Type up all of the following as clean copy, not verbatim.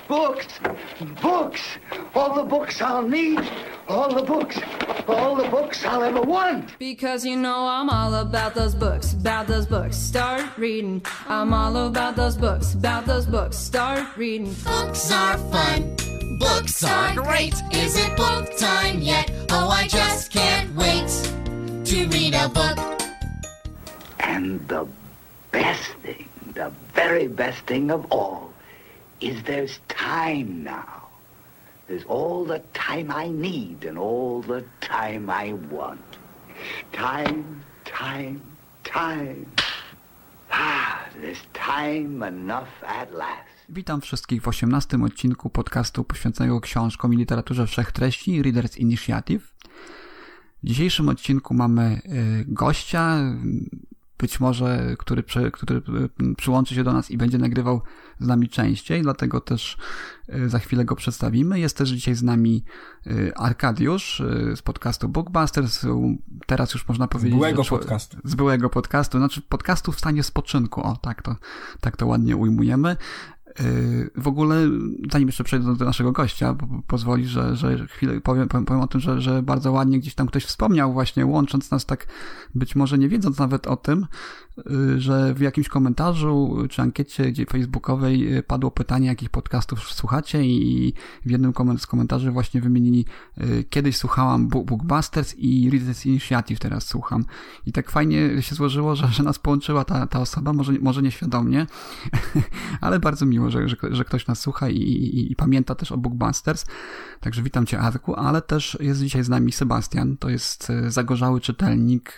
Books! Books! All the books I'll need. All the books I'll ever want. Because you know I'm all about those books, start reading. I'm all about those books, start reading. Books are fun, books are great. Is it book time yet? Oh, I just can't wait to read a book. And the best thing, the very best thing of all, is there's time now. There's all the time I need and all the time I want. Time. There's time enough at last. Witam wszystkich w 18. odcinku podcastu poświęconego książkom i literaturze wszechtreści Readers Initiative. W dzisiejszym odcinku mamy gościa, być może, który przyłączy się do nas i będzie nagrywał z nami częściej, dlatego też za chwilę go przedstawimy. Jest też dzisiaj z nami Arkadiusz z podcastu Bookbusters. Teraz już można powiedzieć... Z byłego podcastu. Znaczy podcastu w stanie spoczynku. O, tak to ładnie ujmujemy. W ogóle, zanim jeszcze przejdę do naszego gościa, pozwoli, że chwilę powiem o tym, że bardzo ładnie gdzieś tam ktoś wspomniał właśnie, łącząc nas tak, być może nie wiedząc nawet o tym, że w jakimś komentarzu czy ankiecie facebookowej padło pytanie, jakich podcastów słuchacie, i w jednym z komentarzy właśnie wymienili: kiedyś słuchałam Bookbusters i Readers Initiative teraz słucham. I tak fajnie się złożyło, że nas połączyła ta osoba, może nieświadomie, ale bardzo miło, że ktoś nas słucha i pamięta też o Bookbusters. Także witam Cię, Arku, ale też jest dzisiaj z nami Sebastian. To jest zagorzały czytelnik,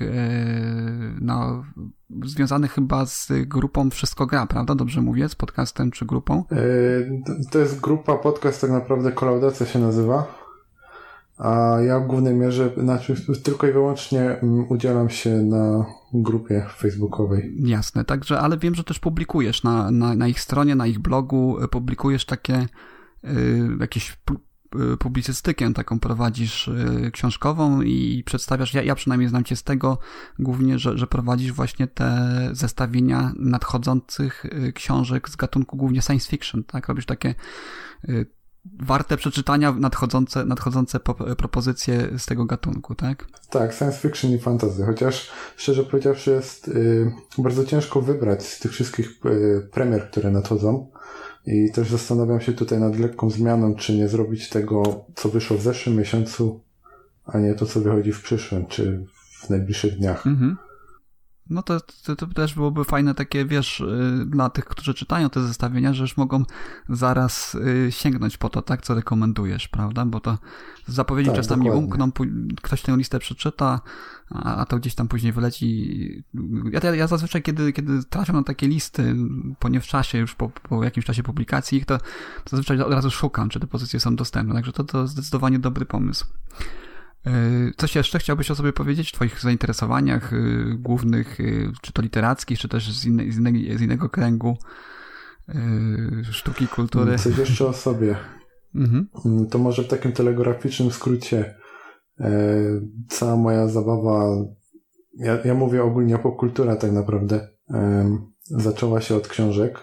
związany chyba z grupą Wszystko Gra, prawda? Dobrze mówię? Z podcastem czy grupą? To jest grupa, podcast tak naprawdę Kolaudacja się nazywa. A ja w głównej mierze, tylko i wyłącznie udzielam się na grupie facebookowej. Jasne, także, ale wiem, że też publikujesz na ich stronie, na ich blogu, publikujesz takie jakieś publicystykę taką prowadzisz książkową i przedstawiasz, ja przynajmniej znam Cię z tego głównie, że prowadzisz właśnie te zestawienia nadchodzących książek z gatunku głównie science fiction, tak? Robisz takie warte przeczytania nadchodzące propozycje z tego gatunku, tak? Tak, science fiction i fantasy, chociaż szczerze powiedziawszy jest bardzo ciężko wybrać z tych wszystkich premier, które nadchodzą. I też zastanawiam się tutaj nad lekką zmianą, czy nie zrobić tego, co wyszło w zeszłym miesiącu, a nie to, co wychodzi w przyszłym, czy w najbliższych dniach. Mhm. No to też byłoby fajne takie, wiesz, dla tych, którzy czytają te zestawienia, że już mogą zaraz sięgnąć po to, tak, co rekomendujesz, prawda? Bo to zapowiedzi tak, czasami dokładnie umkną, ktoś tę listę przeczyta, a to gdzieś tam później wyleci. Ja zazwyczaj, kiedy trafiam na takie listy, po czasie, już po jakimś czasie publikacji ich, to zazwyczaj od razu szukam, czy te pozycje są dostępne. Także to zdecydowanie dobry pomysł. Coś jeszcze chciałbyś o sobie powiedzieć, w Twoich zainteresowaniach głównych, czy to literackich, czy też z innego kręgu sztuki, kultury? Coś jeszcze o sobie. Mhm. To może w takim telegraficznym skrócie cała moja zabawa, ja mówię ogólnie o popkulturze tak naprawdę, zaczęła się od książek.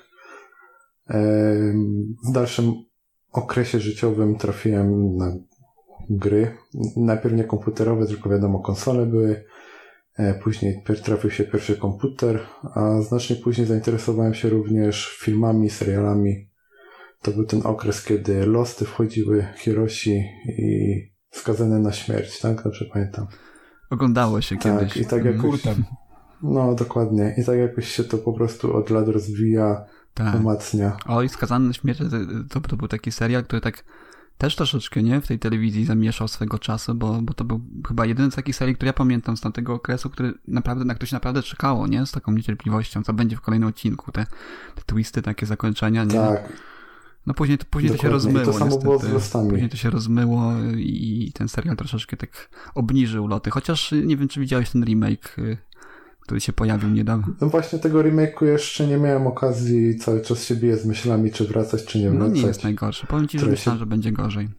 W dalszym okresie życiowym trafiłem na gry. Najpierw nie komputerowe, tylko wiadomo, konsole były. Później trafił się pierwszy komputer, a znacznie później zainteresowałem się również filmami, serialami. To był ten okres, kiedy Losty wchodziły, Hiroshi i Skazane na śmierć, tak? Dobrze pamiętam. Oglądało się kiedyś. Tak, i tak jakoś... No, dokładnie. I tak jakoś się to po prostu od lat rozwija, umacnia. I Skazany na śmierć to był taki serial, który tak też troszeczkę, nie? W tej telewizji zamieszał swego czasu, bo to był chyba jedyny z takich serii, który ja pamiętam z tamtego okresu, na który się naprawdę czekało, nie? Z taką niecierpliwością, co będzie w kolejnym odcinku. Te twisty, takie zakończenia, nie? Tak. No później to się rozmyło. I to samo niestety. Było z Lostami. Później to się rozmyło i ten serial troszeczkę tak obniżył loty. Chociaż nie wiem, czy widziałeś ten remake, który się pojawił niedawno. No właśnie tego remake'u jeszcze nie miałem okazji, cały czas się biję z myślami, czy wracać, czy nie wracać. No nie jest najgorsze. Powiem Ci, że myślałem, że będzie gorzej.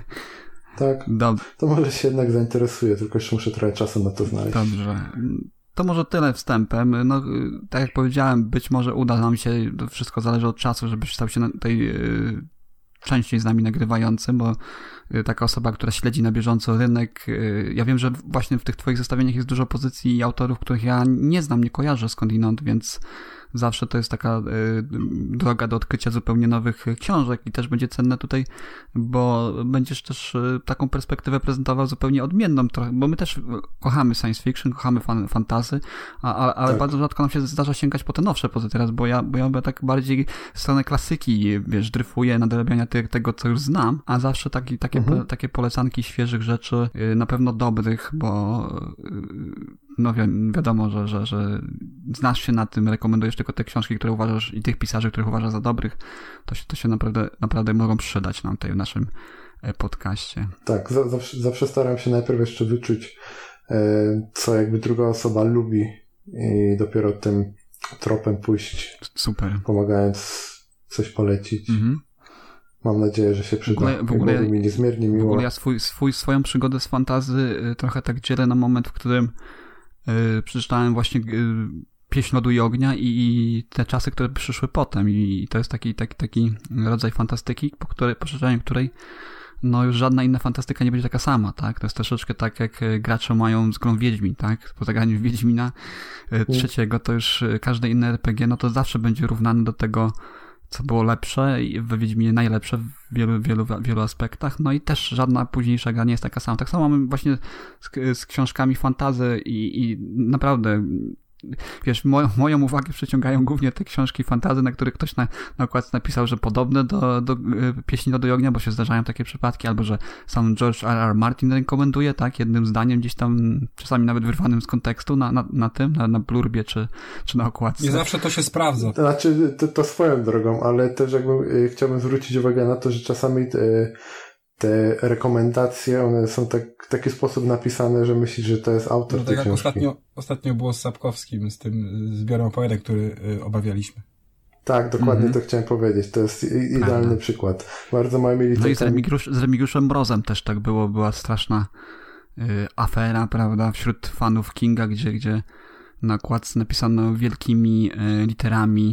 Tak? To może się jednak zainteresuje, tylko jeszcze muszę trochę czasu na to znaleźć. Dobrze. to może tyle wstępem. No, tak jak powiedziałem, być może uda nam się, to wszystko zależy od czasu, żebyś stał się tej częściej z nami nagrywającym, bo taka osoba, która śledzi na bieżąco rynek, ja wiem, że właśnie w tych twoich zestawieniach jest dużo pozycji i autorów, których ja nie znam, nie kojarzę skądinąd, więc zawsze to jest taka droga do odkrycia zupełnie nowych książek i też będzie cenne tutaj, bo będziesz też taką perspektywę prezentował zupełnie odmienną, bo my też kochamy science fiction, kochamy fantasy, ale tak. Bardzo rzadko nam się zdarza sięgać po te nowsze pozycje teraz, bo ja tak bardziej w stronę klasyki, wiesz, dryfuję nadrabiania tego, co już znam, a zawsze takie polecanki świeżych rzeczy, na pewno dobrych, bo no wiadomo, że znasz się na tym, rekomendujesz tylko te książki, które uważasz i tych pisarzy, których uważasz za dobrych, to się naprawdę mogą przydać nam tutaj w naszym podcaście. Tak, zawsze staram się najpierw jeszcze wyczuć, co jakby druga osoba lubi i dopiero tym tropem pójść. Super. Pomagając coś polecić. Mhm. Mam nadzieję, że się przyda. W ogóle mi niezmiernie miło. W ogóle ja swoją przygodę z fantasy trochę tak dzielę na moment, w którym przeczytałem właśnie Pieśń Lodu i Ognia i te czasy, które przyszły potem. I to jest taki rodzaj fantastyki, po przeczytaniu której no już żadna inna fantastyka nie będzie taka sama, tak? To jest troszeczkę tak, jak gracze mają z grą Wiedźmin, tak? Po zagraniu Wiedźmina trzeciego, to już każde inne RPG, no to zawsze będzie równane do tego, co było lepsze i we Wiedźminie najlepsze w wielu aspektach, no i też żadna późniejsza gra nie jest taka sama. Tak samo mamy właśnie z książkami fantasy i naprawdę, wiesz, moją uwagę przyciągają głównie te książki fantasy, na których ktoś na okładce napisał, że podobne do Pieśni Lodu i Ognia, bo się zdarzają takie przypadki, albo że sam George R.R. Martin rekomenduje, tak, jednym zdaniem gdzieś tam, czasami nawet wyrwanym z kontekstu na blurbie czy na okładce. Nie zawsze to się sprawdza. To znaczy, to swoją drogą, ale też jakby chciałbym zwrócić uwagę na to, że czasami te rekomendacje, one są w taki sposób napisane, że myślisz, że to jest autor tej książki. Tak jak ostatnio było z Sapkowskim, z tym zbiorem opowiadań, który obawialiśmy. Tak, dokładnie to chciałem powiedzieć. To jest idealny przykład. Bardzo małymi literkami. No i z Remigiuszem Mrozem też tak było. Była straszna afera, prawda, wśród fanów Kinga, gdzie na okładce napisano wielkimi literami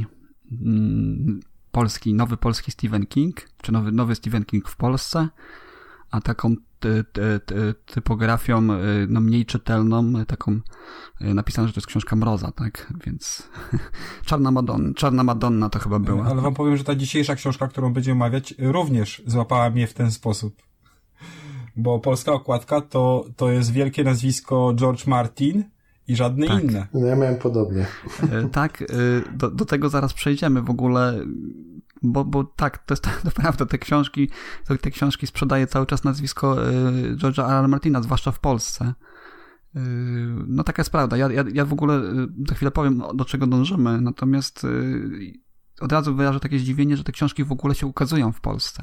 nowy polski Stephen King, czy nowy Stephen King w Polsce, a taką typografią no mniej czytelną, taką napisano, że to jest książka Mroza, tak? Więc Czarna Madonna to chyba była. Ale wam powiem, że ta dzisiejsza książka, którą będziemy omawiać, również złapała mnie w ten sposób. Bo polska okładka to jest wielkie nazwisko George Martin i żadne inne. No ja miałem podobnie. Tak, do tego zaraz przejdziemy w ogóle, bo tak, to jest naprawdę te książki sprzedaje cały czas nazwisko George'a R.R. Martina, zwłaszcza w Polsce. No taka jest prawda. Ja w ogóle za chwilę powiem, do czego dążymy, natomiast od razu wyrażę takie zdziwienie, że te książki w ogóle się ukazują w Polsce.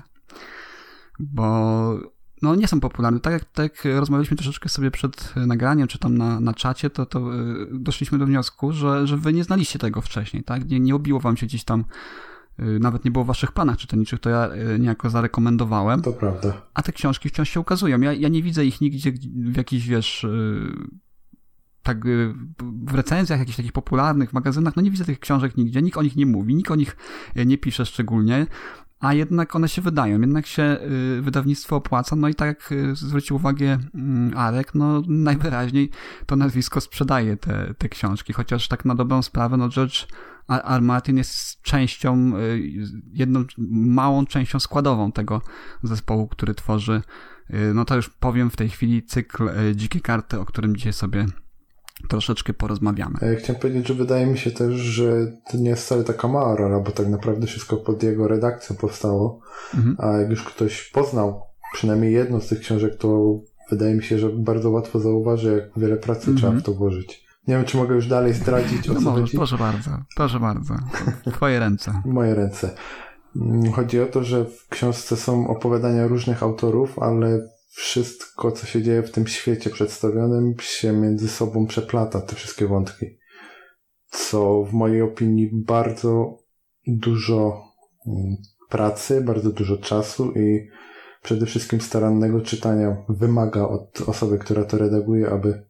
Bo no nie są popularne. Tak jak rozmawialiśmy troszeczkę sobie przed nagraniem, czy tam na czacie, to doszliśmy do wniosku, że wy nie znaliście tego wcześniej, tak? Nie obiło wam się gdzieś tam, nawet nie było w waszych planach czytelniczych, to ja niejako zarekomendowałem. To prawda. A te książki wciąż się ukazują. Ja nie widzę ich nigdzie w jakichś, wiesz, tak w recenzjach jakichś takich popularnych, w magazynach, no nie widzę tych książek nigdzie, nikt o nich nie mówi, nikt o nich nie pisze szczególnie. A jednak one się wydają, jednak się wydawnictwo opłaca, no i tak jak zwrócił uwagę Arek, no najwyraźniej to nazwisko sprzedaje te książki, chociaż tak na dobrą sprawę, no George R. Martin jest jedną małą częścią składową tego zespołu, który tworzy, no to już powiem w tej chwili, cykl Dzikie Karty, o którym dzisiaj sobie troszeczkę porozmawiamy. Ja chciałem powiedzieć, że wydaje mi się też, że to nie jest wcale taka mała rola, bo tak naprawdę wszystko pod jego redakcją powstało, a jak już ktoś poznał przynajmniej jedną z tych książek, to wydaje mi się, że bardzo łatwo zauważy, jak wiele pracy trzeba w to włożyć. Nie wiem, czy mogę już dalej zdradzić, o co chodzi. Proszę bardzo. Twoje ręce. Moje ręce. Chodzi o to, że w książce są opowiadania różnych autorów, ale wszystko, co się dzieje w tym świecie przedstawionym, się między sobą przeplata, te wszystkie wątki. Co w mojej opinii bardzo dużo pracy, bardzo dużo czasu i przede wszystkim starannego czytania wymaga od osoby, która to redaguje, aby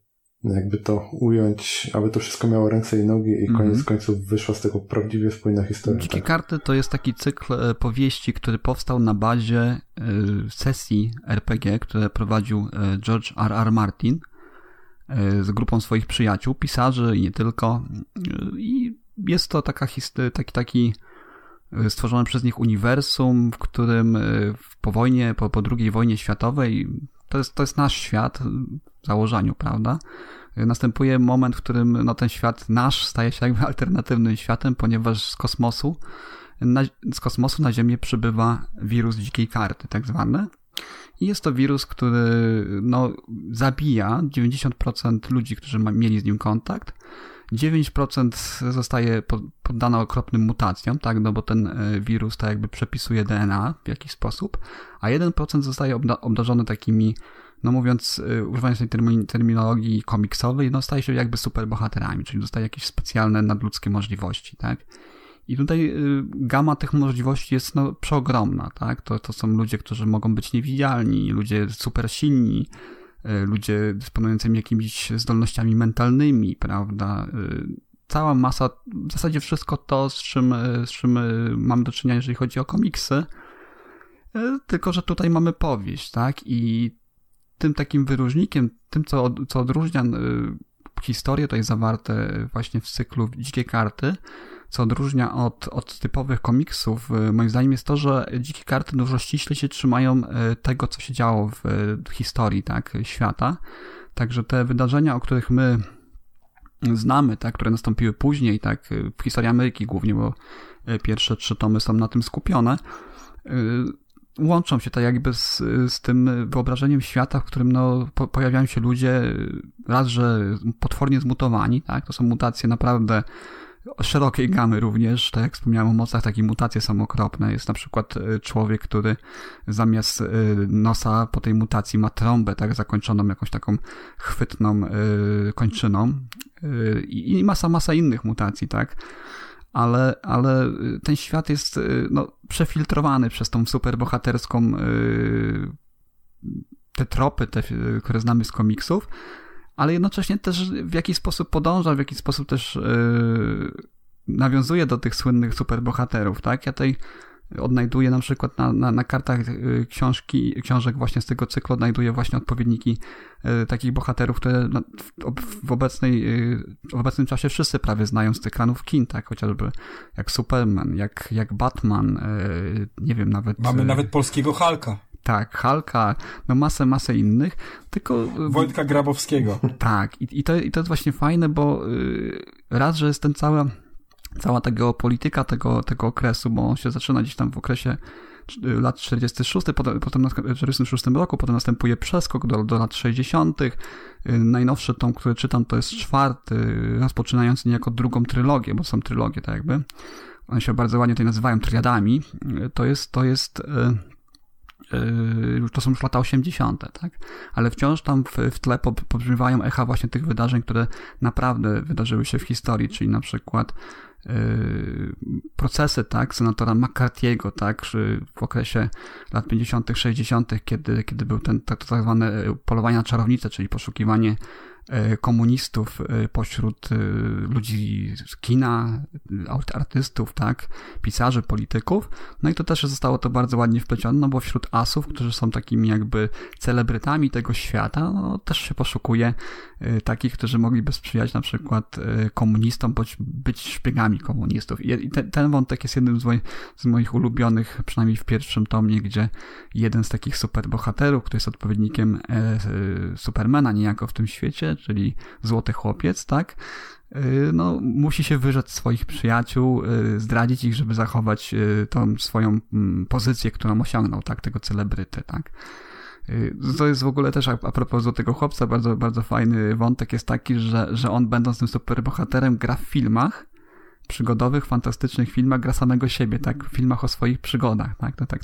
jakby to ująć, aby to wszystko miało ręce i nogi i koniec końców wyszła z tego prawdziwie spójna historia. Dzikie karty to jest taki cykl powieści, który powstał na bazie sesji RPG, które prowadził George R.R. Martin z grupą swoich przyjaciół, pisarzy i nie tylko. I jest to taki stworzone przez nich uniwersum, w którym po II wojnie światowej, to jest nasz świat w założeniu, prawda? Następuje moment, w którym ten świat nasz staje się jakby alternatywnym światem, ponieważ z kosmosu na Ziemię przybywa wirus dzikiej karty, tak zwany. I jest to wirus, który zabija 90% ludzi, którzy mieli z nim kontakt. 9% zostaje poddane okropnym mutacjom, tak, bo ten wirus tak jakby przepisuje DNA w jakiś sposób, a 1% zostaje obdarzony takimi, mówiąc, używając tej terminologii komiksowej, staje się jakby superbohaterami, czyli dostaje jakieś specjalne nadludzkie możliwości, tak. I tutaj gama tych możliwości jest przeogromna, tak. To są ludzie, którzy mogą być niewidzialni, ludzie super silni, ludzie dysponującymi jakimiś zdolnościami mentalnymi, prawda? Cała masa, w zasadzie wszystko to, z czym mamy do czynienia, jeżeli chodzi o komiksy, tylko że tutaj mamy powieść, tak? I tym takim wyróżnikiem, tym co odróżnia historie tutaj zawarte właśnie w cyklu Dzikie Karty, co odróżnia od typowych komiksów, moim zdaniem jest to, że Dzikie Karty dużo ściśle się trzymają tego, co się działo w historii, tak, świata. Także te wydarzenia, o których my znamy, tak, które nastąpiły później, tak, w historii Ameryki głównie, bo pierwsze 3 tomy są na tym skupione, łączą się tak jakby z tym wyobrażeniem świata, w którym pojawiają się ludzie raz, że potwornie zmutowani, tak, to są mutacje naprawdę szerokiej gamy również, tak jak wspomniałem o mocach, takie mutacje są okropne. Jest na przykład człowiek, który zamiast nosa po tej mutacji ma trąbę, tak, zakończoną jakąś taką chwytną kończyną i masa innych mutacji, tak. Ale ten świat jest przefiltrowany przez tą superbohaterską te tropy, które znamy z komiksów, ale jednocześnie też w jakiś sposób podąża, w jakiś sposób też nawiązuje do tych słynnych superbohaterów, tak? Ja tutaj odnajduję na przykład na kartach książek właśnie z tego cyklu odnajduję właśnie odpowiedniki takich bohaterów, które w obecnym czasie wszyscy prawie znają z ekranów kin, tak? Chociażby jak Superman, jak Batman, nie wiem, nawet... Mamy nawet polskiego Hulka. Tak, Hulka, masę innych, tylko... Wojtka Grabowskiego. Tak, i to jest właśnie fajne, bo raz, że jest ten cała ta geopolityka tego okresu, bo on się zaczyna gdzieś tam w okresie lat 46, potem w 46 roku, potem następuje przeskok do lat 60. Najnowszy tom, który czytam, to jest 4, rozpoczynający niejako drugą trylogię, bo są trylogie, tak jakby. One się bardzo ładnie tutaj nazywają triadami. To są już lata 80., tak? Ale wciąż tam w tle pobrzmiewają echa właśnie tych wydarzeń, które naprawdę wydarzyły się w historii, czyli na przykład procesy, tak, senatora McCarthy'ego, tak, w okresie lat 50., 60., kiedy był ten tak zwane polowanie na czarownicę, czyli poszukiwanie komunistów pośród ludzi z kina, artystów, tak, pisarzy, polityków. No i to też zostało to bardzo ładnie wplecione, bo wśród asów, którzy są takimi jakby celebrytami tego świata, też się poszukuje takich, którzy mogliby sprzyjać na przykład komunistom, bądź być szpiegami komunistów. I ten wątek jest jednym z moich ulubionych, przynajmniej w pierwszym tomie, gdzie jeden z takich superbohaterów, który jest odpowiednikiem Supermana niejako w tym świecie, czyli Złoty Chłopiec, tak? Musi się wyrzec swoich przyjaciół, zdradzić ich, żeby zachować tą swoją pozycję, którą osiągnął, tak? Tego celebryty, tak? To jest w ogóle też a propos Złotego Chłopca, bardzo, bardzo fajny wątek jest taki, że on, będąc tym superbohaterem, gra w filmach przygodowych, fantastycznych filmach, gra samego siebie, tak? W filmach o swoich przygodach, tak? To tak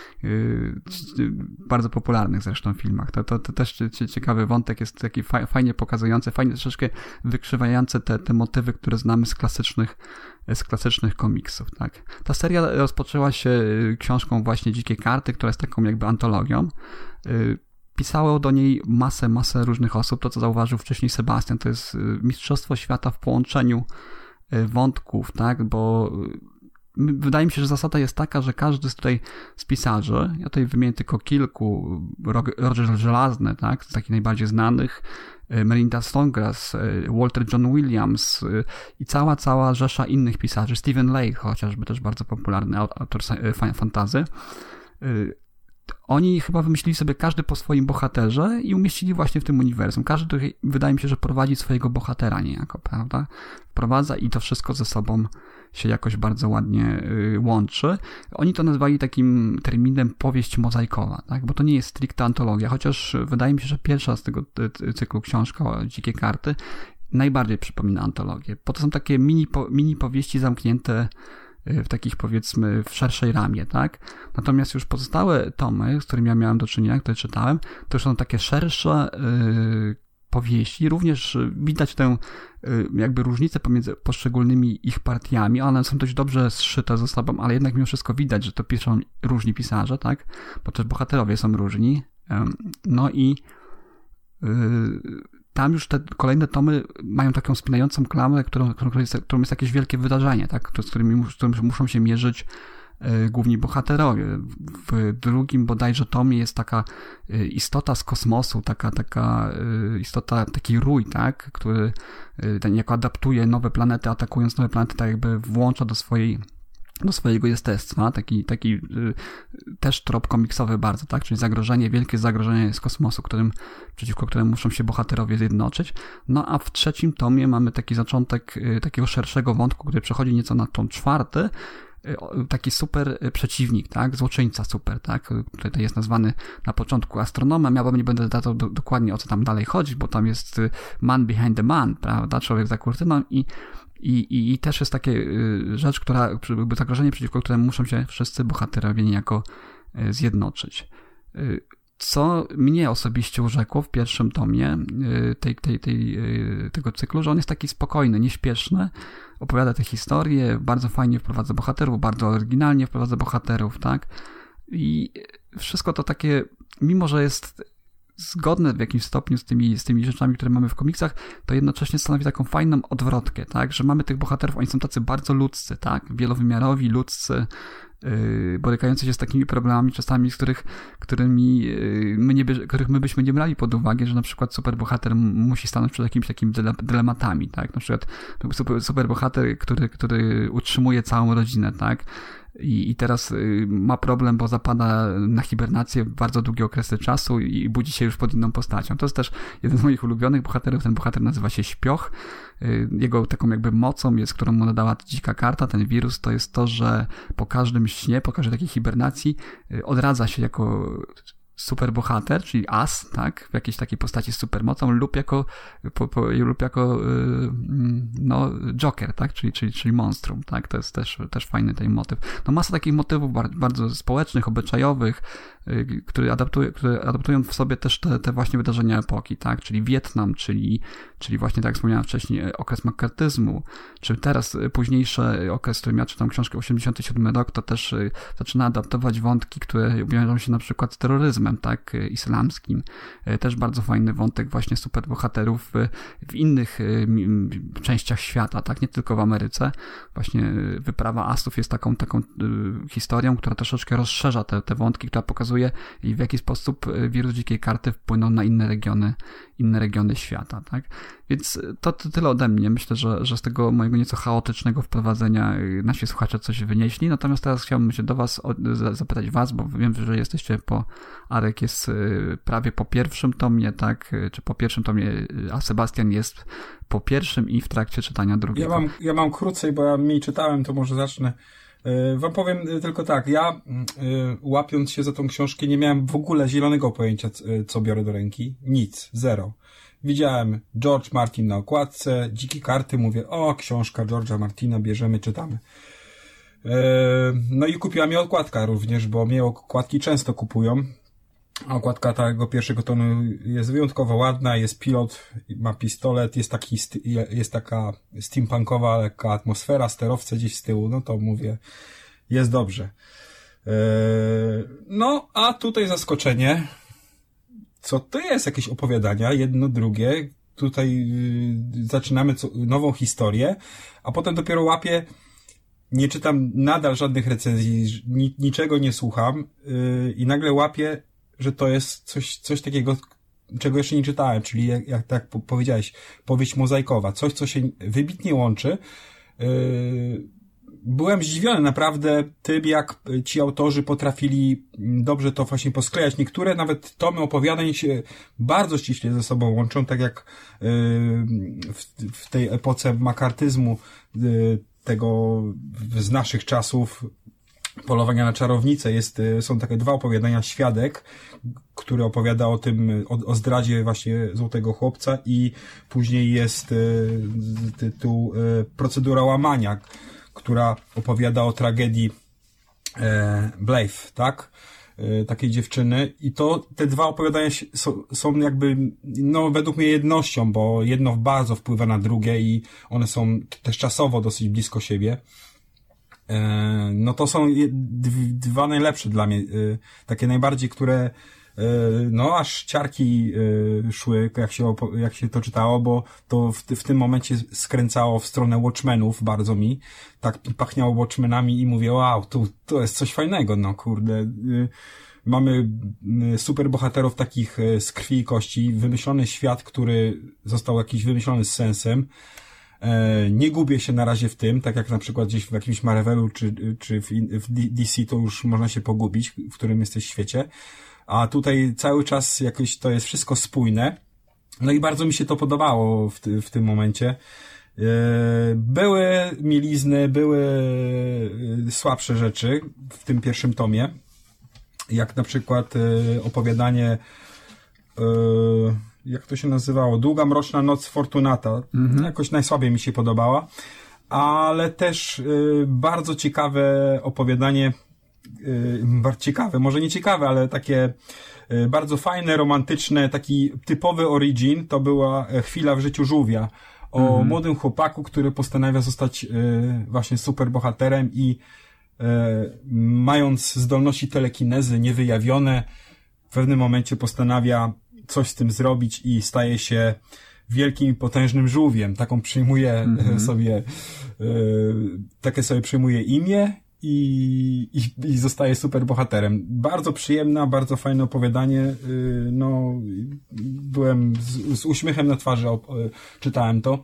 bardzo popularnych zresztą filmach. To też ciekawy wątek jest taki fajnie pokazujący, fajnie troszeczkę wykrzywający te motywy, które znamy z klasycznych komiksów, tak? Ta seria rozpoczęła się książką właśnie Dzikie Karty, która jest taką jakby antologią. pisało do niej masę różnych osób. To, co zauważył wcześniej Sebastian, to jest mistrzostwo świata w połączeniu wątków, tak, bo wydaje mi się, że zasada jest taka, że każdy z pisarzy, ja tutaj wymienię tylko kilku, Roger Żelazny, tak, z takich najbardziej znanych, Melinda Snodgrass, Walter John Williams i cała rzesza innych pisarzy, Stephen Leigh chociażby, też bardzo popularny autor fantasy. Oni chyba wymyślili sobie każdy po swoim bohaterze i umieścili właśnie w tym uniwersum. Każdy, wydaje mi się, że prowadzi swojego bohatera niejako, prawda? Wprowadza i to wszystko ze sobą się jakoś bardzo ładnie łączy. Oni to nazwali takim terminem powieść mozaikowa, tak? Bo to nie jest stricte antologia, chociaż wydaje mi się, że pierwsza z tego cyklu książka o Dzikie Karty najbardziej przypomina antologię, bo to są takie mini powieści zamknięte w takich, powiedzmy, w szerszej ramie, tak? Natomiast już pozostałe tomy, z którymi ja miałem do czynienia, które czytałem, to już są takie szersze powieści. Również widać tę jakby różnicę pomiędzy poszczególnymi ich partiami. One są dość dobrze zszyte ze sobą, ale jednak mimo wszystko widać, że to piszą różni pisarze, tak? Bo też bohaterowie są różni. No i tam już te kolejne tomy mają taką spinającą klamrę, którą jest jakieś wielkie wydarzenie, tak? Z którym muszą się mierzyć główni bohaterowie. W drugim bodajże tomie jest taka istota z kosmosu, taka istota, taki rój, tak? Który niejako adaptuje nowe planety, atakując nowe planety, tak jakby włącza do swojego jestestwa, taki też trop komiksowy bardzo, tak? Czyli wielkie zagrożenie z kosmosu, przeciwko któremu muszą się bohaterowie zjednoczyć. No a w trzecim tomie mamy taki zaczątek takiego szerszego wątku, który przechodzi nieco na tom czwarty, taki super przeciwnik, tak? Złoczyńca super, tak? Tutaj jest nazwany na początku astronomem. Ja nie będę dał dokładnie, o co tam dalej chodzi, bo tam jest man behind the man, prawda? Człowiek za kurtyną i też jest takie rzecz, zagrożenie, przeciwko któremu muszą się wszyscy bohaterowie niejako zjednoczyć. Co mnie osobiście urzekło w pierwszym tomie tego cyklu, że on jest taki spokojny, nieśpieszny, opowiada te historie, bardzo fajnie wprowadza bohaterów, bardzo oryginalnie wprowadza bohaterów, tak? I wszystko to takie, mimo że jest zgodne w jakimś stopniu z tymi rzeczami, które mamy w komiksach, to jednocześnie stanowi taką fajną odwrotkę, tak? Że mamy tych bohaterów, oni są tacy bardzo ludzcy, tak? Wielowymiarowi, ludzcy, borykający się z takimi problemami czasami, których my byśmy nie brali pod uwagę, że na przykład superbohater musi stanąć przed jakimiś takimi dylematami, tak? Na przykład superbohater, który utrzymuje całą rodzinę, tak? I teraz ma problem, bo zapada na hibernację w bardzo długie okresy czasu i budzi się już pod inną postacią. To jest też jeden z moich ulubionych bohaterów. Ten bohater nazywa się Śpioch. Jego taką jakby mocą jest, którą mu nadała dzika karta, ten wirus, to jest to, że po każdym śnie, po każdej takiej hibernacji odradza się jako superbohater, czyli as, tak, w jakiejś takiej postaci z supermocą lub jako Joker, tak, czyli monstrum, tak, to jest też fajny ten motyw. No masa takich motywów bardzo społecznych, obyczajowych, które adaptują w sobie też te właśnie wydarzenia epoki, tak, czyli Wietnam, czyli właśnie, tak jak wspomniałem wcześniej, okres makartyzmu, czy teraz późniejszy okres, w którym ja czytam książkę 87 rok, to też zaczyna adaptować wątki, które wiążą się na przykład z terroryzmem, tak, islamskim. Też bardzo fajny wątek właśnie superbohaterów w innych częściach świata, tak, nie tylko w Ameryce. Właśnie Wyprawa Asów jest taką historią, która troszeczkę rozszerza te wątki, która pokazuje, i w jaki sposób wirus Dzikiej Karty wpłynął na inne regiony świata, tak? Więc to tyle ode mnie. Myślę, że z tego mojego nieco chaotycznego wprowadzenia nasi słuchacze coś wynieśli. Natomiast teraz chciałbym się do was zapytać was, bo wiem, że jesteście Arek jest prawie po pierwszym tomie, tak? Czy po pierwszym tomie, a Sebastian jest po pierwszym i w trakcie czytania drugiego. Ja mam krócej, bo ja mniej czytałem, to może zacznę. Wam powiem tylko tak, ja łapiąc się za tą książkę nie miałem w ogóle zielonego pojęcia, co biorę do ręki. Nic, zero. Widziałem George Martin na okładce, Dzikie Karty, mówię, książka George'a Martina, bierzemy, czytamy. No i kupiła mi okładka również, bo mnie okładki często kupują. Okładka tego pierwszego tomu jest wyjątkowo ładna, jest pilot, ma pistolet, jest taka steampunkowa lekka atmosfera, sterowce gdzieś z tyłu, no to mówię, jest dobrze. No, a tutaj zaskoczenie, co to jest, jakieś opowiadania, jedno, drugie, tutaj zaczynamy nową historię, a potem dopiero łapię, nie czytam nadal żadnych recenzji, niczego nie słucham i nagle łapię, że to jest coś takiego, czego jeszcze nie czytałem, czyli jak tak powiedziałeś, powieść mozaikowa, coś, co się wybitnie łączy. Byłem zdziwiony naprawdę tym, jak ci autorzy potrafili dobrze to właśnie posklejać. Niektóre nawet tomy opowiadań się bardzo ściśle ze sobą łączą, tak jak w tej epoce makartyzmu tego z naszych czasów Polowania na czarownicę są takie 2 opowiadania. Świadek, który opowiada o tym, o zdradzie właśnie Złotego Chłopca, i później jest tytuł Procedura łamania, która opowiada o tragedii Blythe, tak? Takiej dziewczyny. I te 2 opowiadania są jakby, no według mnie jednością, bo jedno bardzo wpływa na drugie i one są też czasowo dosyć blisko siebie. No to są 2 najlepsze dla mnie, takie najbardziej, które no aż ciarki szły, jak się to czytało, bo to w tym momencie skręcało w stronę Watchmenów bardzo mi, tak pachniało Watchmenami i mówię, wow, to jest coś fajnego, no kurde. Mamy superbohaterów takich z krwi i kości, wymyślony świat, który został jakiś wymyślony z sensem. Nie gubię się na razie w tym, tak jak na przykład gdzieś w jakimś Marvelu czy w DC to już można się pogubić, w którym jesteś świecie. A tutaj cały czas jakoś to jest wszystko spójne. No i bardzo mi się to podobało w tym momencie. Były mielizny, były słabsze rzeczy w tym pierwszym tomie. Jak na przykład opowiadanie, jak to się nazywało? Długa, mroczna noc Fortunata. Jakoś najsłabiej mi się podobała. Ale też bardzo ciekawe opowiadanie, bardzo ciekawe, może nie ciekawe, ale takie bardzo fajne, romantyczne, taki typowy origin, to była Chwila w życiu żółwia. O młodym chłopaku, który postanawia zostać właśnie superbohaterem i mając zdolności telekinezy niewyjawione, w pewnym momencie postanawia coś z tym zrobić i staje się wielkim i potężnym żółwiem. Takie sobie przyjmuje imię i zostaje super bohaterem. Bardzo przyjemna, bardzo fajne opowiadanie. No, byłem z uśmiechem na twarzy, czytałem to.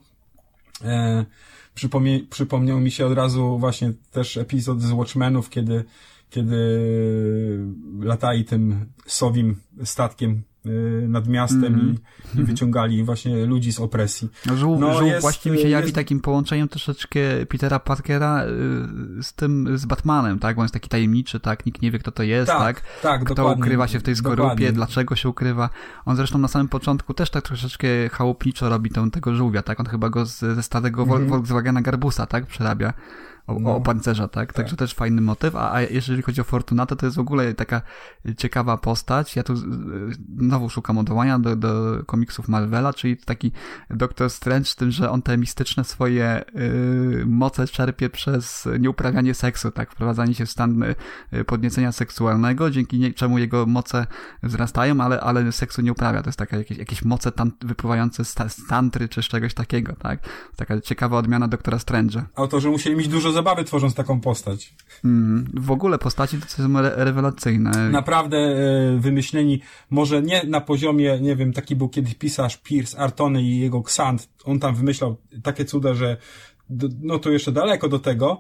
Przypomniał mi się od razu właśnie też epizod z Watchmenów, kiedy latali tym sowim statkiem nad miastem i wyciągali właśnie ludzi z opresji. Żółw właśnie mi się jawi takim połączeniem troszeczkę Petera Parkera z Batmanem, tak? On jest taki tajemniczy, tak? Nikt nie wie, kto to jest, tak? Tak, kto dokładnie. ukrywa się w tej skorupie, dlaczego się ukrywa. On zresztą na samym początku też tak troszeczkę chałupniczo robi tego żółwia, tak? On chyba go ze starego Volkswagena Garbusa, tak? Przerabia. O pancerza, tak? Także też fajny motyw, a jeżeli chodzi o Fortunatę, to jest w ogóle taka ciekawa postać. Ja tu znowu szukam odwołania do komiksów Marvela, czyli taki Doktor Strange z tym, że on te mistyczne swoje moce czerpie przez nieuprawianie seksu, tak? Wprowadzanie się w stan podniecenia seksualnego, dzięki czemu jego moce wzrastają, ale seksu nie uprawia. To jest taka jakieś moce wypływające z tantry czy z czegoś takiego, tak? Taka ciekawa odmiana Doktora Strange'a. Autorzy musieli mieć dużo zabawy tworząc taką postać. W ogóle postaci to są rewelacyjne. Naprawdę wymyśleni, może nie na poziomie, nie wiem, taki był kiedyś pisarz Pierce Artony i jego Ksant. On tam wymyślał takie cuda, że no to jeszcze daleko do tego,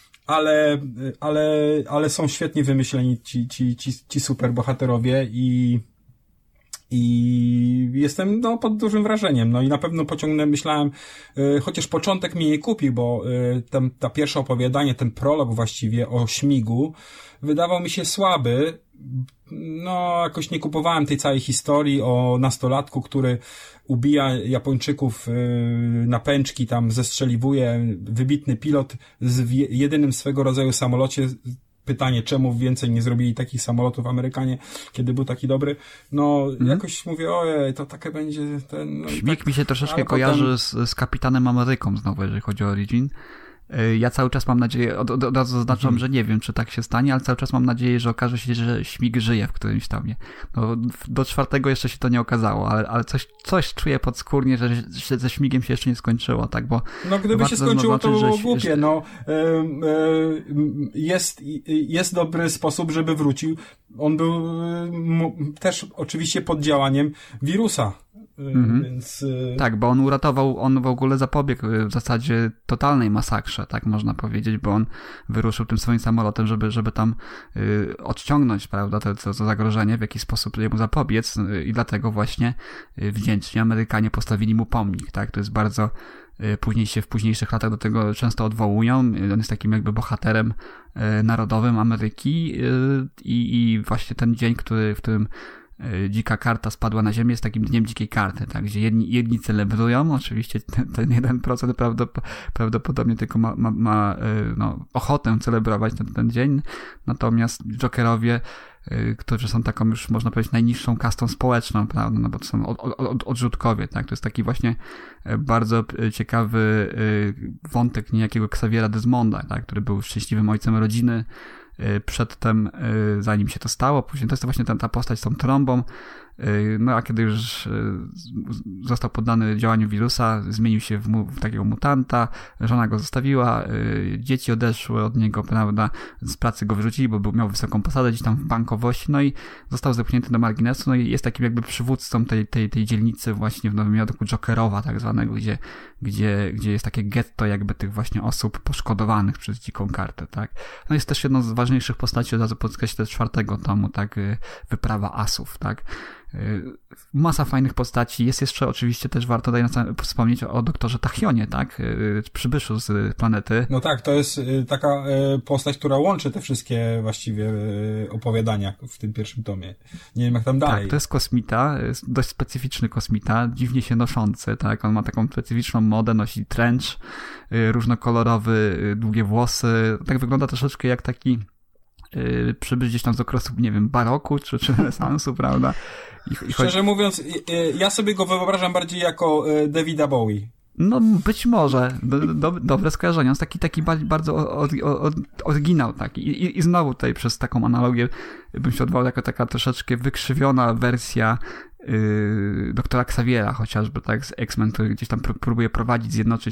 ale są świetnie wymyśleni ci superbohaterowie i jestem pod dużym wrażeniem. No i na pewno myślałem, chociaż początek mnie nie kupił, bo ta pierwsze opowiadanie, ten prolog właściwie o śmigu wydawał mi się słaby. No, jakoś nie kupowałem tej całej historii o nastolatku, który ubija Japończyków na pęczki, tam zestrzeliwuje, wybitny pilot w jedynym swego rodzaju samolocie. Pytanie, czemu więcej nie zrobili takich samolotów Amerykanie, kiedy był taki dobry. No, jakoś mówię, ojej, to takie będzie ten... No Śmig tak, mi się troszeczkę kojarzy z Kapitanem Ameryką znowu, jeżeli chodzi o Origin. Ja cały czas mam nadzieję, od razu zaznaczam, że nie wiem, czy tak się stanie, ale cały czas mam nadzieję, że okaże się, że Śmig żyje w którymś tomie. No, do 4 jeszcze się to nie okazało, ale coś czuję podskórnie, że ze Śmigiem się jeszcze nie skończyło, tak, bo... No gdyby się skończyło, to było głupie, no. Jest dobry sposób, żeby wrócił. On był też oczywiście pod działaniem wirusa. Więc... Tak, bo on w ogóle zapobiegł w zasadzie totalnej masakrze, tak można powiedzieć, bo on wyruszył tym swoim samolotem, żeby tam odciągnąć, prawda, to zagrożenie, w jakiś sposób jemu zapobiec i dlatego właśnie wdzięcznie Amerykanie postawili mu pomnik, tak, to jest bardzo w późniejszych latach do tego często odwołują. On jest takim jakby bohaterem narodowym Ameryki i właśnie ten dzień, w którym dzika karta spadła na ziemię, jest takim dniem dzikiej karty, tak, gdzie jedni celebrują, oczywiście ten 1% prawdopodobnie tylko ma ochotę celebrować ten dzień, natomiast Jokerowie, którzy są taką już, można powiedzieć, najniższą kastą społeczną, prawda, no bo to są odrzutkowie, tak, to jest taki właśnie bardzo ciekawy wątek niejakiego Xaviera Desmonda, tak, który był szczęśliwym ojcem rodziny, przedtem, zanim się to stało. Później to jest właśnie ta postać z tą trąbą. No a kiedy już został poddany działaniu wirusa, zmienił się w takiego mutanta, żona go zostawiła, dzieci odeszły od niego, prawda, z pracy go wyrzucili, bo miał wysoką posadę gdzieś tam w bankowości, no i został zepchnięty do marginesu, no i jest takim jakby przywódcą tej dzielnicy właśnie w Nowym Jorku, Jokerowa tak zwanego, gdzie jest takie getto jakby tych właśnie osób poszkodowanych przez dziką kartę, tak. No jest też jedną z ważniejszych postaci, od razu podkreślę, 4 tomu, tak, Wyprawa Asów, tak. Masa fajnych postaci. Jest jeszcze oczywiście też warto wspomnieć o doktorze Tachyonie, tak? Przybyszu z planety. No tak, to jest taka postać, która łączy te wszystkie właściwie opowiadania w tym pierwszym tomie. Nie wiem jak tam dalej. Tak, to jest kosmita, dość specyficzny kosmita, dziwnie się noszący, tak? On ma taką specyficzną modę, nosi trench, różnokolorowy, długie włosy. Tak wygląda troszeczkę jak taki przybysz gdzieś tam z okresu, nie wiem, baroku czy renesansu, prawda? Szczerze mówiąc, ja sobie go wyobrażam bardziej jako Davida Bowie. No być może. Dobre skojarzenie. On jest taki bardzo oryginał taki. I znowu tutaj przez taką analogię bym się odwołał jako taka troszeczkę wykrzywiona wersja doktora Xaviera chociażby, tak, z X-Men, który gdzieś tam próbuje prowadzić, zjednoczyć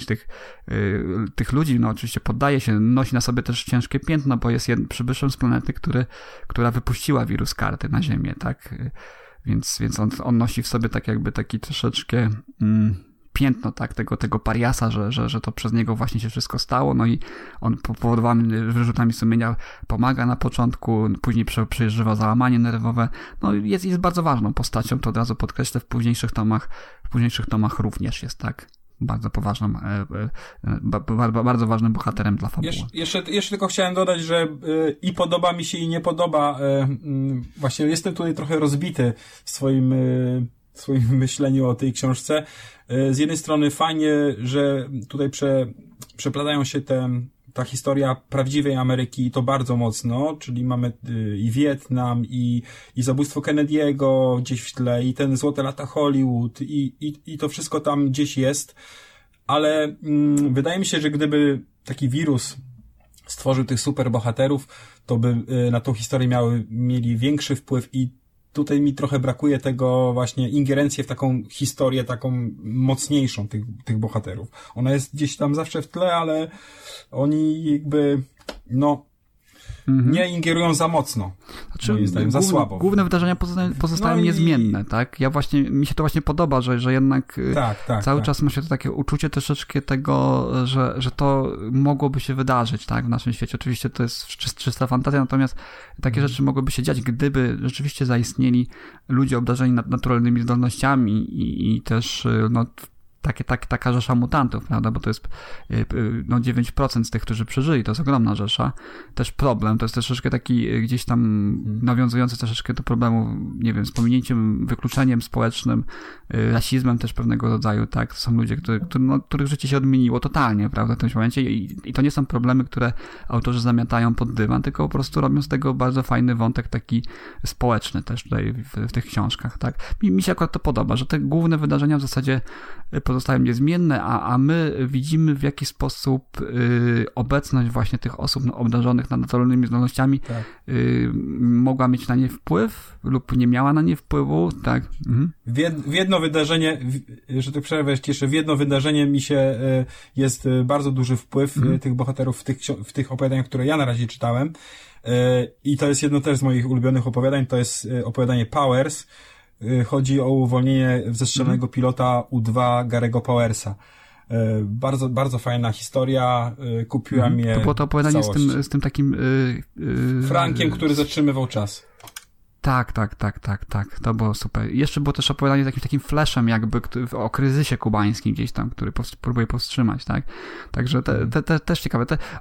tych ludzi, no oczywiście poddaje się, nosi na sobie też ciężkie piętno, bo jest przybyszem z planety, która wypuściła wirus karty na Ziemię, tak, więc on nosi w sobie tak jakby taki troszeczkę piętno, tak, tego pariasa, że to przez niego właśnie się wszystko stało, no i on powodowany wyrzutami sumienia pomaga na początku, później przeżywa załamanie nerwowe, no jest bardzo ważną postacią, to od razu podkreślę, w późniejszych tomach również jest, tak, bardzo poważną, bardzo ważnym bohaterem dla fabuły. Jeszcze tylko chciałem dodać, że i podoba mi się, i nie podoba, właśnie jestem tutaj trochę rozbity w swoim myśleniu o tej książce. Z jednej strony fajnie, że tutaj przeplatają się ta historia prawdziwej Ameryki i to bardzo mocno, czyli mamy i Wietnam, i zabójstwo Kennedy'ego gdzieś w tle, i ten złote lata Hollywood, i to wszystko tam gdzieś jest, ale wydaje mi się, że gdyby taki wirus stworzył tych superbohaterów, to by na tą historię mieli większy wpływ i tutaj mi trochę brakuje tego właśnie ingerencji w taką historię, taką mocniejszą tych bohaterów. Ona jest gdzieś tam zawsze w tle, ale oni jakby, nie ingerują za mocno. Znaczy, za słabo. Główne wydarzenia pozostają niezmienne, tak? Mi się to właśnie podoba, że jednak cały czas ma się to takie uczucie troszeczkę tego, że to mogłoby się wydarzyć, tak? W naszym świecie. Oczywiście to jest czysta fantazja, natomiast takie rzeczy mogłyby się dziać, gdyby rzeczywiście zaistnieli ludzie obdarzeni naturalnymi zdolnościami i też, taka rzesza mutantów, prawda, bo to jest 9% z tych, którzy przeżyli, to jest ogromna rzesza. Też problem, to jest troszeczkę taki gdzieś tam nawiązujący troszeczkę do problemu, nie wiem, z pominięciem, wykluczeniem społecznym, rasizmem też pewnego rodzaju, tak, to są ludzie, których życie się odmieniło totalnie, prawda, w tym momencie i to nie są problemy, które autorzy zamiatają pod dywan, tylko po prostu robią z tego bardzo fajny wątek taki społeczny też tutaj w tych książkach, tak. Mi się akurat to podoba, że te główne wydarzenia w zasadzie pozostają niezmienne, a my widzimy, w jaki sposób obecność właśnie tych osób obdarzonych nadnaturalnymi zdolnościami mogła mieć na nie wpływ lub nie miała na nie wpływu, tak? Mhm. W jedno wydarzenie, że tak przerwę jeszcze, w jedno wydarzenie mi się jest bardzo duży wpływ tych bohaterów w tych opowiadaniach, które ja na razie czytałem. I to jest jedno też z moich ulubionych opowiadań, to jest opowiadanie Powers. Chodzi o uwolnienie zestrzelonego pilota U-2 Gary'ego Powersa. Bardzo, bardzo fajna historia. Kupiłam je. To było to opowiadanie z tym takim Frankiem, który zatrzymywał czas. Tak. To było super. Jeszcze było też opowiadanie z takim flashem jakby o kryzysie kubańskim gdzieś tam, który próbuje powstrzymać, tak? Także też ciekawe.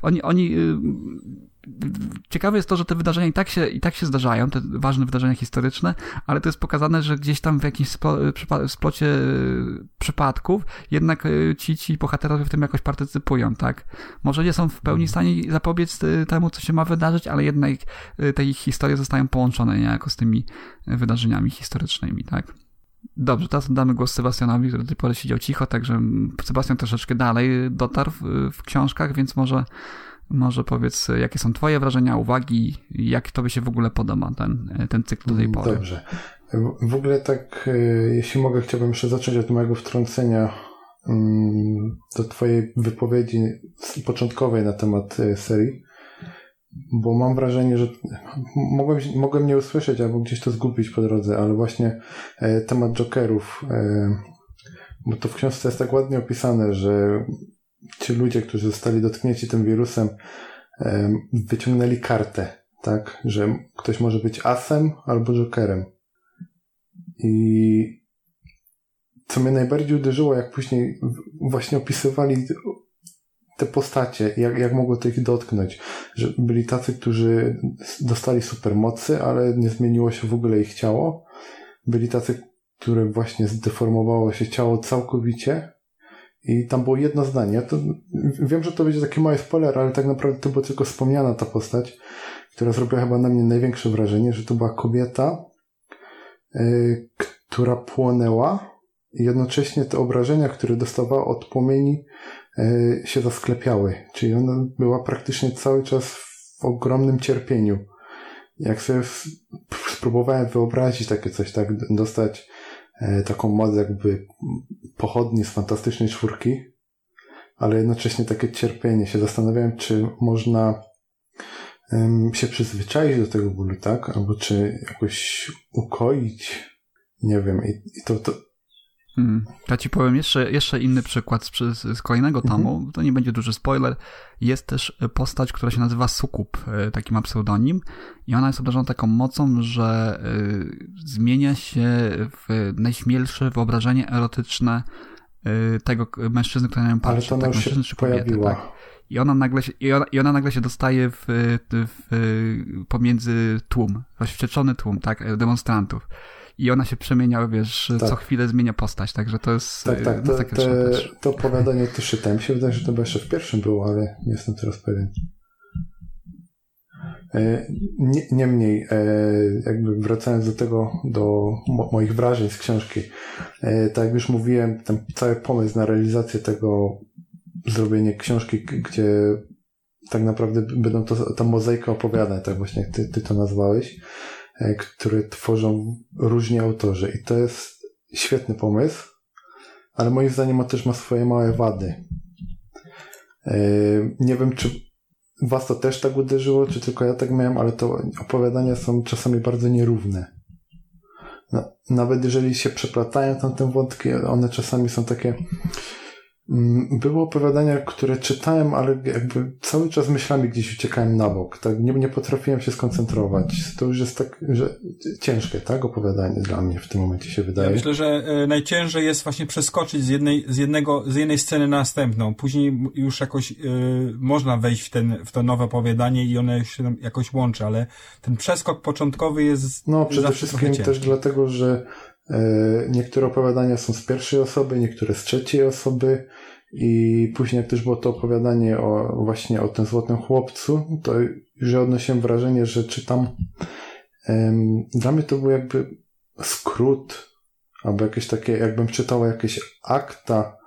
Ciekawe jest to, że te wydarzenia i tak się zdarzają, te ważne wydarzenia historyczne, ale to jest pokazane, że gdzieś tam w jakimś splocie przypadków jednak ci bohaterowie w tym jakoś partycypują, tak? Może nie są w pełni w stanie zapobiec temu, co się ma wydarzyć, ale jednak te ich historie zostają połączone niejako z tymi wydarzeniami historycznymi, tak? Dobrze, teraz damy głos Sebastianowi, który do tej pory siedział cicho, także Sebastian troszeczkę dalej dotarł w książkach, więc może powiedz, jakie są twoje wrażenia, uwagi, jak tobie się w ogóle podoba ten cykl do tej pory. Dobrze. W ogóle tak, jeśli mogę, chciałbym jeszcze zacząć od mojego wtrącenia do twojej wypowiedzi początkowej na temat serii, bo mam wrażenie, że mogłem nie usłyszeć albo gdzieś to zgubić po drodze, ale właśnie temat Jokerów, bo to w książce jest tak ładnie opisane, że ci ludzie, którzy zostali dotknięci tym wirusem, wyciągnęli kartę, tak, że ktoś może być asem albo jokerem. I co mnie najbardziej uderzyło, jak później właśnie opisywali te postacie, jak mogło to ich dotknąć, że byli tacy, którzy dostali supermocy, ale nie zmieniło się w ogóle ich ciało. Byli tacy, którym właśnie zdeformowało się ciało całkowicie. I tam było jedno zdanie. Wiem, że to będzie taki mały spoiler, ale tak naprawdę to była tylko wspomniana ta postać, która zrobiła chyba na mnie największe wrażenie, że to była kobieta, która płonęła i jednocześnie te obrażenia, które dostawała od płomieni, się zasklepiały. Czyli ona była praktycznie cały czas w ogromnym cierpieniu. Jak sobie spróbowałem wyobrazić takie coś, tak, dostać taką moc jakby pochodni z Fantastycznej Czwórki, ale jednocześnie takie cierpienie. Się zastanawiałem, czy można się przyzwyczaić do tego bólu, tak? Albo czy jakoś ukoić. Nie wiem. I to... Ja ci powiem jeszcze inny przykład z kolejnego tomu. To nie będzie duży spoiler. Jest też postać, która się nazywa Sukub. Taki ma pseudonim. I ona jest obdarzona taką mocą, że zmienia się w najśmielsze wyobrażenie erotyczne tego mężczyzny, który na nią patrzy. Ale to tak, mężczyzny czy kobiety, pojawiła. tak? I ona nagle się dostaje pomiędzy tłum, rozwścieczony tłum, tak, demonstrantów. I ona się przemienia, wiesz, tak. Co chwilę zmienia postać, także to jest... Tak, to opowiadanie też czytałem. Się wydaje, że to chyba jeszcze w pierwszym było, ale nie jestem teraz pewien. Niemniej, jakby wracając do tego, do moich wrażeń z książki, tak jak już mówiłem, ten cały pomysł na realizację tego, zrobienie książki, gdzie tak naprawdę będą ta mozaika opowiadań, tak właśnie jak ty to nazwałeś, które tworzą różni autorzy. I to jest świetny pomysł, ale moim zdaniem on też ma swoje małe wady. Nie wiem, czy was to też tak uderzyło, czy tylko ja tak miałem, ale to opowiadania są czasami bardzo nierówne. Nawet jeżeli się przeplatają tamte wątki, one czasami są takie... Były opowiadania, które czytałem, ale jakby cały czas myślami gdzieś uciekałem na bok. Tak? Nie potrafiłem się skoncentrować. To już jest tak, że ciężkie, tak? Opowiadanie dla mnie w tym momencie się wydaje. Ja myślę, że najciężej jest właśnie przeskoczyć z jednej sceny na następną. Później już jakoś można wejść w to nowe opowiadanie i one się jakoś łączy, ale ten przeskok początkowy jest przede wszystkim też dlatego, że niektóre opowiadania są z pierwszej osoby, niektóre z trzeciej osoby i później jak też było to opowiadanie właśnie o tym złotym chłopcu, to już odnosiłem wrażenie, że czytam dla mnie to był jakby skrót albo jakieś takie, jakbym czytał jakieś akta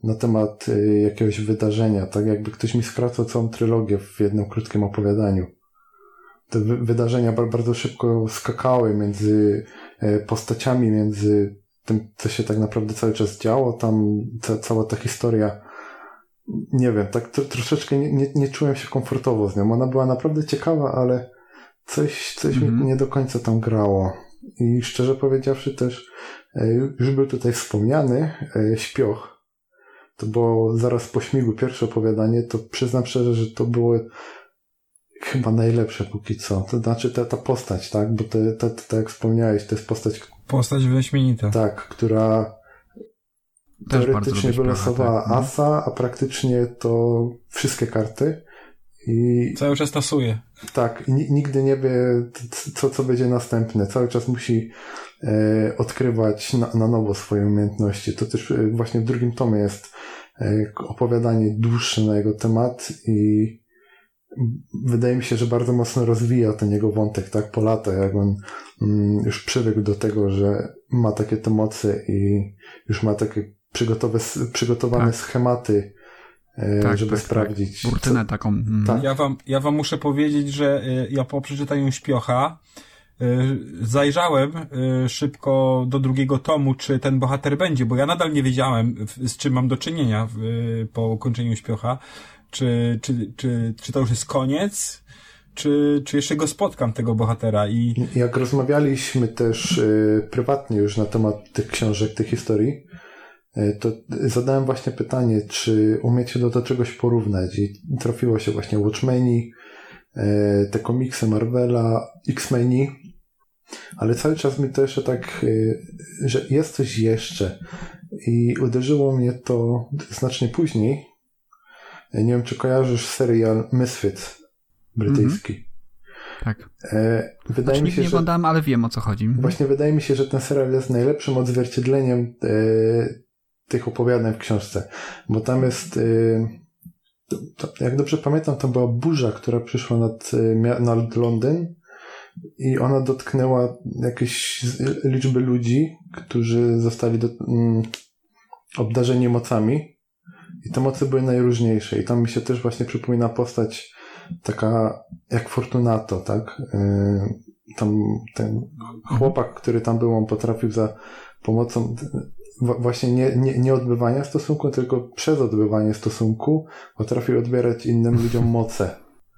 na temat jakiegoś wydarzenia, tak jakby ktoś mi skracał całą trylogię w jednym krótkim opowiadaniu. Te wydarzenia bardzo szybko skakały między postaciami, między tym, co się tak naprawdę cały czas działo, tam cała ta historia, nie wiem, tak troszeczkę nie czułem się komfortowo z nią. Ona była naprawdę ciekawa, ale coś mi nie do końca tam grało. I szczerze powiedziawszy też, już był tutaj wspomniany Śpioch. To było zaraz po Śmigu pierwsze opowiadanie, to przyznam szczerze, że to było chyba najlepsze póki co. To znaczy ta postać, tak? Bo tak jak wspomniałeś, to jest postać wyśmienita. Tak, która też teoretycznie wylosowała asa, a praktycznie to wszystkie karty. I cały czas tasuje. Tak, i nigdy nie wie, co będzie następne. Cały czas musi odkrywać na nowo swoje umiejętności. To też właśnie w drugim tomie jest opowiadanie dłuższe na jego temat i wydaje mi się, że bardzo mocno rozwija ten jego wątek, tak, po latach, jak on już przywykł do tego, że ma takie te moce i już ma takie przygotowane schematy, żeby sprawdzić. Burtynę taką. Tak. Ja wam muszę powiedzieć, że ja po przeczytaniu Śpiocha zajrzałem szybko do drugiego tomu, czy ten bohater będzie, bo ja nadal nie wiedziałem, z czym mam do czynienia po ukończeniu Śpiocha. Czy to już jest koniec, czy jeszcze go spotkam, tego bohatera. I jak rozmawialiśmy też prywatnie już na temat tych książek, tych historii, to zadałem właśnie pytanie, czy umiecie do czegoś porównać, i trafiło się właśnie Watchmeni, te komiksy Marvela, X-Meni, ale cały czas mi to jeszcze tak, że jest coś jeszcze, i uderzyło mnie to znacznie później. Nie wiem, czy kojarzysz serial Misfits brytyjski. Tak. Wydaje mi się, nie oglądałem, ale wiem, o co chodzi. Właśnie wydaje mi się, że ten serial jest najlepszym odzwierciedleniem tych opowiadań w książce. Bo tam jest, jak dobrze pamiętam, to była burza, która przyszła nad Londyn i ona dotknęła jakieś liczby ludzi, którzy zostali obdarzeni mocami. I te moce były najróżniejsze. I tam mi się też właśnie przypomina postać taka jak Fortunato, tak? Tam ten chłopak, który tam był, on potrafił za pomocą właśnie nie odbywania stosunku, tylko przez odbywanie stosunku potrafił odbierać innym ludziom moce.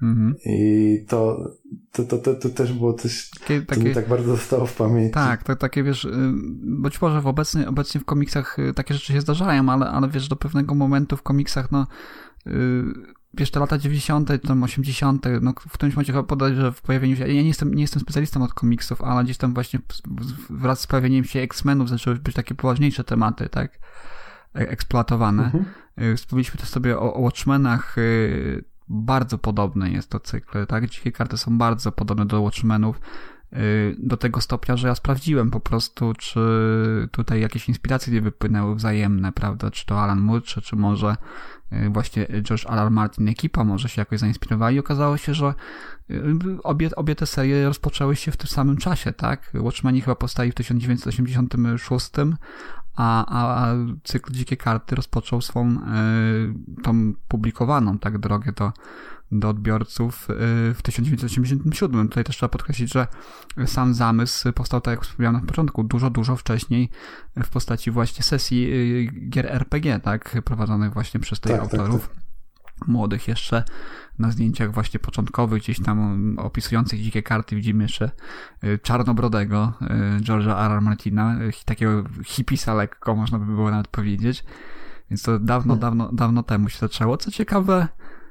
I to też było coś, co mi tak bardzo zostało w pamięci. Tak, to takie, wiesz, być może obecnie w komiksach takie rzeczy się zdarzają, ale wiesz, do pewnego momentu w komiksach, no wiesz, te lata 90., tam 80., no w którymś momencie chyba podać, że w pojawieniu się, ja nie jestem specjalistą od komiksów, ale gdzieś tam właśnie wraz z pojawieniem się X-Menów zaczęły być takie poważniejsze tematy, tak, eksploatowane. Wspomnieliśmy też sobie o Watchmenach. Bardzo podobny jest to cykl, tak? Dzikie karty są bardzo podobne do Watchmenów, do tego stopnia, że ja sprawdziłem po prostu, czy tutaj jakieś inspiracje nie wypłynęły wzajemne, prawda? Czy to Alan Moore, czy może właśnie George R. R. Martin, ekipa może się jakoś zainspirowali. Okazało się, że obie te serie rozpoczęły się w tym samym czasie, tak? Watchmeni chyba powstali w 1986, a cykl Dzikie Karty rozpoczął swą tą publikowaną tak drogę do odbiorców w 1987. Tutaj też trzeba podkreślić, że sam zamysł powstał, tak jak wspomniałem na początku, dużo wcześniej w postaci właśnie sesji gier RPG, tak, prowadzonych właśnie przez tych autorów. Tak. Młodych jeszcze, na zdjęciach właśnie początkowych, gdzieś tam opisujących Dzikie Karty widzimy jeszcze czarnobrodego George'a R. R. Martina, takiego hipisa lekko, można by było nawet powiedzieć. Więc to dawno temu się zaczęło. Co ciekawe,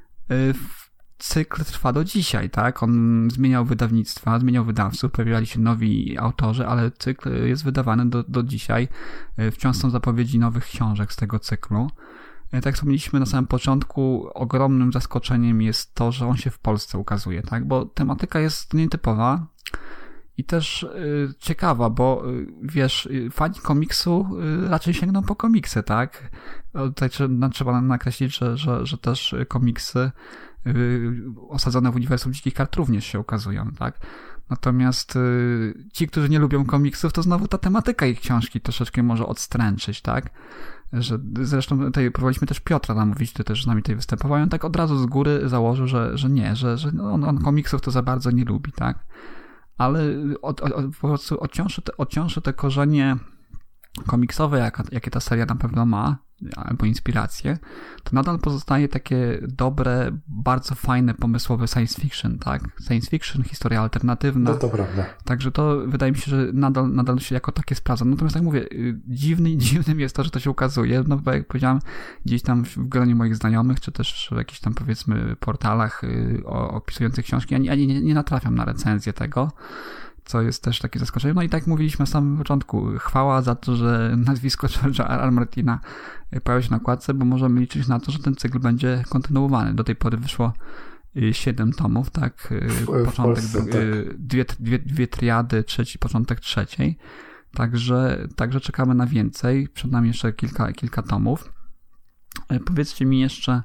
cykl trwa do dzisiaj, tak? On zmieniał wydawnictwa, zmieniał wydawców, pojawiali się nowi autorzy, ale cykl jest wydawany do dzisiaj. Wciąż są zapowiedzi nowych książek z tego cyklu. Tak jak wspomnieliśmy na samym początku, ogromnym zaskoczeniem jest to, że on się w Polsce ukazuje, tak? Bo tematyka jest nietypowa i też ciekawa, bo wiesz, fani komiksu raczej sięgną po komiksy, tak? Tutaj trzeba nakreślić, że też komiksy osadzone w uniwersum Dzikich Kart również się ukazują, tak? Natomiast ci, którzy nie lubią komiksów, to znowu ta tematyka ich książki troszeczkę może odstręczyć, tak? Że zresztą tutaj próbowaliśmy też Piotra namówić, który też z nami tutaj występował, i on tak od razu z góry założył, że nie, że on komiksów to za bardzo nie lubi, tak? Ale po prostu odciąży te korzenie komiksowe, jakie ta seria na pewno ma, albo inspiracje, to nadal pozostaje takie dobre, bardzo fajne, pomysłowe science fiction, tak? Science fiction, historia alternatywna. No to prawda. Także to wydaje mi się, że nadal się jako takie sprawdza. Natomiast tak mówię, dziwnym jest to, że to się ukazuje, no bo jak powiedziałem, gdzieś tam w gronie moich znajomych, czy też w jakichś tam powiedzmy portalach opisujących książki, ja nie natrafiam na recenzję tego, co jest też takie zaskoczenie. No i tak mówiliśmy na samym początku. Chwała za to, że nazwisko George'a R. Martina pojawia się na okładce, bo możemy liczyć na to, że ten cykl będzie kontynuowany. Do tej pory wyszło 7 tomów, tak? Początek, dwie triady, początek trzeciej. Także czekamy na więcej. Przed nami jeszcze kilka tomów. Powiedzcie mi jeszcze,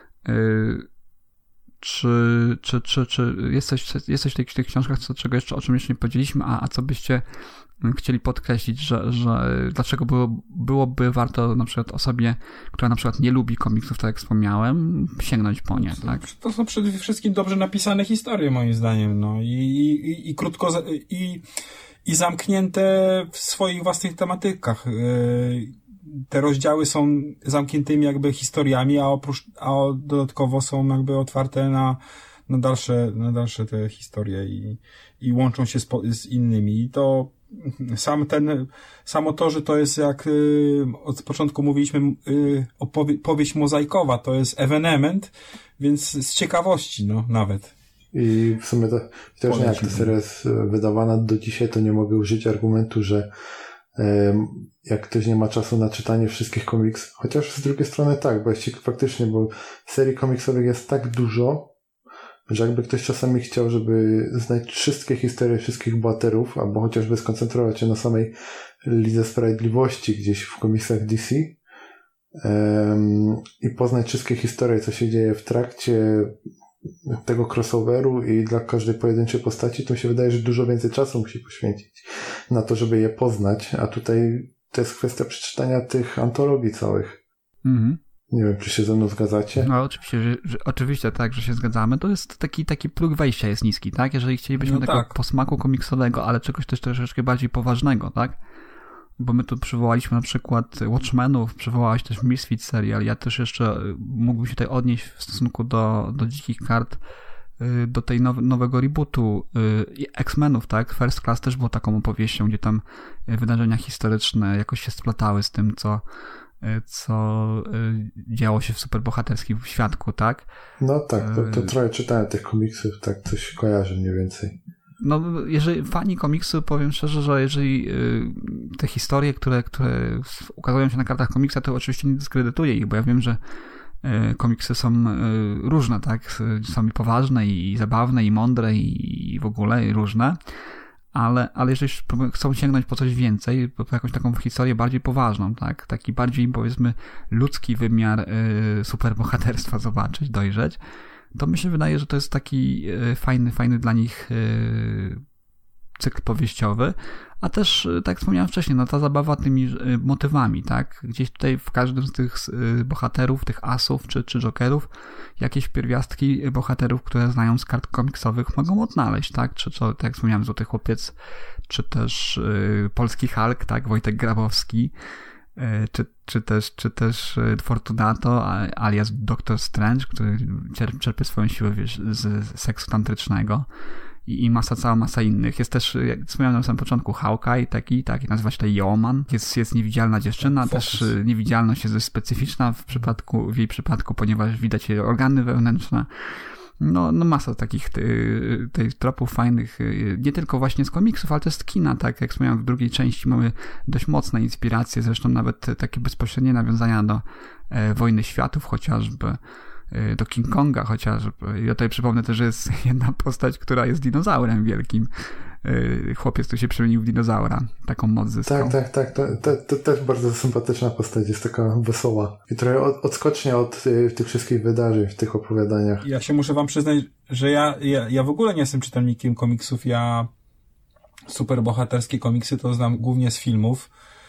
czy jest coś w tych książkach, o czym jeszcze nie powiedzieliśmy, a co byście chcieli podkreślić, że dlaczego byłoby warto na przykład osobie, która na przykład nie lubi komiksów, tak jak wspomniałem, sięgnąć po nie, tak? To są przede wszystkim dobrze napisane historie, moim zdaniem, no i krótko i zamknięte w swoich własnych tematykach. Te rozdziały są zamkniętymi jakby historiami, a dodatkowo są jakby otwarte na dalsze te historie i łączą się z innymi. I to samo to, że to jest jak od początku mówiliśmy, powieść mozaikowa, to jest ewenement, więc z ciekawości, no, nawet. I w sumie to też jak ta seria jest wydawana do dzisiaj, to nie mogę użyć argumentu, że jak ktoś nie ma czasu na czytanie wszystkich komiksów, chociaż z drugiej strony tak, bo faktycznie, bo serii komiksowych jest tak dużo, że jakby ktoś czasami chciał, żeby znać wszystkie historie wszystkich bohaterów, albo chociażby skoncentrować się na samej Lidze Sprawiedliwości gdzieś w komiksach DC i poznać wszystkie historie, co się dzieje w trakcie tego crossoveru i dla każdej pojedynczej postaci, to mi się wydaje, że dużo więcej czasu musi poświęcić na to, żeby je poznać, a tutaj to jest kwestia przeczytania tych antologii całych. Mhm. Nie wiem, czy się ze mną zgadzacie? No oczywiście tak, że się zgadzamy. To jest taki próg wejścia jest niski, tak? Jeżeli chcielibyśmy tego posmaku komiksowego, ale czegoś też troszeczkę bardziej poważnego, tak? Bo my tu przywołaliśmy na przykład Watchmenów, przywołałeś też Misfits serial. Ja też jeszcze mógłbym się tutaj odnieść w stosunku do Dzikich Kart, do tej nowego rebootu X-Menów, tak? First Class też było taką opowieścią, gdzie tam wydarzenia historyczne jakoś się splatały z tym, co działo się w superbohaterskim świadku, tak? No tak, to trochę czytałem tych komiksów, tak coś kojarzę mniej więcej. No, jeżeli fani komiksu, powiem szczerze, że jeżeli te historie, które ukazują się na kartach komiksa, to oczywiście nie dyskredytuję ich, bo ja wiem, że komiksy są różne, tak? Są i poważne, i zabawne, i mądre, i w ogóle i różne. Ale jeżeli chcą sięgnąć po coś więcej, po jakąś taką historię bardziej poważną, tak? Taki bardziej, powiedzmy, ludzki wymiar superbohaterstwa zobaczyć, dojrzeć, to mi się wydaje, że to jest taki fajny dla nich cykl powieściowy, a też, tak jak wspomniałem wcześniej, no ta zabawa tymi motywami, tak? Gdzieś tutaj w każdym z tych bohaterów, tych asów czy jokerów, jakieś pierwiastki bohaterów, które znają z kart komiksowych, mogą odnaleźć, tak? Czy tak jak wspomniałem, Złoty Chłopiec, czy też Polski Hulk, tak? Wojtek Grabowski, czy też Fortunato, alias Doctor Strange, który czerpie swoją siłę, wiesz, z seksu tantrycznego i cała masa innych. Jest też, jak wspomniałem na samym początku, Hawkeye, taki nazywa się to Yeoman. Jest niewidzialna dziewczyna, też niewidzialność jest dość specyficzna w jej przypadku, ponieważ widać jej organy wewnętrzne. No masa takich tych tropów fajnych, nie tylko właśnie z komiksów, ale też z kina, tak jak wspomniałem, w drugiej części mamy dość mocne inspiracje, zresztą nawet takie bezpośrednie nawiązania do Wojny Światów chociażby, do King Konga chociażby. I tutaj przypomnę też, że jest jedna postać, która jest dinozaurem wielkim chłopiec, który się przemienił w dinozaura. Taką moc zyskał. Tak. To też bardzo sympatyczna postać, jest taka wesoła. I trochę odskocznie od tych wszystkich wydarzeń w tych opowiadaniach. Ja się muszę wam przyznać, że ja w ogóle nie jestem czytelnikiem komiksów. Ja superbohaterskie komiksy to znam głównie z filmów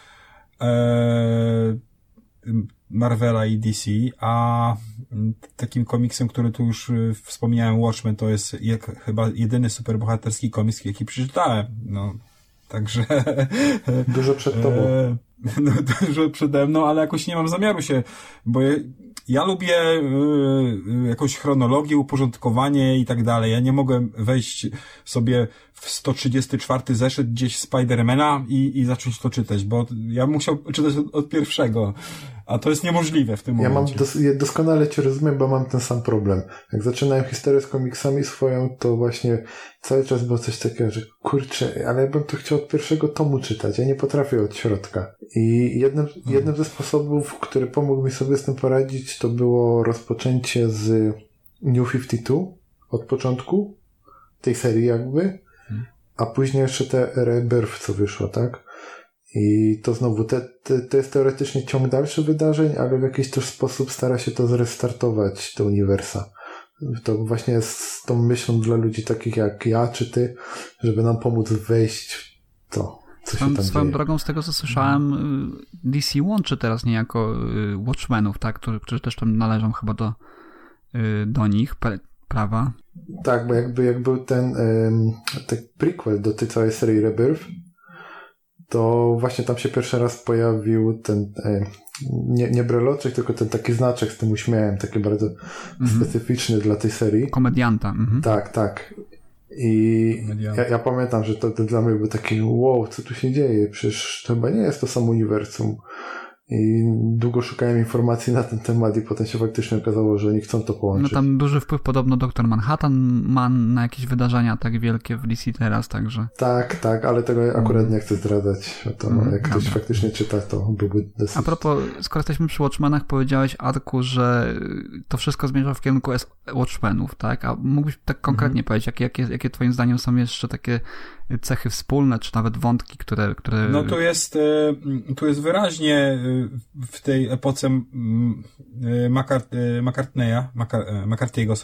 Marvela i DC, a takim komiksem, który tu już wspomniałem, Watchmen, to jest chyba jedyny superbohaterski komiks, jaki przeczytałem. No, także... Dużo przed tobą. No, dużo przede mną, ale jakoś nie mam zamiaru się, bo ja lubię jakąś chronologię, uporządkowanie i tak dalej. Ja nie mogę wejść sobie w 134 zeszyt gdzieś Spidermana i zacząć to czytać, bo ja musiał czytać od pierwszego, a to jest niemożliwe w tym momencie. Ja doskonale cię rozumiem, bo mam ten sam problem. Jak zaczynałem historię z komiksami swoją, to właśnie cały czas było coś takiego, że kurczę, ale ja bym to chciał od pierwszego tomu czytać. Ja nie potrafię od środka. I jednym ze sposobów, który pomógł mi sobie z tym poradzić, to było rozpoczęcie z New 52 od początku tej serii jakby, a później jeszcze te Rebirth, co wyszło, tak? I to znowu, to jest teoretycznie ciąg dalszy wydarzeń, ale w jakiś też sposób stara się to zrestartować, te uniwersa. To właśnie jest z tą myślą dla ludzi takich jak ja czy ty, żeby nam pomóc wejść w to, co się tam Swoją dzieje. drogą, z tego co słyszałem, DC łączy teraz niejako Watchmenów, tak? Którzy też tam należą chyba do nich, prawa. Tak, bo jak był ten prequel do tej całej serii Rebirth, to właśnie tam się pierwszy raz pojawił ten nie breloczek, tylko ten taki znaczek z tym uśmiechem, taki bardzo specyficzny dla tej serii. Komedianta. Tak. I ja pamiętam, że to dla mnie był taki wow, co tu się dzieje? Przecież to chyba nie jest to samo uniwersum. I długo szukałem informacji na ten temat i potem się faktycznie okazało, że oni chcą to połączyć. No tam duży wpływ podobno Dr. Manhattan ma na jakieś wydarzenia tak wielkie w DC teraz, także... Tak, ale tego akurat nie chcę zdradzać. To jak ktoś faktycznie czyta, to byłby dosyć... A propos, skoro jesteśmy przy Watchmenach, powiedziałeś, Arku, że to wszystko zmierza w kierunku Watchmenów, tak? A mógłbyś tak konkretnie powiedzieć, jakie twoim zdaniem są jeszcze takie cechy wspólne, czy nawet wątki, które... No tu jest wyraźnie w tej epoce McCarthy'ego,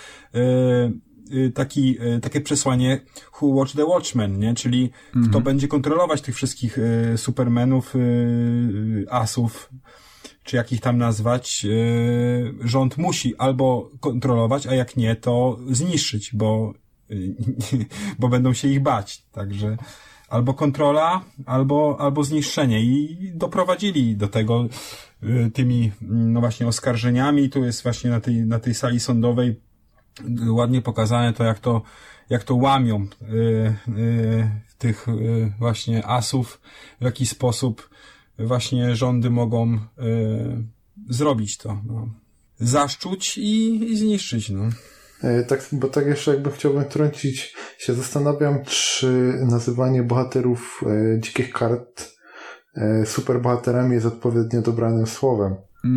takie przesłanie Who Watch the Watchmen, nie? Czyli kto będzie kontrolować tych wszystkich supermenów, asów, czy jak ich tam nazwać, rząd musi albo kontrolować, a jak nie, to zniszczyć, bo będą się ich bać. Także albo kontrola, albo zniszczenie. I doprowadzili do tego tymi, no właśnie, oskarżeniami. Tu jest właśnie na tej sali sądowej ładnie pokazane to, jak to łamią tych właśnie asów, w jaki sposób właśnie rządy mogą zrobić to. No. Zaszczuć i zniszczyć, no. Tak, bo tak jeszcze jakby chciałbym trącić, się zastanawiam, czy nazywanie bohaterów dzikich kart superbohaterami jest odpowiednio dobranym słowem.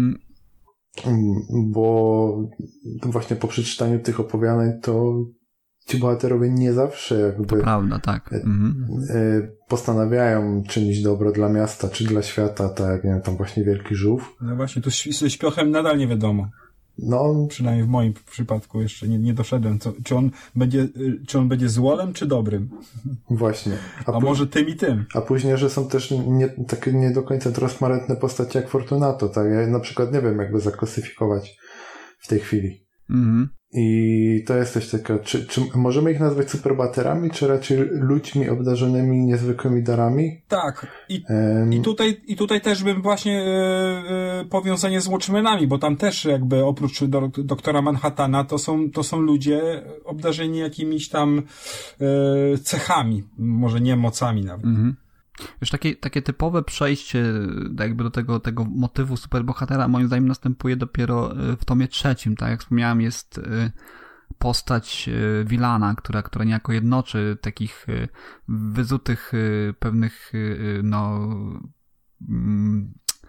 Bo właśnie po przeczytaniu tych opowiadań to ci bohaterowie nie zawsze jakby to prawda, tak. Postanawiają czynić dobro dla miasta czy dla świata, tak jak nie wiem, tam właśnie Wielki Żółw. No właśnie, tu ze śpiochem nadal nie wiadomo. No, przynajmniej w moim przypadku jeszcze nie doszedłem. Czy on będzie złolem, czy dobrym? Właśnie. A może tym i tym. A później, że są też takie nie do końca transparentne postacie jak Fortunato, tak? Ja na przykład nie wiem, jakby zaklasyfikować w tej chwili. I to jest też taka, czy możemy ich nazwać superbohaterami, czy raczej ludźmi obdarzonymi niezwykłymi darami? Tak. I tutaj też bym właśnie powiązanie z Watchmenami, bo tam też jakby oprócz doktora Manhattana to są ludzie obdarzeni jakimiś tam cechami, może nie mocami nawet. Już takie typowe przejście jakby do tego motywu superbohatera moim zdaniem następuje dopiero w tomie 3, tak jak wspomniałem, jest postać Villana, która niejako jednoczy takich wyzutych pewnych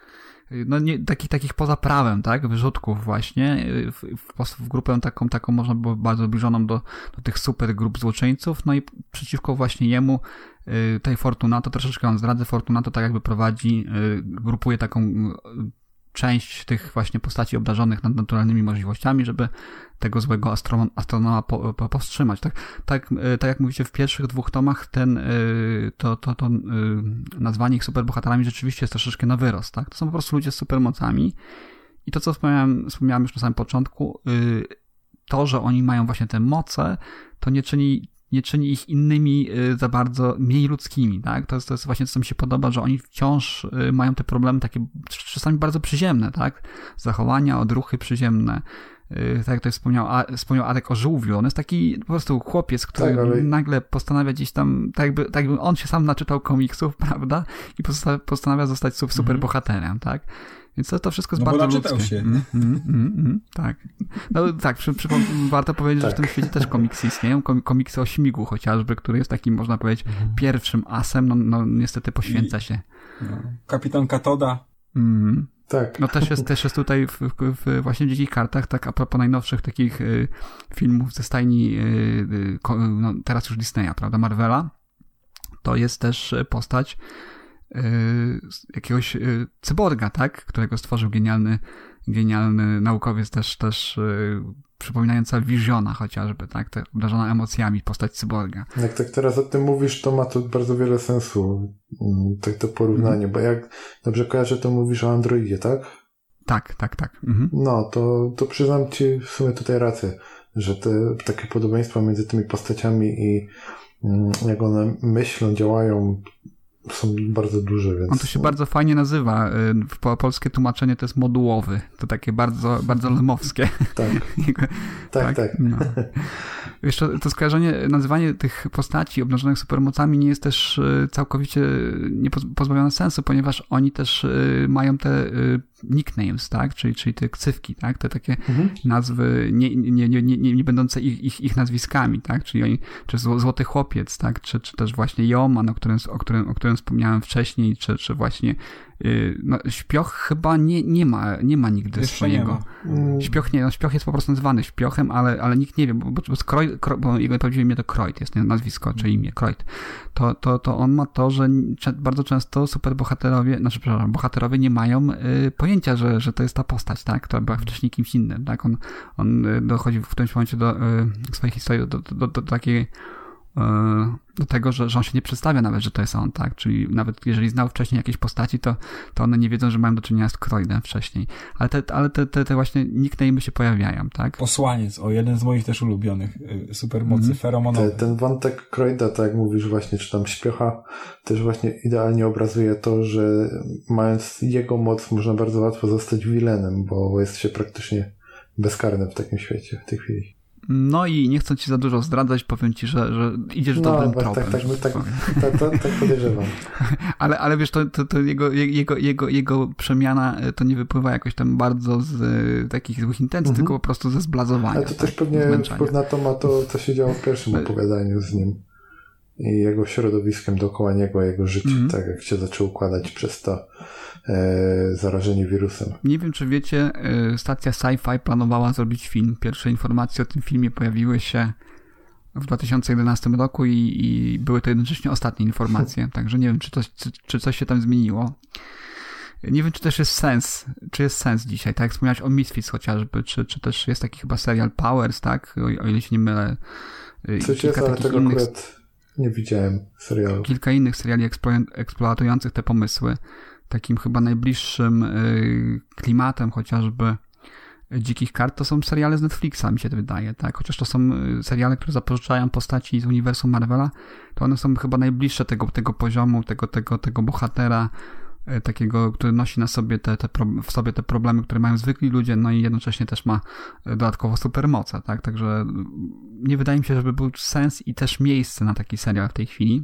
no nie, takich poza prawem, tak, wyrzutków właśnie, w grupę taką można było bardzo zbliżoną do tych super grup złoczyńców, no i przeciwko właśnie jemu tej Fortunato, troszeczkę wam zdradzę, Fortunato tak jakby prowadzi, grupuje taką część tych właśnie postaci obdarzonych nadnaturalnymi możliwościami, żeby tego złego astronoma powstrzymać. Tak jak mówicie, w pierwszych 2 tomach to nazwanie ich superbohaterami rzeczywiście jest troszeczkę na wyrost. Tak? To są po prostu ludzie z supermocami i to, co wspomniałem już na samym początku, to, że oni mają właśnie te moce, to nie czyni ich innymi za bardzo mniej ludzkimi, tak? To jest właśnie to, co mi się podoba, że oni wciąż mają te problemy takie czasami bardzo przyziemne, tak? Zachowania, odruchy przyziemne. Tak jak to wspomniał Arek o żółwiu. On jest taki po prostu chłopiec, który nagle postanawia gdzieś tam, tak jakby on się sam naczytał komiksów, prawda? I postanawia zostać superbohaterem, tak? Więc to wszystko jest bardzo ludzkie. Się. Tak. No tak, warto powiedzieć, że w tym świecie też komiksy istnieją. Komiksy o Śmigłu chociażby, który jest takim, można powiedzieć, pierwszym asem, no niestety poświęca się. Kapitan Katoda. Tak. No też jest tutaj właśnie w Dzikich Kartach, tak a propos najnowszych takich filmów ze stajni no, teraz już Disneya, prawda, Marvela, to jest też postać jakiegoś cyborga, tak, którego stworzył genialny naukowiec, też przypominająca Visiona chociażby, tak, obdarzona emocjami, postać cyborga. Jak tak teraz o tym mówisz, to ma to bardzo wiele sensu, tak to porównanie, bo jak dobrze kojarzę, to mówisz o androidzie, tak? Tak. No, to przyznam ci w sumie tutaj rację, że te takie podobieństwa między tymi postaciami i jak one myślą, działają, są bardzo duże, więc... On to się bardzo fajnie nazywa. Polskie tłumaczenie to jest modułowy. To takie bardzo, bardzo lemowskie. Tak. No. Jeszcze to skojarzenie, nazywanie tych postaci obdarzonych supermocami nie jest też całkowicie pozbawione sensu, ponieważ oni też mają te nicknames, tak? Czyli te ksywki, tak? Te takie nazwy nie będące ich nazwiskami, tak? Czyli oni, czy Złoty Chłopiec, tak? Czy też właśnie Joman, o którym wspomniałem wcześniej, czy właśnie no, Śpioch chyba nie ma nigdy jeszcze swojego. Śpioch jest po prostu nazywany Śpiochem, ale nikt nie wie, bo jego prawdziwe imię to Kroid, jest nazwisko, czy imię Kroid. To on ma to, że bardzo często bohaterowie nie mają pojęcia, że to jest ta postać, tak, która była wcześniej kimś innym, tak, on dochodzi w którymś momencie do swojej historii do takiej do tego, że on się nie przedstawia nawet, że to jest on, tak? Czyli nawet jeżeli znał wcześniej jakieś postaci, to one nie wiedzą, że mają do czynienia z Kroidem wcześniej. Ale te właśnie nickname'y się pojawiają, tak? Posłaniec, jeden z moich też ulubionych supermocy feromonowych. Ten wątek Kroida, tak jak mówisz właśnie, czy tam Śpiocha, też właśnie idealnie obrazuje to, że mając jego moc można bardzo łatwo zostać vilenem, bo jest się praktycznie bezkarnym w takim świecie w tej chwili. No i nie chcę ci za dużo zdradzać, powiem ci, że idziesz dobrym tropem. Tak podejrzewam. Ale wiesz, to jego przemiana to nie wypływa jakoś tam bardzo z takich złych intencji, tylko po prostu ze zblazowania. Ale to też pewnie wpływ na to ma to, co się działo w pierwszym opowiadaniu z nim i jego środowiskiem dookoła niego, jego życie, tak jak się zaczął układać przez to zarażenie wirusem. Nie wiem, czy wiecie, stacja Sci-Fi planowała zrobić film. Pierwsze informacje o tym filmie pojawiły się w 2011 roku i były to jednocześnie ostatnie informacje, także nie wiem, czy coś się tam zmieniło. Nie wiem, czy też jest sens dzisiaj, tak jak wspomniałeś o Misfits chociażby, czy też jest taki chyba serial Powers, tak, o ile się nie mylę. Coś jest, ale tego akurat nie widziałem serialu. Kilka innych seriali eksploatujących te pomysły. Takim chyba najbliższym klimatem chociażby Dzikich Kart to są seriale z Netflixa, mi się to wydaje, tak? Chociaż to są seriale, które zapożyczają postaci z uniwersum Marvela, to one są chyba najbliższe tego poziomu, tego bohatera, takiego, który nosi na sobie w sobie te problemy, które mają zwykli ludzie, no i jednocześnie też ma dodatkowo supermoce, tak? Także nie wydaje mi się, żeby był sens i też miejsce na taki serial w tej chwili.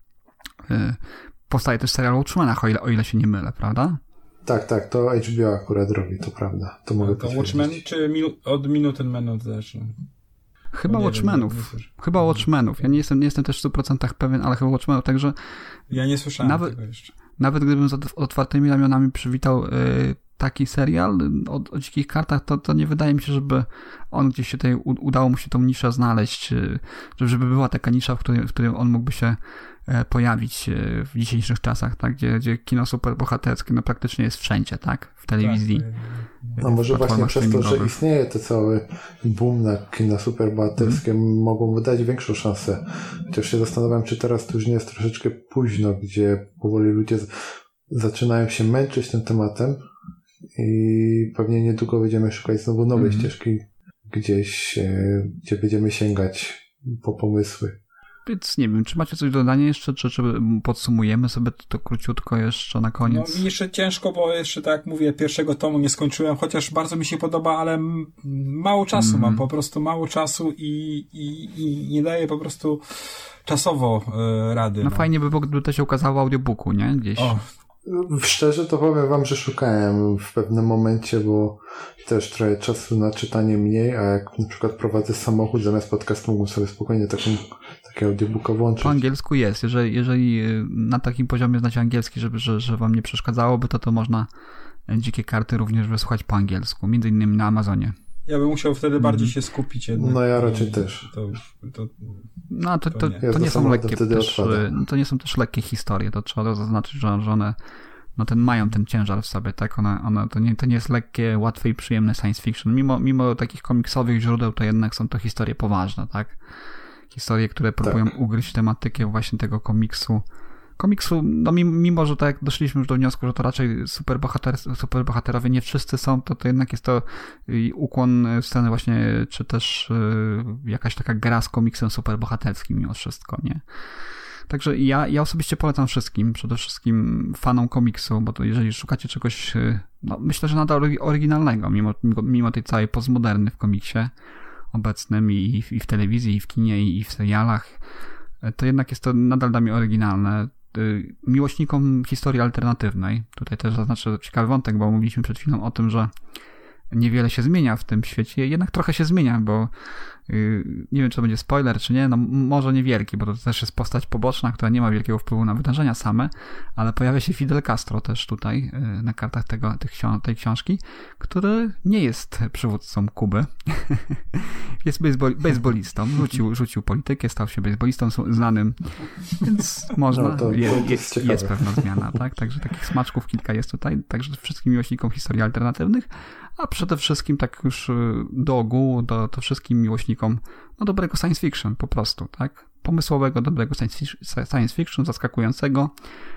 Powstaje też serial o Watchmenach, o ile się nie mylę, prawda? Tak, to HBO akurat robi, to prawda. To mogę to Watchmen, czy od Minute Man zacznie? Chyba Watchmenów. Chyba Watchmenów. Ja nie jestem też w 100% pewien, ale chyba Watchmenów, także... Ja nie słyszałem tego jeszcze. nawet gdybym z otwartymi ramionami przywitał taki serial o dzikich kartach, to nie wydaje mi się, żeby on gdzieś się tutaj udało mu się tą niszę znaleźć, żeby była taka nisza, w której on mógłby się pojawić w dzisiejszych czasach, tak? Gdzie kino superbohaterskie no praktycznie jest wszędzie, tak? W telewizji. Tak. No może właśnie przez to, że istnieje to cały boom na kino superbohaterskie, mogą mu dać większą szansę. Chociaż się zastanawiam, czy teraz to już nie jest troszeczkę późno, gdzie powoli ludzie zaczynają się męczyć tym tematem i pewnie niedługo będziemy szukać znowu nowej ścieżki gdzieś, gdzie będziemy sięgać po pomysły. Więc nie wiem, czy macie coś do dodania jeszcze, czy podsumujemy sobie to króciutko jeszcze na koniec? No mi jeszcze ciężko, bo jeszcze tak jak mówię, pierwszego tomu nie skończyłem, chociaż bardzo mi się podoba, ale mało czasu mam, po prostu mało czasu i nie daje po prostu czasowo rady. No fajnie by było, gdyby to się ukazało w audiobooku, nie? Gdzieś. Szczerze to powiem wam, że szukałem w pewnym momencie, bo też trochę czasu na czytanie mniej, a jak na przykład prowadzę samochód, zamiast podcastu mógłbym sobie spokojnie takie audiobooka włączyć. Po angielsku jest. Jeżeli na takim poziomie znacie angielski, że wam nie przeszkadzałoby, to można Dzikie Karty również wysłuchać po angielsku, między innymi na Amazonie. Ja bym musiał wtedy bardziej się skupić jednak. No ja raczej też. To nie są lekkie też, to nie są też lekkie historie, to trzeba zaznaczyć, że one mają ten ciężar w sobie, tak? To nie jest lekkie, łatwe i przyjemne science fiction. Mimo takich komiksowych źródeł, to jednak są to historie poważne, tak? Historie, które próbują ugryźć tematykę właśnie tego komiksu, no mimo, że tak jak doszliśmy już do wniosku, że to raczej superbohaterowie nie wszyscy są, to jednak jest to ukłon sceny właśnie, czy też jakaś taka gra z komiksem superbohaterskim mimo wszystko, nie? Także ja osobiście polecam wszystkim, przede wszystkim fanom komiksu, bo to jeżeli szukacie czegoś, no myślę, że nadal oryginalnego, mimo tej całej postmoderny w komiksie obecnym i w telewizji, i w kinie, i w serialach, to jednak jest to nadal dla mnie oryginalne. Miłośnikom historii alternatywnej, tutaj też zaznaczę ciekawy wątek, bo mówiliśmy przed chwilą o tym, że niewiele się zmienia w tym świecie, jednak trochę się zmienia, bo nie wiem, czy to będzie spoiler, czy nie, no może niewielki, bo to też jest postać poboczna, która nie ma wielkiego wpływu na wydarzenia same, ale pojawia się Fidel Castro też tutaj na kartach tej książki, który nie jest przywódcą Kuby. Jest bejsbolistą, rzucił politykę, stał się bejsbolistą znanym, więc można, jest pewna zmiana, tak? Także takich smaczków kilka jest tutaj, także wszystkim miłośnikom historii alternatywnych, a przede wszystkim tak już do ogółu, to wszystkim miłośnikom dobrego science fiction po prostu, tak? Pomysłowego, dobrego science fiction, zaskakującego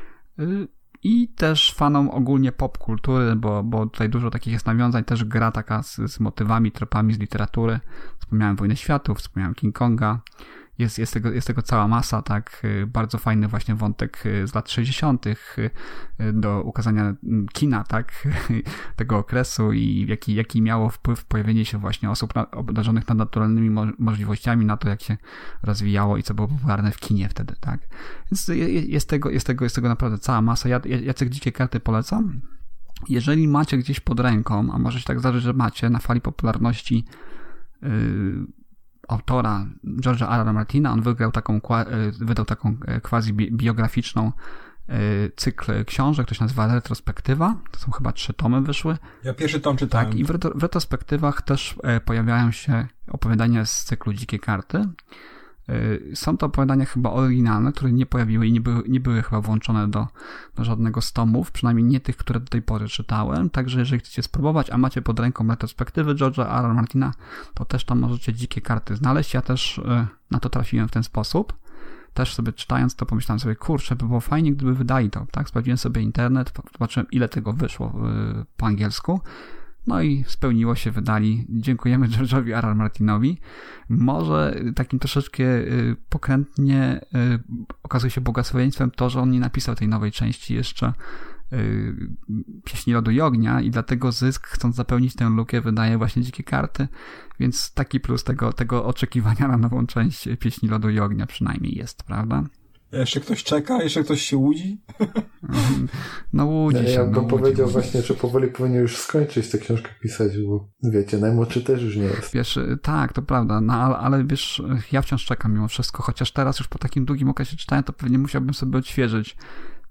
i też fanom ogólnie popkultury, bo tutaj dużo takich jest nawiązań, też gra taka z motywami, tropami z literatury. Wspomniałem Wojnę Światów, wspomniałem King Konga. Jest tego cała masa, tak, bardzo fajny właśnie wątek z lat 60. do ukazania kina, tak, tego okresu i jaki miało wpływ pojawienie się właśnie osób obdarzonych nadnaturalnymi możliwościami na to, jak się rozwijało i co było popularne w kinie wtedy, tak. Więc jest tego naprawdę cała masa. Ja tych Dzikie Karty polecam. Jeżeli macie gdzieś pod ręką, a może się tak zdarzyć, że macie na fali popularności autora George'a R. R. Martina, on wydał taką quasi-biograficzną cykl książek, to się nazywa Retrospektywa, to są chyba 3 tomy wyszły. Ja pierwszy tom czytałem. Tak, i w retrospektywach też pojawiają się opowiadania z cyklu Dzikie Karty. Są to opowiadania chyba oryginalne, które nie pojawiły i nie były chyba włączone do żadnego z tomów, przynajmniej nie tych, które do tej pory czytałem, także jeżeli chcecie spróbować, a macie pod ręką retrospektywy George'a R. R. Martina, to też tam możecie Dzikie Karty znaleźć. Ja też na to trafiłem w ten sposób. Też sobie czytając to pomyślałem sobie, kurczę, by było fajnie, gdyby wydali to, tak? Sprawdziłem sobie internet, zobaczyłem, ile tego wyszło po angielsku. No i spełniło się, wydali. Dziękujemy George'owi R. R. Martinowi. Może takim troszeczkę pokrętnie okazuje się błogosławieństwem to, że on nie napisał tej nowej części jeszcze Pieśni Lodu i Ognia i dlatego Zysk, chcąc zapełnić tę lukę, wydaje właśnie Dzikie Karty, więc taki plus tego oczekiwania na nową część Pieśni Lodu i Ognia przynajmniej jest, prawda? Jeszcze ktoś czeka? Jeszcze ktoś się łudzi? No łudzi się. Ja bym powiedział właśnie, że powoli powinien już skończyć tę książkę pisać, bo wiecie, najmłodszy też już nie jest. Wiesz, tak, to prawda, no ale wiesz, ja wciąż czekam mimo wszystko, chociaż teraz już po takim długim okresie czytania, to pewnie musiałbym sobie odświeżyć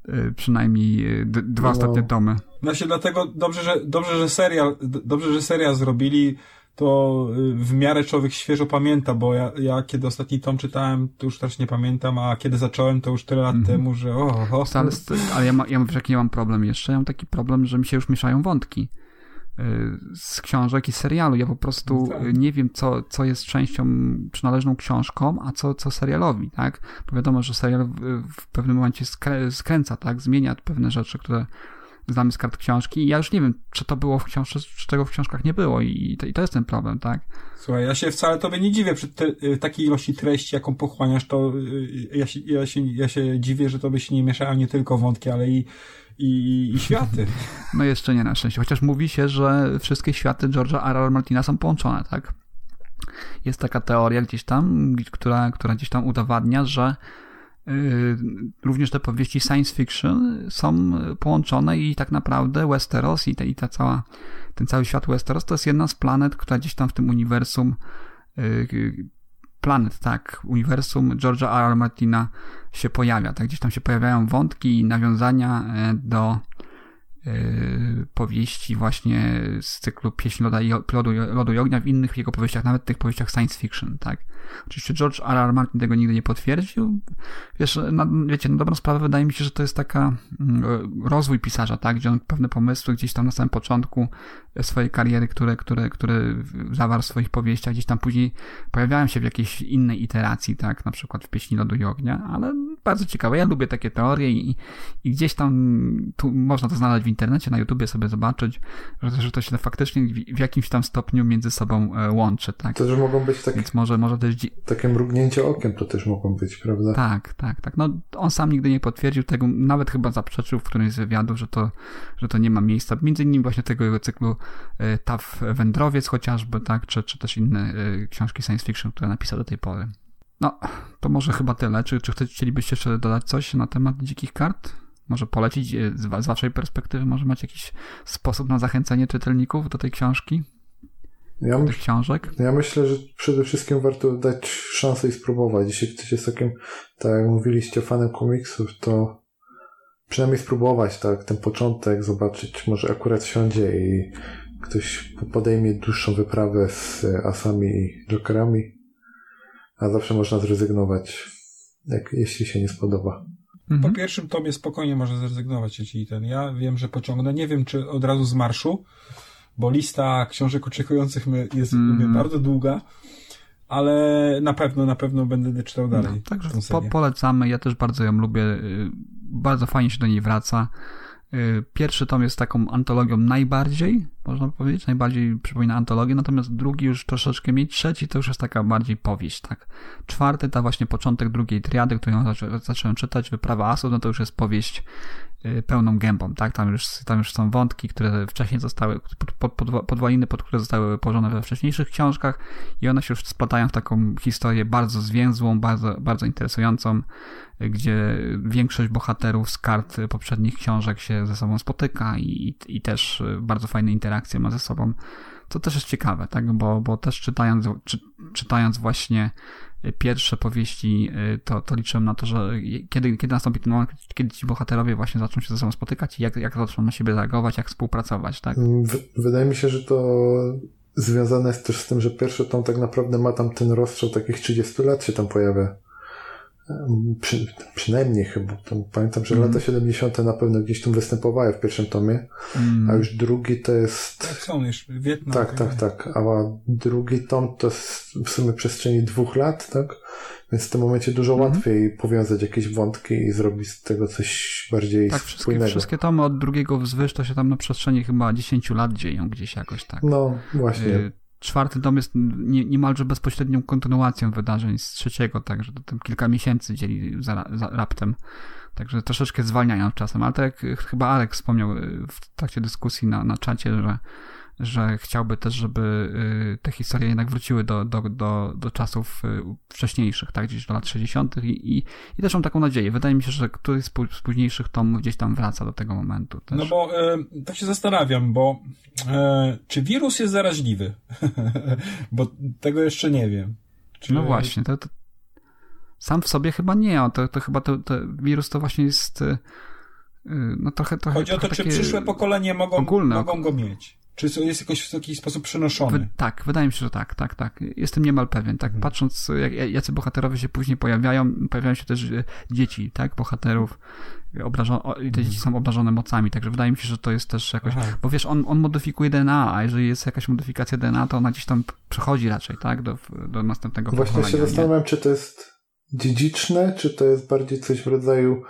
przynajmniej dwa ostatnie tomy. Właśnie dlatego dobrze, że serial zrobili, to w miarę człowiek świeżo pamięta, bo ja kiedy ostatni tom czytałem, to już też nie pamiętam, a kiedy zacząłem, to już tyle lat temu, że Ale ja wiesz, jaki ja mam problem jeszcze? Ja mam taki problem, że mi się już mieszają wątki z książek i serialu. Ja po prostu nie wiem, co jest częścią przynależną książką, a co serialowi, tak? Bo wiadomo, że serial w pewnym momencie skręca, tak? Zmienia pewne rzeczy, które znamy z kart książki i ja już nie wiem, czy to było w książce, czy tego w książkach nie było i to jest ten problem, tak? Słuchaj, ja się wcale tobie nie dziwię przy takiej ilości treści, jaką pochłaniasz, to ja się dziwię, że tobie się nie mieszają nie tylko wątki, ale i światy. No jeszcze nie na szczęście, chociaż mówi się, że wszystkie światy George'a R.R. Martina są połączone, tak? Jest taka teoria gdzieś tam, która gdzieś tam udowadnia, że również te powieści science fiction są połączone i tak naprawdę Westeros i ten cały świat Westeros to jest jedna z planet, która gdzieś tam w tym uniwersum uniwersum George'a R.R. Martina się pojawia. Tak? Gdzieś tam się pojawiają wątki i nawiązania do powieści właśnie z cyklu Pieśń Lodu i Ognia w innych jego powieściach, nawet tych powieściach science fiction, tak? Oczywiście George R.R. Martin tego nigdy nie potwierdził. Wiesz, wiecie, na dobrą sprawę wydaje mi się, że to jest taka rozwój pisarza, tak? Gdzie on pewne pomysły gdzieś tam na samym początku swojej kariery, które zawarł w swoich powieściach, gdzieś tam później pojawiają się w jakiejś innej iteracji, tak? Na przykład w Pieśni Lodu i Ognia, ale bardzo ciekawe. Ja lubię takie teorie i gdzieś tam tu można to znaleźć w internecie, na YouTubie sobie zobaczyć, że to się faktycznie w jakimś tam stopniu między sobą łączy, tak? To, że mogą być takie, więc może też takie mrugnięcie okiem to też mogą być, prawda? Tak. No, on sam nigdy nie potwierdził tego, nawet chyba zaprzeczył w którymś z wywiadów, że to nie ma miejsca. Między innymi właśnie tego jego cyklu Taw Wędrowiec chociażby, tak? Czy też inne książki science fiction, które napisał do tej pory. No, to może chyba tyle. Czy chcielibyście jeszcze dodać coś na temat Dzikich Kart? Może polecić z waszej perspektywy? Może macie jakiś sposób na zachęcenie czytelników do tej książki? Do tych książek? Ja myślę, że przede wszystkim warto dać szansę i spróbować. Jeśli ktoś jest takim, tak jak mówiliście, fanem komiksów, to przynajmniej spróbować, tak, ten początek, zobaczyć, może akurat siądzie i ktoś podejmie dłuższą wyprawę z asami i jokerami, a zawsze można zrezygnować, jeśli się nie spodoba. Po pierwszym tomie spokojnie może zrezygnować, jeśli ja wiem, że pociągnę. Nie wiem, czy od razu z marszu, bo lista książek oczekujących jest bardzo długa, ale na pewno będę czytał dalej. No, także polecamy, ja też bardzo ją lubię, bardzo fajnie się do niej wraca. Pierwszy tom jest taką antologią najbardziej, można powiedzieć, najbardziej przypomina antologię, natomiast drugi już troszeczkę mniej, trzeci to już jest taka bardziej powieść, tak. Czwarty, ta właśnie początek drugiej triady, którą zacząłem czytać, Wyprawa Asów, no to już jest powieść pełną gębą, tak, tam już są wątki, które wcześniej zostały, podwaliny, pod które zostały położone we wcześniejszych książkach i one się już splatają w taką historię bardzo zwięzłą, bardzo, bardzo interesującą, gdzie większość bohaterów z kart poprzednich książek się ze sobą spotyka i też bardzo fajne interakcje ma ze sobą, co też jest ciekawe, tak, bo też czytając właśnie pierwsze powieści, to liczyłem na to, że kiedy nastąpi ten moment, kiedy ci bohaterowie właśnie zaczną się ze sobą spotykać i jak zaczną na siebie reagować, jak współpracować, tak? Wydaje mi się, że to związane jest też z tym, że pierwszy tom tak naprawdę ma tam ten rozstrzał takich 30 lat się tam pojawia. Przynajmniej chyba. Pamiętam, że lata 70. na pewno gdzieś tam występowały w pierwszym tomie, a już drugi to jest... Tak, są już Wietnam. Tak. A drugi tom to jest w sumie przestrzeni 2 lat, tak? Więc w tym momencie dużo łatwiej powiązać jakieś wątki i zrobić z tego coś bardziej spójnego. Tak, wszystkie tomy od drugiego wzwyż to się tam na przestrzeni chyba 10 lat dzieją gdzieś jakoś, tak? No, właśnie. Czwarty tom jest niemalże bezpośrednią kontynuacją wydarzeń z trzeciego, także to tam kilka miesięcy dzieli raptem. Także troszeczkę zwalniają czasem, ale tak jak chyba Alek wspomniał w trakcie dyskusji na czacie, że chciałby też, żeby te historie jednak wróciły do czasów wcześniejszych, tak, gdzieś do lat 60. I też mam taką nadzieję. Wydaje mi się, że któryś z późniejszych tomów gdzieś tam wraca do tego momentu też. No bo tak się zastanawiam, bo czy wirus jest zaraźliwy? Bo tego jeszcze nie wiem. No właśnie, to sam w sobie chyba nie, to chyba to wirus to właśnie jest no trochę Chodzi o to, czy przyszłe pokolenie mogą go mieć. Czy jest jakoś w jakiś sposób przenoszony? Tak, wydaje mi się, że tak. Jestem niemal pewien. Tak, patrząc, jacy bohaterowie się później pojawiają się też dzieci, tak, bohaterów i te dzieci są obdarzone mocami, także wydaje mi się, że to jest też jakoś, bo wiesz, on modyfikuje DNA, a jeżeli jest jakaś modyfikacja DNA, to ona gdzieś tam przechodzi raczej, tak, do następnego pokolenia. Właśnie się zastanawiam, czy to jest dziedziczne, czy to jest bardziej coś w rodzaju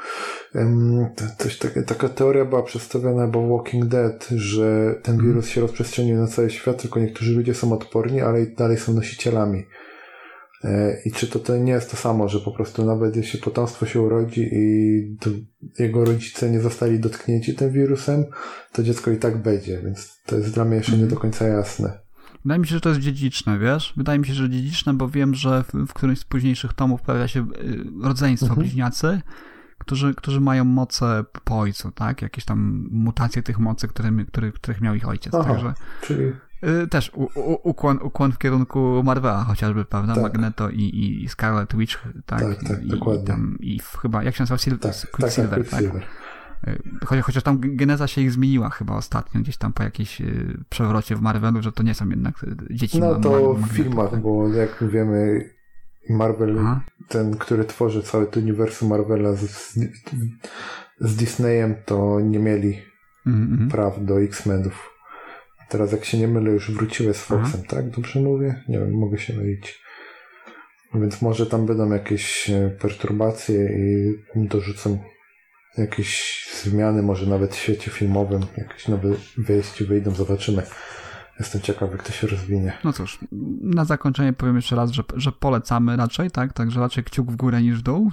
taka teoria była przedstawiona chyba w Walking Dead, że ten wirus się rozprzestrzenił na cały świat, tylko niektórzy ludzie są odporni, ale i dalej są nosicielami. I czy to nie jest to samo, że po prostu nawet jeśli potomstwo się urodzi i jego rodzice nie zostali dotknięci tym wirusem, to dziecko i tak będzie, więc to jest dla mnie jeszcze nie do końca jasne. Wydaje mi się, że to jest dziedziczne, wiesz? Wydaje mi się, że dziedziczne, bo wiem, że w którymś z późniejszych tomów pojawia się rodzeństwo, bliźniacy, którzy mają moce po ojcu, tak? Jakieś tam mutacje tych mocy, których miał ich ojciec. Aha, także czyli... Też ukłon w kierunku Marvela chociażby, prawda? Tak. Magneto i Scarlet Witch, tak? Tak, dokładnie. I chyba, jak się nazywa? Quicksilver, tak? Chociaż tam geneza się ich zmieniła chyba ostatnio, gdzieś tam po jakiejś przewrocie w Marvelu, że to nie są jednak dzieci. No to w filmach, bo jak wiemy, Marvel, ten, który tworzy całe to uniwersum Marvela z Disneyem, to nie mieli praw do X-Menów. Teraz, jak się nie mylę, już wróciły z Foxem, tak? Dobrze mówię? Nie wiem, mogę się mylić. Więc może tam będą jakieś perturbacje i dorzucą jakieś zmiany, może nawet w świecie filmowym, jakieś nowe wejście wyjdą, zobaczymy. Jestem ciekaw, jak to się rozwinie. No cóż, na zakończenie powiem jeszcze raz, że polecamy raczej, tak? Także raczej kciuk w górę niż w dół.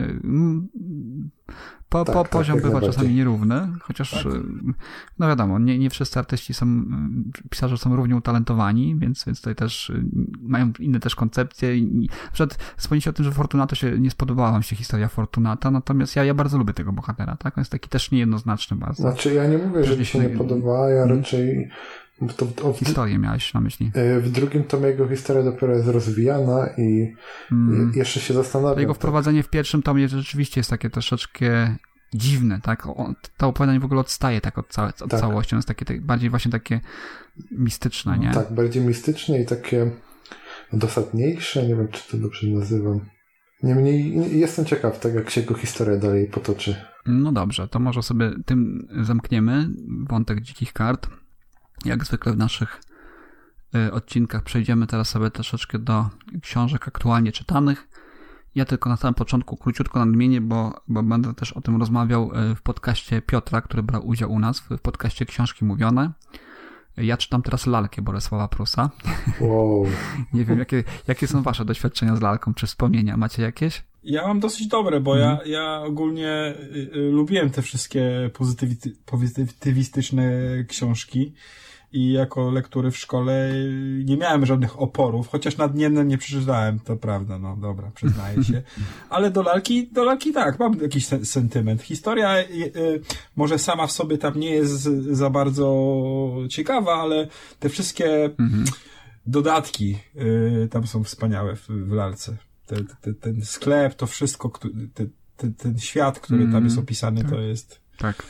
Poziom bywa czasami nierówny, chociaż no wiadomo, nie wszyscy artyści pisarze są równie utalentowani, więc tutaj też mają inne też koncepcje. Na przykład wspomnieliście o tym, że Fortunato nie spodobała wam się historia Fortunata, natomiast ja bardzo lubię tego bohatera, tak? On jest taki też niejednoznaczny bardzo. Znaczy ja nie mówię, że mi się nie podobała, ja raczej... Historię miałeś na myśli. W drugim tomie jego historia dopiero jest rozwijana i jeszcze się zastanawiam. Jego wprowadzenie w pierwszym tomie rzeczywiście jest takie troszeczkę dziwne, tak? To opowiadanie w ogóle odstaje tak od całości. On jest takie bardziej właśnie takie mistyczne, nie? Tak, bardziej mistyczne i takie dosadniejsze. Nie wiem, czy to dobrze nazywam. Niemniej jestem ciekaw, tak jak się jego historia dalej potoczy. No dobrze, to może sobie tym zamkniemy wątek dzikich kart. Jak zwykle w naszych odcinkach przejdziemy teraz sobie troszeczkę do książek aktualnie czytanych. Ja tylko na samym początku króciutko nadmienię, bo będę też o tym rozmawiał w podcaście Piotra, który brał udział u nas, w podcaście Książki Mówione. Ja czytam teraz Lalkę Bolesława Prusa. Wow. Nie wiem, jakie są wasze doświadczenia z Lalką, czy wspomnienia? Macie jakieś? Ja mam dosyć dobre, bo ja ogólnie lubiłem te wszystkie pozytywistyczne książki i jako lektury w szkole nie miałem żadnych oporów, chociaż nadmiennym nie przeczytałem, to prawda, no dobra, przyznaję się. Ale do lalki tak, mam jakiś sentyment. Historia może sama w sobie tam nie jest za bardzo ciekawa, ale te wszystkie dodatki tam są wspaniałe w lalce. Ten sklep, to wszystko, ten świat, który tam jest opisany, to jest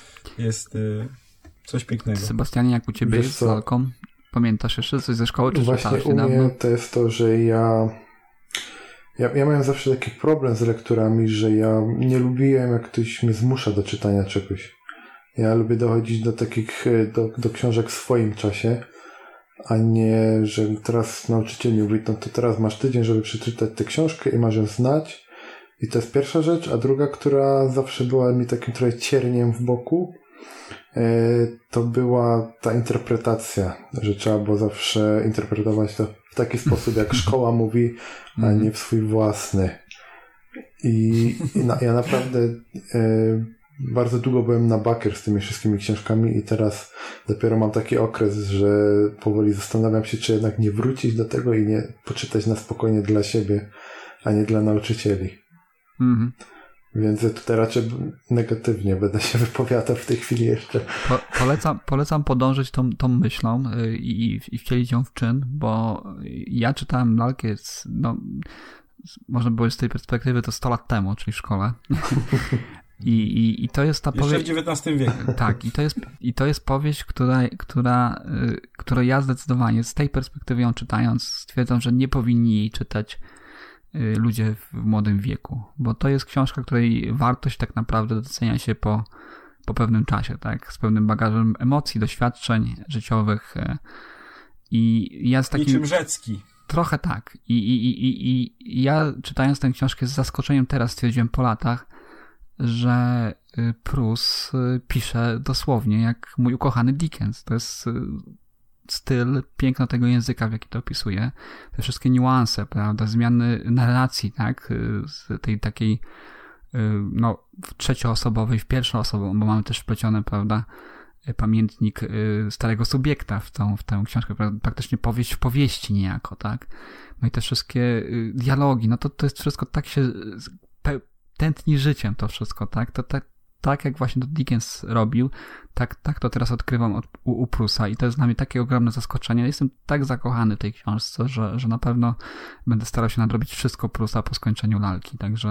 coś pięknego. Sebastianie, jak u ciebie jest z lalką? Pamiętasz jeszcze coś ze szkoły, czy czytałeś niedawno? U mnie to jest to, że ja miałem zawsze taki problem z lekturami, że ja nie lubiłem, jak ktoś mnie zmusza do czytania czegoś. Ja lubię dochodzić do takich, do książek w swoim czasie, a nie, że teraz nauczyciel mi mówi, no to teraz masz tydzień, żeby przeczytać tę książkę i masz ją znać. I to jest pierwsza rzecz, a druga, która zawsze była mi takim trochę cierniem w boku, to była ta interpretacja, że trzeba było zawsze interpretować to w taki sposób, jak szkoła mówi, a nie w swój własny. Ja naprawdę bardzo długo byłem na bakier z tymi wszystkimi książkami i teraz dopiero mam taki okres, że powoli zastanawiam się, czy jednak nie wrócić do tego i nie poczytać na spokojnie dla siebie, a nie dla nauczycieli. Więc tutaj raczej negatywnie będę się wypowiadał w tej chwili jeszcze. Polecam podążyć tą myślą i wcielić ją w czyn, bo ja czytałem Lalkę, można było z tej perspektywy to 100 lat temu, czyli w szkole. I to jest ta powieść... Jeszcze w XIX wieku. Tak, i to jest powieść, której ja zdecydowanie z tej perspektywy ją czytając stwierdzam, że nie powinni jej czytać ludzie w młodym wieku, bo to jest książka, której wartość tak naprawdę docenia się po pewnym czasie, tak? Z pewnym bagażem emocji, doświadczeń życiowych i ja z takim... Niczym Rzecki. Trochę tak. I ja czytając tę książkę z zaskoczeniem teraz stwierdziłem po latach, że Prus pisze dosłownie jak mój ukochany Dickens. To jest styl, piękno tego języka, w jaki to opisuje. Te wszystkie niuanse, prawda, zmiany narracji, tak, z tej takiej trzecioosobowej w pierwszoosobową, bo mamy też wplecione, prawda, pamiętnik starego subiekta w tę książkę, praktycznie powieść w powieści niejako, tak. No i te wszystkie dialogi, no to jest wszystko tak się tętni życiem to wszystko, tak. Tak jak właśnie to Dickens robił, tak to teraz odkrywam u Prusa i to jest dla mnie takie ogromne zaskoczenie. Jestem tak zakochany w tej książce, że na pewno będę starał się nadrobić wszystko Prusa po skończeniu lalki, także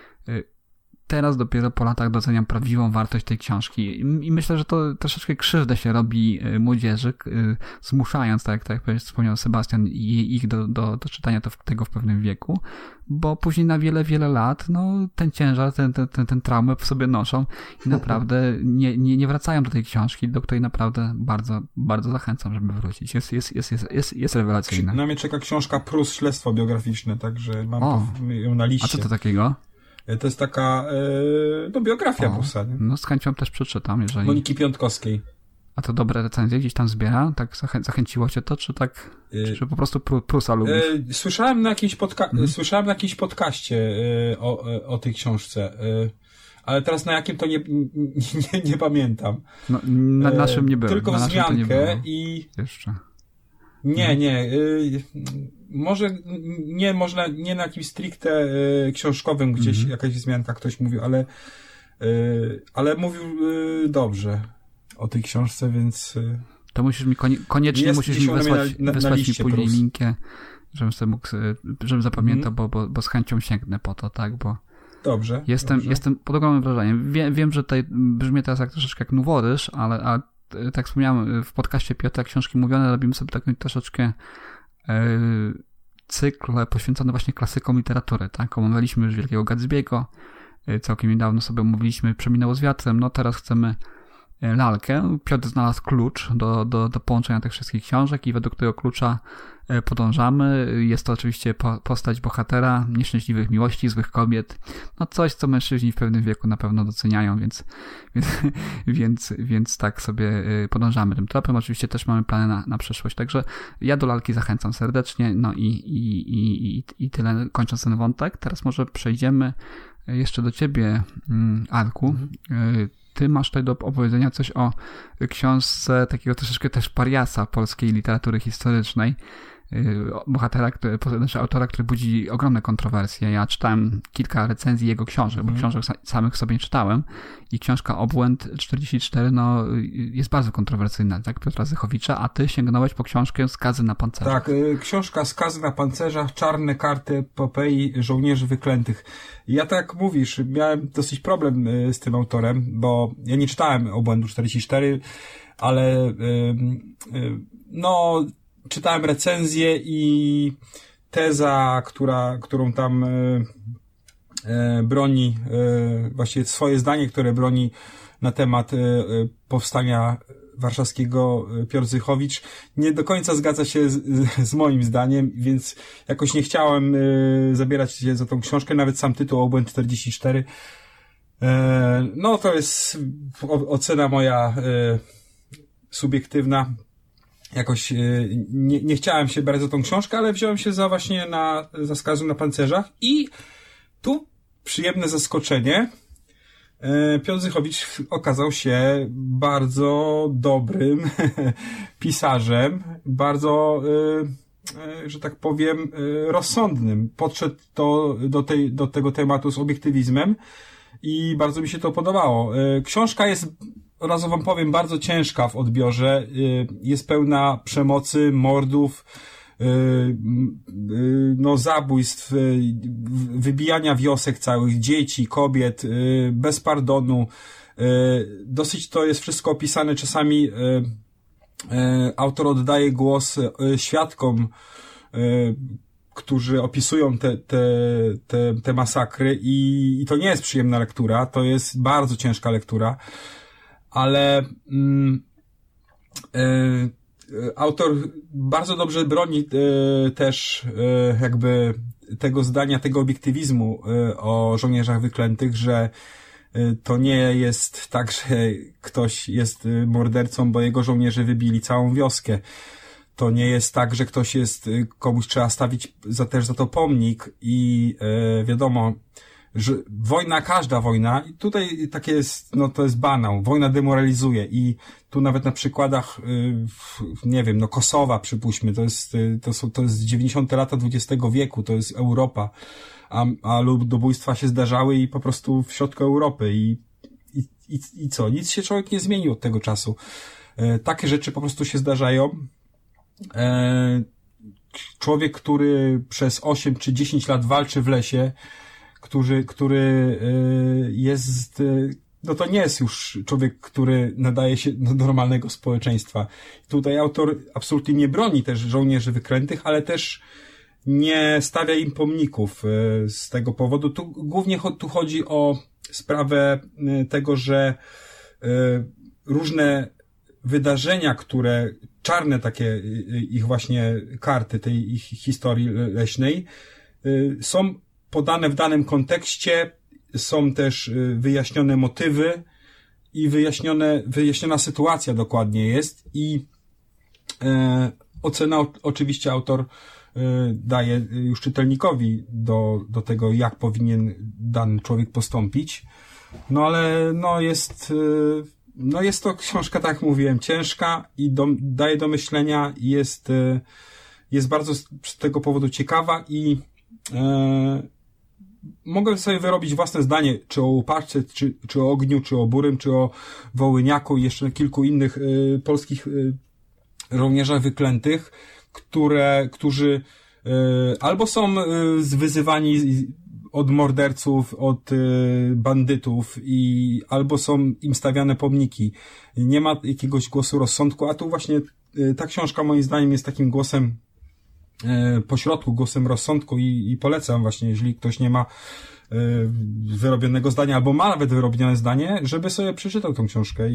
teraz dopiero po latach doceniam prawdziwą wartość tej książki i myślę, że to troszeczkę krzywdę się robi młodzieży, zmuszając, tak jak wspomniał Sebastian, ich do czytania tego w pewnym wieku, bo później na wiele, wiele lat ten ciężar, ten traumę w sobie noszą i naprawdę nie wracają do tej książki, do której naprawdę bardzo, bardzo zachęcam, żeby wrócić. Jest rewelacyjna. Na mnie czeka książka Prus, śledztwo biograficzne, także mam ją na liście. A co to takiego? To jest taka biografia Prusa. No z chęcią też przeczytam, jeżeli... Moniki Piątkowskiej. A to dobre recenzje gdzieś tam zbiera? Tak zachęciło cię to, czy tak, czy po prostu Prusa lubisz? Słyszałem na jakimś podcaście o tej książce, ale teraz na jakim to nie pamiętam. No, na naszym nie było. Tylko wzmiankę i... Jeszcze. Nie. Może nie na jakimś stricte książkowym gdzieś jakaś wzmianka ktoś mówił, ale mówił dobrze o tej książce, więc... To musisz mi koniecznie wysłać mi później linkę, żebym sobie mógł, żebym zapamiętał, bo z chęcią sięgnę po to, tak, bo... Dobrze. Jestem pod ogromnym wrażeniem. Wiem, że tutaj brzmi teraz troszeczkę jak nuworyż, ale tak wspomniałem, w podcaście Piotra Książki Mówione robimy sobie taką troszeczkę cykl poświęcony właśnie klasykom literatury, tak? Omawialiśmy już Wielkiego Gatsby'ego, całkiem niedawno sobie omówiliśmy Przeminęło z wiatrem, teraz chcemy lalkę. Piotr znalazł klucz do połączenia tych wszystkich książek i według tego klucza podążamy. Jest to oczywiście postać bohatera nieszczęśliwych miłości, złych kobiet. Coś, co mężczyźni w pewnym wieku na pewno doceniają, więc tak sobie podążamy tym tropem. Oczywiście też mamy plany na przyszłość. Także ja do lalki zachęcam serdecznie. I tyle, kończąc ten wątek. Teraz może przejdziemy jeszcze do ciebie, Arku. Ty masz tutaj do opowiedzenia coś o książce takiego troszeczkę też pariasa polskiej literatury historycznej. Bohatera, autora, który budzi ogromne kontrowersje. Ja czytałem kilka recenzji jego książek, bo książek samych sobie nie czytałem i książka Obłęd 44 jest bardzo kontrowersyjna, tak? Piotra Zychowicza, a ty sięgnąłeś po książkę Skazy na pancerzach. Tak, książka Skazy na pancerzach, czarne karty epopei żołnierzy wyklętych. Ja tak mówisz, miałem dosyć problem z tym autorem, bo ja nie czytałem Obłędu 44, ale czytałem recenzję i teza, którą tam broni, właściwie swoje zdanie, które broni na temat powstania warszawskiego Piotr Zychowicz, nie do końca zgadza się z moim zdaniem, więc jakoś nie chciałem zabierać się za tą książkę, nawet sam tytuł Obłęd 44. To jest ocena moja subiektywna. Jakoś nie chciałem się brać za tą książkę, ale wziąłem się za Skazę na pancerzach i tu przyjemne zaskoczenie. Piotr Zychowicz okazał się bardzo dobrym pisarzem, bardzo, że tak powiem, rozsądnym. Podszedł do tego tematu z obiektywizmem i bardzo mi się to podobało. Książka jest, od razu wam powiem, bardzo ciężka w odbiorze. Jest pełna przemocy, mordów, no zabójstw, wybijania wiosek całych, dzieci, kobiet, bez pardonu. Dosyć to jest wszystko opisane. Czasami autor oddaje głos świadkom, którzy opisują te masakry i to nie jest przyjemna lektura, to jest bardzo ciężka lektura, ale autor bardzo dobrze broni też jakby tego zdania, tego obiektywizmu o żołnierzach wyklętych, że to nie jest tak, że ktoś jest mordercą, bo jego żołnierze wybili całą wioskę. To nie jest tak, że ktoś jest, komuś trzeba stawić też za to pomnik i wiadomo, że wojna, każda wojna, i tutaj takie jest, no to jest banał, wojna demoralizuje i tu nawet na przykładach, nie wiem, no Kosowa przypuśćmy, to jest 90 lata XX wieku, to jest Europa, a ludobójstwa się zdarzały i po prostu w środku Europy i co? Nic się człowiek nie zmienił od tego czasu. Takie rzeczy po prostu się zdarzają. Człowiek, który przez 8 czy 10 lat walczy w lesie, który jest, no to nie jest już człowiek, który nadaje się do normalnego społeczeństwa. Tutaj autor absolutnie nie broni też żołnierzy wyklętych, ale też nie stawia im pomników z tego powodu. Tu głównie tu chodzi o sprawę tego, że różne wydarzenia, które czarne takie ich właśnie karty tej ich historii leśnej są podane w danym kontekście, są też wyjaśnione motywy i wyjaśniona sytuacja dokładnie jest i ocena oczywiście autor daje już czytelnikowi do tego, jak powinien dany człowiek postąpić. No ale jest to książka, tak jak mówiłem, ciężka i daje do myślenia i jest bardzo z tego powodu ciekawa i mogę sobie wyrobić własne zdanie, czy o Łupaczce, czy o Ogniu, czy o Burym, czy o Wołyniaku i jeszcze kilku innych polskich żołnierzach wyklętych, którzy albo są wyzywani od morderców, od bandytów i albo są im stawiane pomniki. Nie ma jakiegoś głosu rozsądku, a tu właśnie ta książka moim zdaniem jest takim głosem pośrodku, głosem rozsądku i polecam właśnie, jeżeli ktoś nie ma wyrobionego zdania, albo ma nawet wyrobione zdanie, żeby sobie przeczytał tą książkę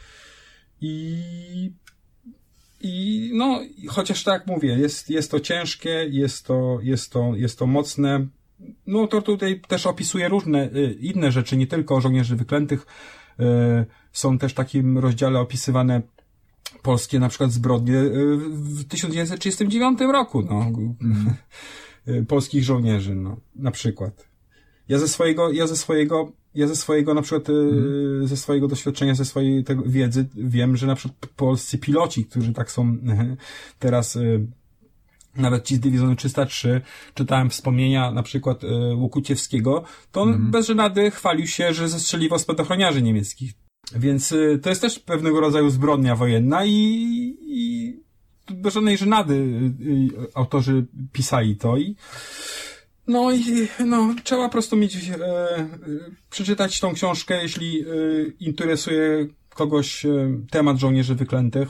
i no, chociaż tak jak mówię, jest to ciężkie, jest to mocne. No to tutaj też opisuje różne inne rzeczy, nie tylko o żołnierzy wyklętych. Są też w takim rozdziale opisywane polskie na przykład zbrodnie w 1939 roku, no. Polskich żołnierzy, no, na przykład. Ja ze swojego na przykład, ze swojego doświadczenia, ze swojej wiedzy wiem, że na przykład polscy piloci, którzy tak są teraz, nawet ci z dywizjonu 303, czytałem wspomnienia na przykład Łokuciewskiego, to on bez żenady chwalił się, że zestrzeliwał spadochroniarzy niemieckich. Więc to jest też pewnego rodzaju zbrodnia wojenna i bez żadnej żenady autorzy pisali to i trzeba po prostu przeczytać tą książkę, jeśli interesuje kogoś temat żołnierzy wyklętych,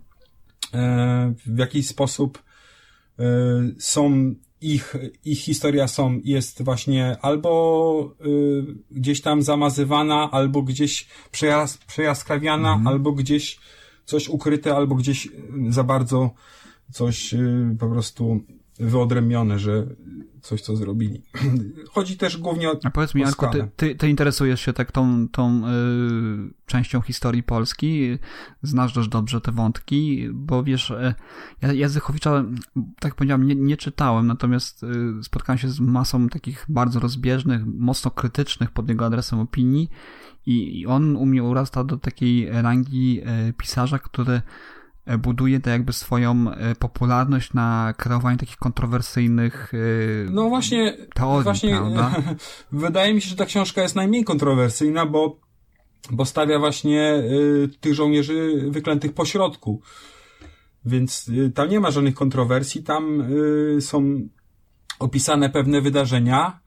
w jakiś sposób ich historia jest właśnie albo gdzieś tam zamazywana, albo gdzieś przejaskrawiana, albo gdzieś coś ukryte, albo gdzieś za bardzo coś po prostu wyodrębnione, że coś co zrobili. Chodzi też głównie o... A powiedz mi, Janku, ty interesujesz się tak tą częścią historii Polski, znasz dość dobrze te wątki, bo wiesz, ja Zychowicza, tak powiedziałem, nie czytałem, natomiast spotkałem się z masą takich bardzo rozbieżnych, mocno krytycznych pod jego adresem opinii i on u mnie urasta do takiej rangi pisarza, który buduje to jakby swoją popularność na kreowaniu takich kontrowersyjnych no właśnie, teorii, prawda? Wydaje mi się, że ta książka jest najmniej kontrowersyjna, bo stawia właśnie tych żołnierzy wyklętych po środku. Więc tam nie ma żadnych kontrowersji, tam są opisane pewne wydarzenia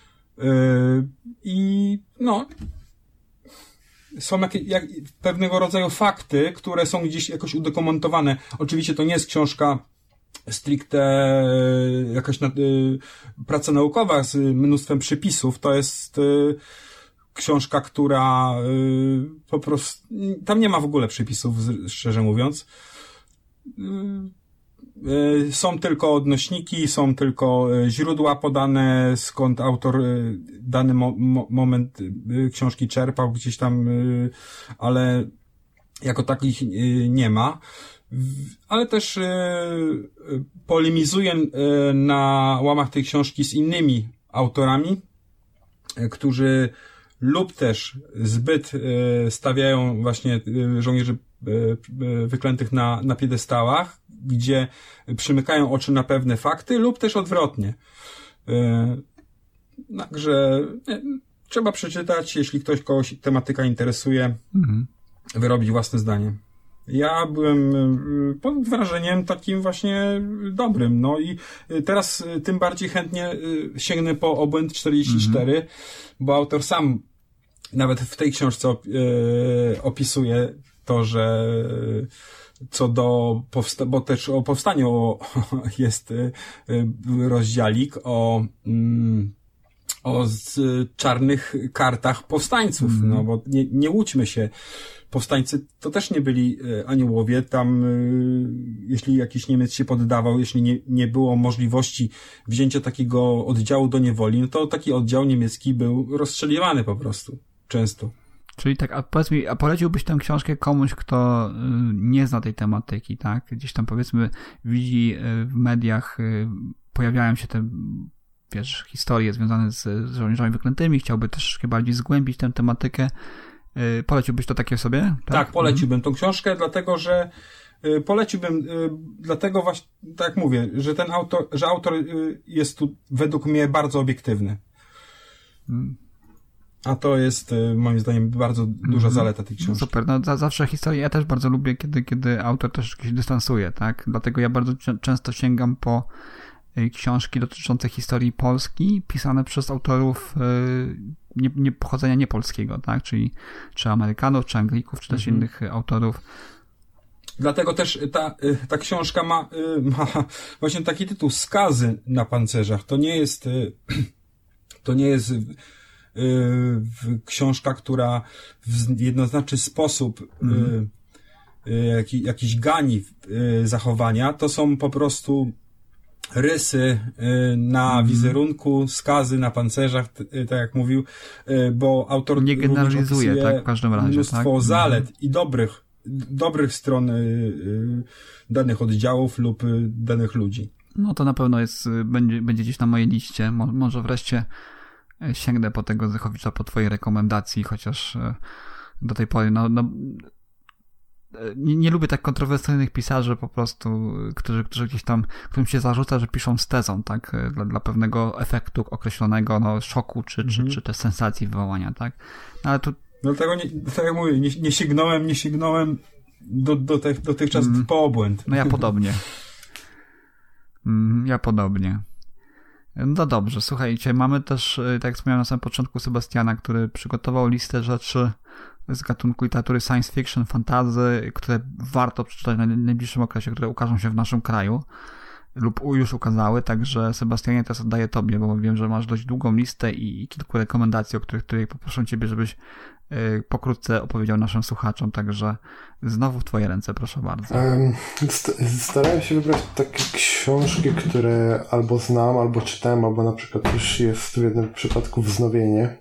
i no są pewnego rodzaju fakty, które są gdzieś jakoś udokumentowane. Oczywiście to nie jest książka stricte jakaś praca naukowa z mnóstwem przypisów, to jest książka, która po prostu tam nie ma w ogóle przypisów, szczerze mówiąc. Są tylko odnośniki, są tylko źródła podane, skąd autor dany moment książki czerpał gdzieś tam, ale jako takich nie ma. Ale też polemizuję na łamach tej książki z innymi autorami, którzy lub też zbyt stawiają właśnie żołnierzy wyklętych na piedestałach, gdzie przymykają oczy na pewne fakty, lub też odwrotnie. Także trzeba przeczytać, jeśli kogoś tematyka interesuje, wyrobić własne zdanie. Ja byłem pod wrażeniem takim właśnie dobrym, no i teraz tym bardziej chętnie sięgnę po Obłęd 44, bo autor sam nawet w tej książce opisuje to, że co do bo też o powstaniu jest rozdziałik o czarnych kartach powstańców, no bo nie łudźmy się, powstańcy to też nie byli aniołowie, tam jeśli jakiś Niemiec się poddawał, jeśli nie było możliwości wzięcia takiego oddziału do niewoli, no to taki oddział niemiecki był rozstrzeliwany po prostu, często. Czyli tak, a powiedz mi, a poleciłbyś tę książkę komuś, kto nie zna tej tematyki, tak? Gdzieś tam powiedzmy widzi w mediach, pojawiają się te, wiesz, historie związane z żołnierzami wyklętymi, chciałby troszkę bardziej zgłębić tę tematykę. Poleciłbyś to takie sobie? Tak, poleciłbym tą książkę, dlatego że dlatego właśnie, tak jak mówię, że autor jest tu według mnie bardzo obiektywny. A to jest moim zdaniem bardzo duża zaleta tej książki. No super, no zawsze historię ja też bardzo lubię, kiedy autor też się dystansuje, tak? Dlatego ja bardzo często sięgam po książki dotyczące historii Polski, pisane przez autorów pochodzenia niepolskiego, tak? Czyli czy Amerykanów, czy Anglików, czy też innych autorów. Dlatego też ta książka ma właśnie taki tytuł Skazy na pancerzach. To nie jest książka, która w jednoznaczny sposób jakiś gani zachowania. To są po prostu rysy na wizerunku, skazy na pancerzach, tak jak mówił, bo autor nie generalizuje, tak, w każdym razie, mnóstwo zalet i dobrych stron danych oddziałów lub danych ludzi. No to na pewno będzie gdzieś na mojej liście. Może wreszcie sięgnę po tego Zychowicza po twojej rekomendacji, chociaż do tej pory nie lubię tak kontrowersyjnych pisarzy po prostu, którzy gdzieś tam, którym się zarzuca, że piszą z tezą, tak, dla pewnego efektu określonego, szoku, czy też sensacji wywołania, tak. No, ale tu... Dlatego, tak jak mówię, nie sięgnąłem dotychczas po Obłęd. No ja podobnie. No dobrze, słuchajcie, mamy też, tak jak wspomniałem na samym początku, Sebastiana, który przygotował listę rzeczy z gatunku literatury science fiction, fantasy, które warto przeczytać na najbliższym okresie, które ukażą się w naszym kraju lub już ukazały, także Sebastianie, teraz oddaję tobie, bo wiem, że masz dość długą listę i kilku rekomendacji, o których poproszę ciebie, żebyś pokrótce opowiedział naszym słuchaczom, także znowu w twoje ręce, proszę bardzo. Starałem się wybrać takie książki, które albo znam, albo czytałem, albo na przykład już jest w jednym przypadku wznowienie.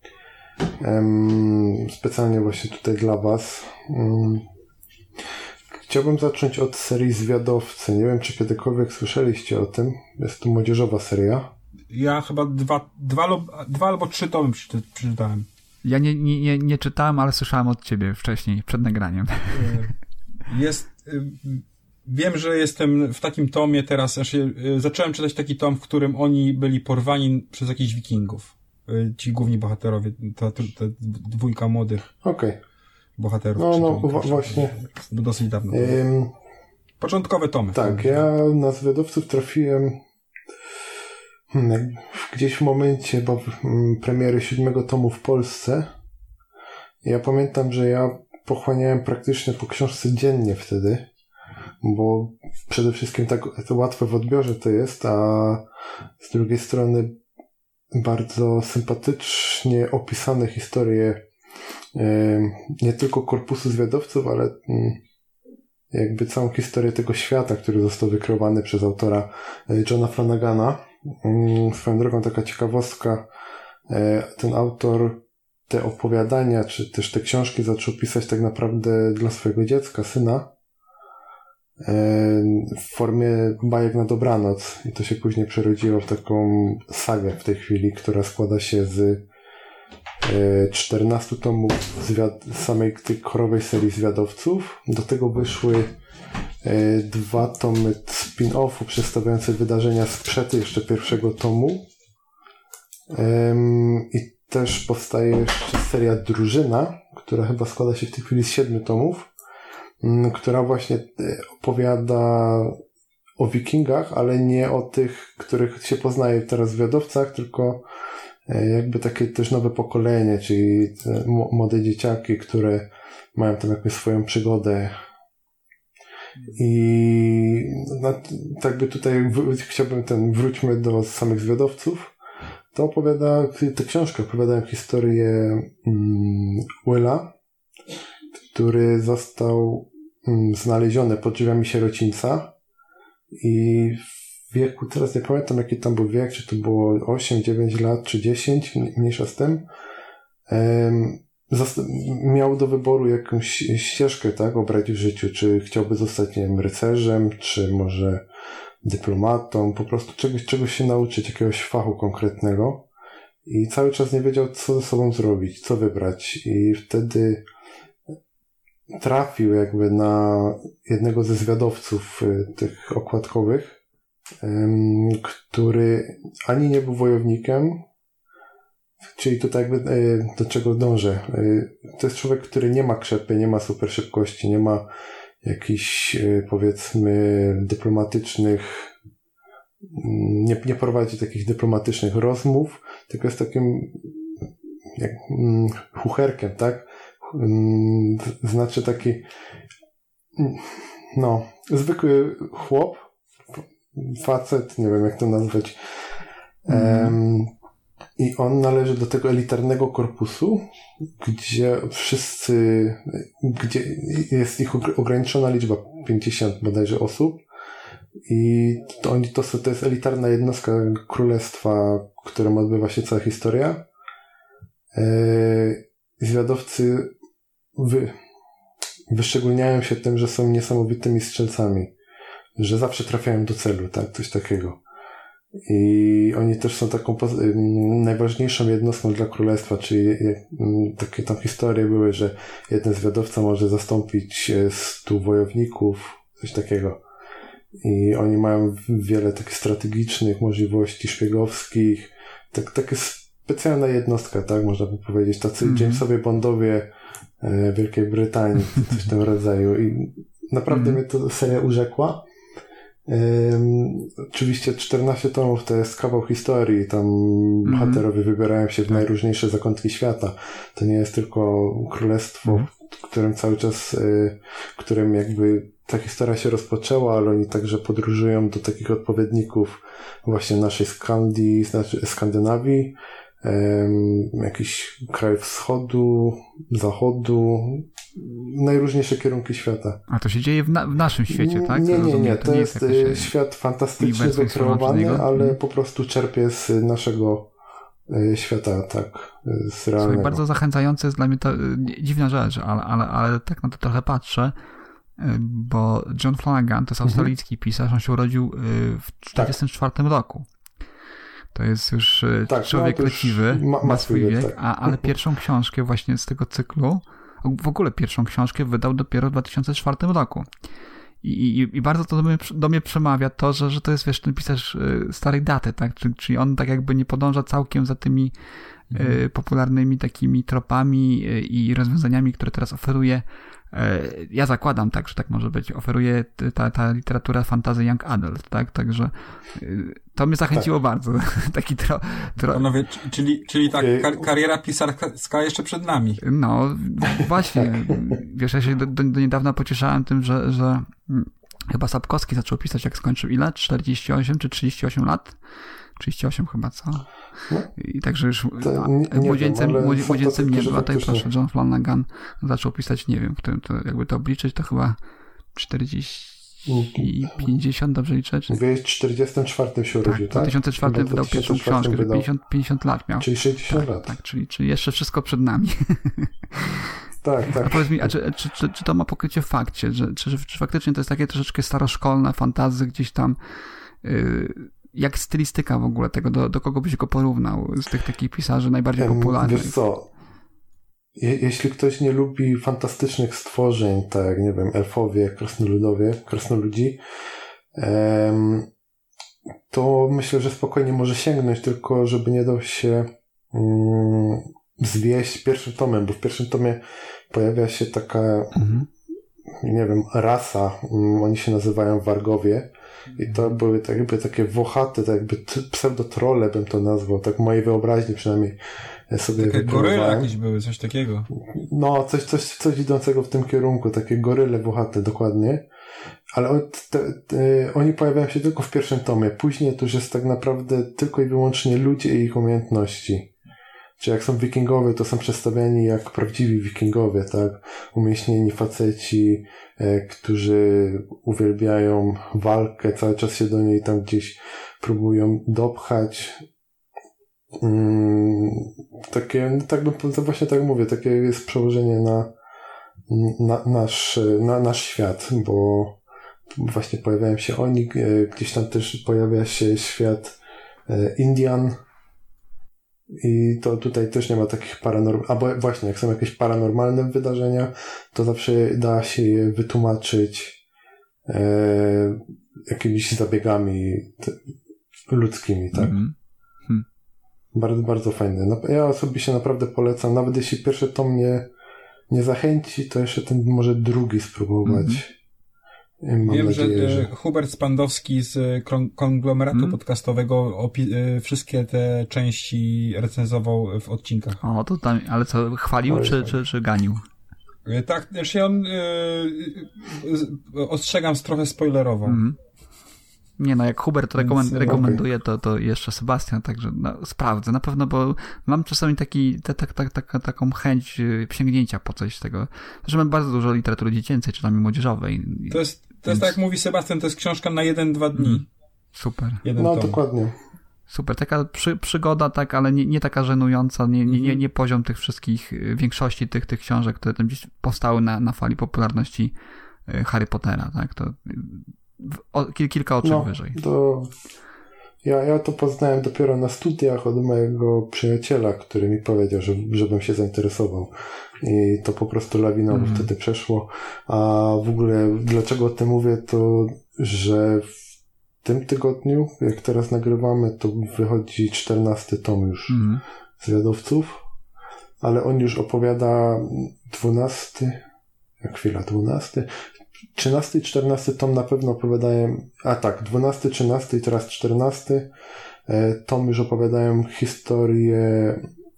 Specjalnie właśnie tutaj dla was. Chciałbym zacząć od serii Zwiadowcy. Nie wiem, czy kiedykolwiek słyszeliście o tym. Jest to młodzieżowa seria. Ja chyba dwa albo trzy tomy przeczytałem. Ja nie czytałem, ale słyszałem od ciebie wcześniej, przed nagraniem. Wiem, że jestem w takim tomie teraz, zacząłem czytać taki tom, w którym oni byli porwani przez jakichś wikingów. Ci główni bohaterowie, ta dwójka młodych bohaterów. No właśnie. Dosyć dawno. Początkowe tomy. Tak, ja na Zwiadowców trafiłem gdzieś w momencie premiery 7 tomu w Polsce. Ja pamiętam, że ja pochłaniałem praktycznie po książce dziennie wtedy, bo przede wszystkim tak to łatwe w odbiorze to jest, a z drugiej strony bardzo sympatycznie opisane historie nie tylko korpusu zwiadowców, ale jakby całą historię tego świata, który został wykreowany przez autora Johna Flanagana. Swoją drogą taka ciekawostka, ten autor te opowiadania, czy też te książki zaczął pisać tak naprawdę dla swojego dziecka, syna, w formie bajek na dobranoc i to się później przerodziło w taką sagę w tej chwili, która składa się z 14 tomów samej tej korowej serii Zwiadowców. Do tego wyszły 2 tomy spin-offu przedstawiające wydarzenia sprzed jeszcze pierwszego tomu i też powstaje jeszcze seria Drużyna, która chyba składa się w tej chwili z 7 tomów, która właśnie opowiada o wikingach, ale nie o tych, których się poznaje teraz w Zwiadowcach, tylko jakby takie też nowe pokolenie, czyli młode dzieciaki, które mają tam jakąś swoją przygodę. I tak by tutaj chciałbym wróćmy do samych Zwiadowców. To te książki opowiadają historię Willa, który został znaleziony pod drzwiami sierocińca i w wieku, teraz nie pamiętam jaki tam był wiek, czy to było 8, 9 lat, czy 10, mniejsza z tym, miał do wyboru jakąś ścieżkę, tak, obrać w życiu, czy chciałby zostać, nie wiem, rycerzem, czy może dyplomatą, po prostu czegoś się nauczyć, jakiegoś fachu konkretnego i cały czas nie wiedział, co ze sobą zrobić, co wybrać i wtedy trafił jakby na jednego ze zwiadowców tych okładkowych, który ani nie był wojownikiem, czyli tutaj jakby do czego dążę. To jest człowiek, który nie ma krzepy, nie ma super szybkości, nie ma jakichś powiedzmy dyplomatycznych, nie prowadzi takich dyplomatycznych rozmów, tylko jest takim jak chucherkiem, tak? Znaczy taki zwykły chłop, facet, nie wiem jak to nazwać, i on należy do tego elitarnego korpusu, gdzie jest ich ograniczona liczba, 50 bodajże osób i to jest elitarna jednostka królestwa, w którym odbywa się cała historia. Zwiadowcy wyszczególniają się tym, że są niesamowitymi strzelcami, że zawsze trafiają do celu, tak, coś takiego. I oni też są taką najważniejszą jednostką dla królestwa, czyli takie tam historie były, że jeden zwiadowca może zastąpić 100 wojowników, coś takiego. I oni mają wiele takich strategicznych możliwości szpiegowskich, takie specjalna jednostka, tak, można by powiedzieć, tacy Jamesowie Bondowie Wielkiej Brytanii, coś w tym rodzaju. I naprawdę mnie to seria urzekła. Oczywiście 14 tomów to jest kawał historii, tam bohaterowie wybierają się w najróżniejsze zakątki świata. To nie jest tylko królestwo, w którym cały czas, którym jakby ta historia się rozpoczęła, ale oni także podróżują do takich odpowiedników właśnie naszej Skandynawii, jakichś krajów wschodu, zachodu, najróżniejsze kierunki świata. A to się dzieje w naszym świecie, tak? Nie. To jest świat fantastyczny, wykreowany, ale po prostu czerpie z naszego świata, tak, z realnego. Słuchaj, bardzo zachęcające jest dla mnie to dziwna rzecz, ale tak na to trochę patrzę, bo John Flanagan to jest australijski pisarz, on się urodził w 1944 roku. To jest już człowiek leciwy, ma swój wiek, ale pierwszą książkę właśnie z tego cyklu, w ogóle pierwszą książkę wydał dopiero w 2004 roku. I bardzo to do mnie przemawia to, że to jest, wiesz, ten pisarz starej daty, tak? Czyli on tak jakby nie podąża całkiem za tymi popularnymi takimi tropami i rozwiązaniami, które teraz oferuje, ja zakładam tak, że tak może być, oferuje ta literatura fantasy young adult, tak? Także to mnie zachęciło bardzo. Taki Panowie, czyli tak, kariera pisarska jeszcze przed nami. No, właśnie. Wiesz, ja się do niedawna pocieszałem tym, że chyba Sapkowski zaczął pisać, jak skończył ile? 48 czy 38 lat? 38 chyba, co? I także już młodzieńcem nie był, a tutaj proszę, John Flanagan zaczął pisać, nie wiem, to jakby to obliczyć, to chyba 40, 50, dobrze liczę? Czy... W 44 się urodził, tak? W 2004 wydał pierwszą książkę, 50 lat miał. Czyli 60 lat. Tak, czyli jeszcze wszystko przed nami. Tak. A powiedz mi, czy to ma pokrycie w fakcie, czy faktycznie to jest takie troszeczkę staroszkolne fantasy gdzieś tam, jak stylistyka w ogóle tego, do kogo byś go porównał z tych takich pisarzy najbardziej popularnych? Wiesz co, jeśli ktoś nie lubi fantastycznych stworzeń, tak jak, nie wiem, elfowie, krasnoludzi, to myślę, że spokojnie może sięgnąć, tylko żeby nie dał się zwieść pierwszym tomem, bo w pierwszym tomie pojawia się taka, nie wiem, rasa, oni się nazywają Wargowie, i to były tak jakby takie włochate, tak jakby pseudotrole bym to nazwał, tak w mojej wyobraźni przynajmniej sobie takie goryle jakieś były, coś takiego. No, coś idącego w tym kierunku, takie goryle włochate, dokładnie. Ale oni pojawiają się tylko w pierwszym tomie. Później to już jest tak naprawdę tylko i wyłącznie ludzie i ich umiejętności. Czy jak są wikingowie, to są przedstawiani jak prawdziwi wikingowie, tak? Umieśnieni faceci, którzy uwielbiają walkę, cały czas się do niej tam gdzieś próbują dopchać. Takie, tak bym, właśnie tak mówię, takie jest przełożenie na nasz świat, bo właśnie pojawiają się oni, gdzieś tam też pojawia się świat Indian, i to tutaj też nie ma takich albo właśnie, jak są jakieś paranormalne wydarzenia, to zawsze da się je wytłumaczyć jakimiś zabiegami ludzkimi, tak? Bardzo, bardzo fajne. No, ja osobiście naprawdę polecam, nawet jeśli pierwszy tom nie zachęci, to jeszcze ten może drugi spróbować. Wiem, nadzieję, że Hubert Spandowski z konglomeratu podcastowego wszystkie te części recenzował w odcinkach. O, to tam, ale co, chwalił czy ganił? Tak, znaczy on ostrzegam, trochę spoilerował. Nie no, jak Hubert rekomenduje, to jeszcze Sebastian, także no, sprawdzę na pewno, bo mam czasami taką chęć sięgnięcia po coś tego. Zresztą mam bardzo dużo literatury dziecięcej, czy tam młodzieżowej. To jest tak jak mówi Sebastian, to jest książka na 1-2 dni. Super. No, dokładnie. Super, taka przygoda, tak, ale nie taka żenująca, nie poziom tych wszystkich, większości tych książek, które tam gdzieś powstały na fali popularności Harry Pottera, tak, to kilka oczek wyżej. Ja to poznałem dopiero na studiach od mojego przyjaciela, który mi powiedział, żebym się zainteresował. I to po prostu lawinowo wtedy przeszło. A w ogóle dlaczego o tym mówię, to że w tym tygodniu, jak teraz nagrywamy, to wychodzi 14 tom już Zwiadowców, ale on już opowiada 12, 13 i 14 tom na pewno opowiadają, 12, 13 i teraz 14 tom już opowiadają historię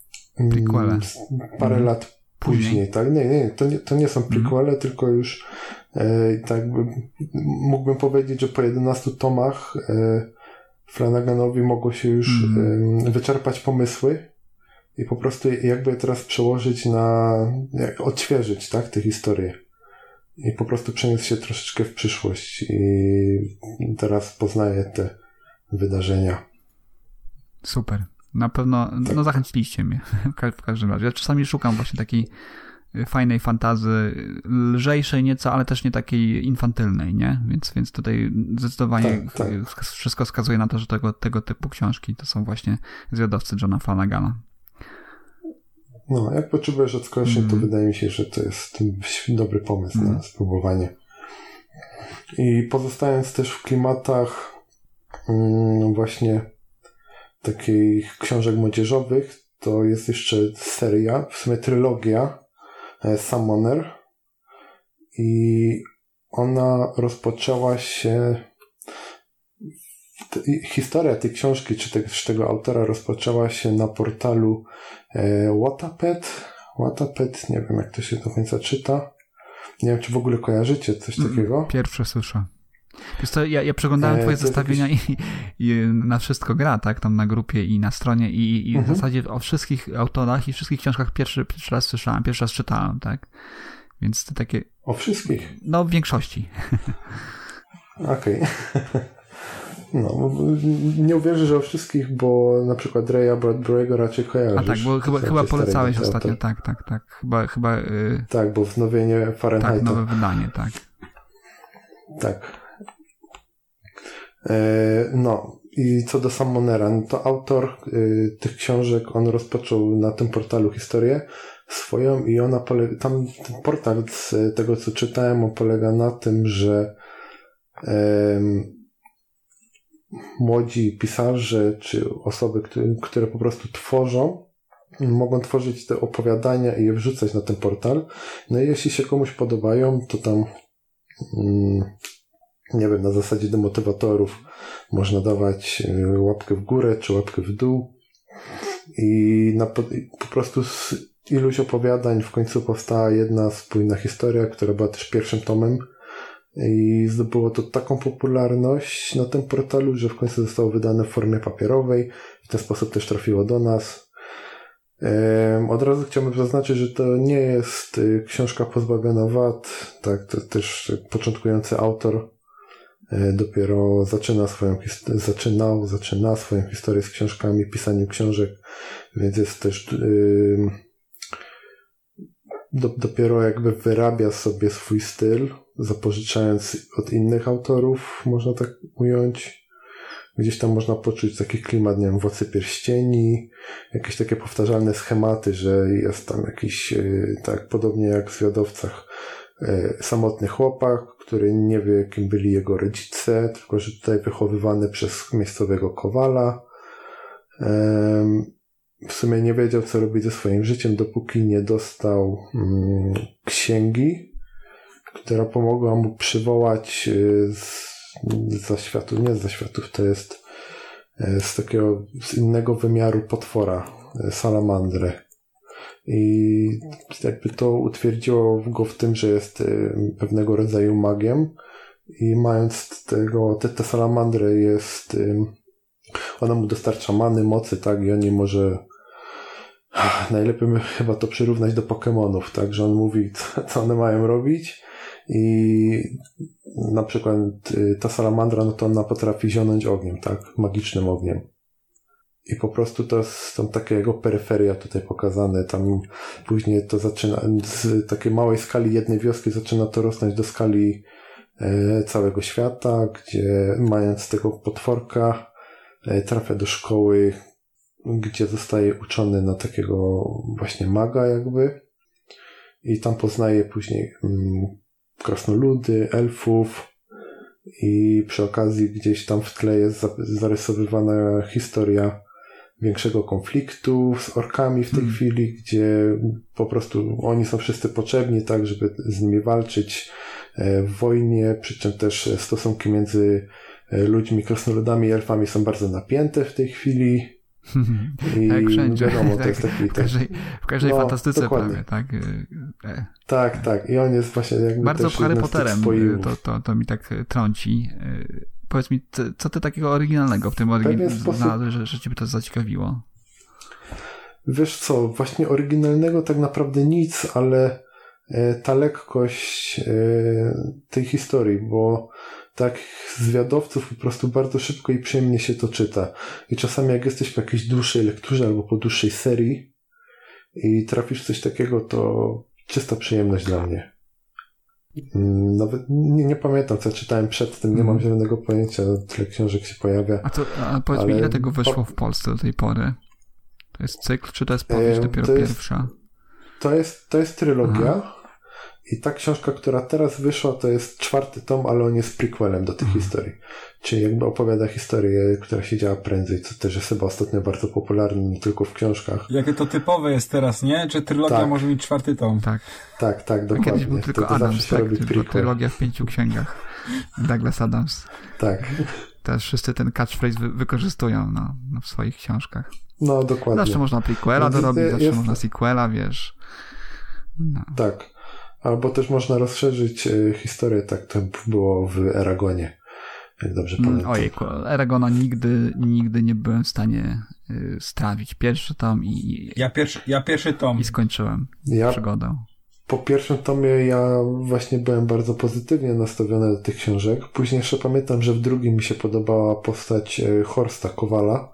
parę lat później, tak? Nie, to nie są prequele, tylko już tak mógłbym powiedzieć, że po 11 tomach Flanaganowi mogło się już wyczerpać pomysły i po prostu jakby je teraz przełożyć odświeżyć, tak, te historie. I po prostu przeniósł się troszeczkę w przyszłość i teraz poznaję te wydarzenia. Super. Na pewno, tak. No zachęciliście mnie w każdym razie. Ja czasami szukam właśnie takiej fajnej fantazy, lżejszej nieco, ale też nie takiej infantylnej, nie? Więc tutaj zdecydowanie wszystko wskazuje na to, że tego typu książki to są właśnie Zwiadowcy Johna Flanagana. No, jak potrzebujesz odskoczeń, to wydaje mi się, że to jest dobry pomysł na spróbowanie. I pozostając też w klimatach właśnie takich książek młodzieżowych, to jest jeszcze seria, w sumie trylogia Summoner i ona rozpoczęła się historia tej książki, czy też tego autora rozpoczęła się na portalu Wattpad, nie wiem jak to się do końca czyta. Nie wiem, czy w ogóle kojarzycie coś takiego. Pierwsze słyszę. Wiesz co, ja przeglądałem twoje zestawienia i na wszystko gra, tak? Tam na grupie i na stronie i w zasadzie o wszystkich autorach i wszystkich książkach pierwszy raz słyszałem, pierwszy raz czytałem, tak? Więc to takie... O wszystkich? No, w większości. Okej. No, nie uwierzę, że o wszystkich, bo na przykład Raya Bradbury'ego raczej kojarzysz. A tak, bo chyba polecałeś ostatnio, tak. Chyba tak, bo wznowienie Fahrenheita. Tak, nowe wydanie, tak. Tak. No i co do Summonera, no to autor tych książek, on rozpoczął na tym portalu historię swoją i ona tam ten portal z tego co czytałem, on polega na tym, że młodzi pisarze czy osoby, które po prostu tworzą, mogą tworzyć te opowiadania i je wrzucać na ten portal. No i jeśli się komuś podobają, to tam nie wiem, na zasadzie demotywatorów można dawać łapkę w górę czy łapkę w dół i po prostu z iluś opowiadań w końcu powstała jedna spójna historia, która była też pierwszym tomem i zdobyło to taką popularność na tym portalu, że w końcu zostało wydane w formie papierowej. W ten sposób też trafiło do nas. Od razu chciałbym zaznaczyć, że to nie jest książka pozbawiona wad. Tak, to też początkujący autor dopiero zaczyna swoją historię z książkami, pisaniem książek, więc jest też dopiero jakby wyrabia sobie swój styl, zapożyczając od innych autorów, można tak ująć. Gdzieś tam można poczuć taki klimat, nie wiem, Władcy Pierścieni, jakieś takie powtarzalne schematy, że jest tam jakiś, tak podobnie jak w Zwiadowcach, samotny chłopak, który nie wie, kim byli jego rodzice, tylko że tutaj wychowywany przez miejscowego kowala. W sumie nie wiedział, co robić ze swoim życiem, dopóki nie dostał księgi, która pomogła mu przywołać z zaświatów, to jest z innego wymiaru potwora, salamandrę. I jakby to utwierdziło go w tym, że jest pewnego rodzaju magiem i mając tę salamandrę jest, ona mu dostarcza many, mocy, tak, i on nie może, najlepiej chyba to przyrównać do Pokemonów, tak, że on mówi, co one mają robić i na przykład ta salamandra, no to ona potrafi zionąć ogniem, tak, magicznym ogniem. I po prostu to są takie jego peryferia tutaj pokazane. Tam później to zaczyna z takiej małej skali jednej wioski zaczyna to rosnąć do skali całego świata, gdzie mając tego potworka trafia do szkoły, gdzie zostaje uczony na takiego właśnie maga jakby. I tam poznaje później krasnoludy, elfów i przy okazji gdzieś tam w tle jest zarysowywana historia większego konfliktu z orkami w tej chwili, gdzie po prostu oni są wszyscy potrzebni, tak, żeby z nimi walczyć w wojnie, przy czym też stosunki między ludźmi, krasnoludami i elfami są bardzo napięte w tej chwili. I jak wszędzie. Wiadomo, to jest taki, w każdej fantastyce dokładnie. prawie, tak? Tak. I on jest właśnie jakby bardzo też Harry Potterem to mi tak trąci. Powiedz mi, co ty takiego oryginalnego w tym znalazłeś, że ciebie to zaciekawiło? Wiesz co, właśnie oryginalnego tak naprawdę nic, ale ta lekkość tej historii, bo tak zwiadowców po prostu bardzo szybko i przyjemnie się to czyta. I czasami jak jesteś po jakiejś dłuższej lekturze albo po dłuższej serii i trafisz coś takiego, to czysta przyjemność dla mnie. Nawet nie pamiętam, co czytałem przed tym, nie mam zielonego pojęcia, tyle książek się pojawia. A powiedz mi, ile tego wyszło w Polsce do tej pory? To jest cykl, czy to jest powieść dopiero pierwsza? To jest trylogia. Aha. I ta książka, która teraz wyszła, to jest 4. tom, ale on jest prequelem do tych historii. Czyli jakby opowiada historię, która się działa prędzej, co też jest chyba ostatnio bardzo popularne, nie tylko w książkach. Jakie to typowe jest teraz, nie? Czy trylogia może mieć 4. tom? Tak, dokładnie. Kiedyś był tylko Adams, tylko trylogia w 5 księgach. Douglas Adams. Tak. Teraz wszyscy ten catchphrase wykorzystują w swoich książkach. No, dokładnie. Zawsze można prequela dorobić, zawsze można sequela, wiesz. No. Tak. Albo też można rozszerzyć historię, tak to było w Eragonie. Jak dobrze pamiętam. Ojejku, Eragona nigdy nie byłem w stanie strawić. Pierwszy tom i... Ja pierwszy tom. I skończyłem przygodę. Po pierwszym tomie ja właśnie byłem bardzo pozytywnie nastawiony do tych książek. Później jeszcze pamiętam, że w drugim mi się podobała postać Horsta Kowala.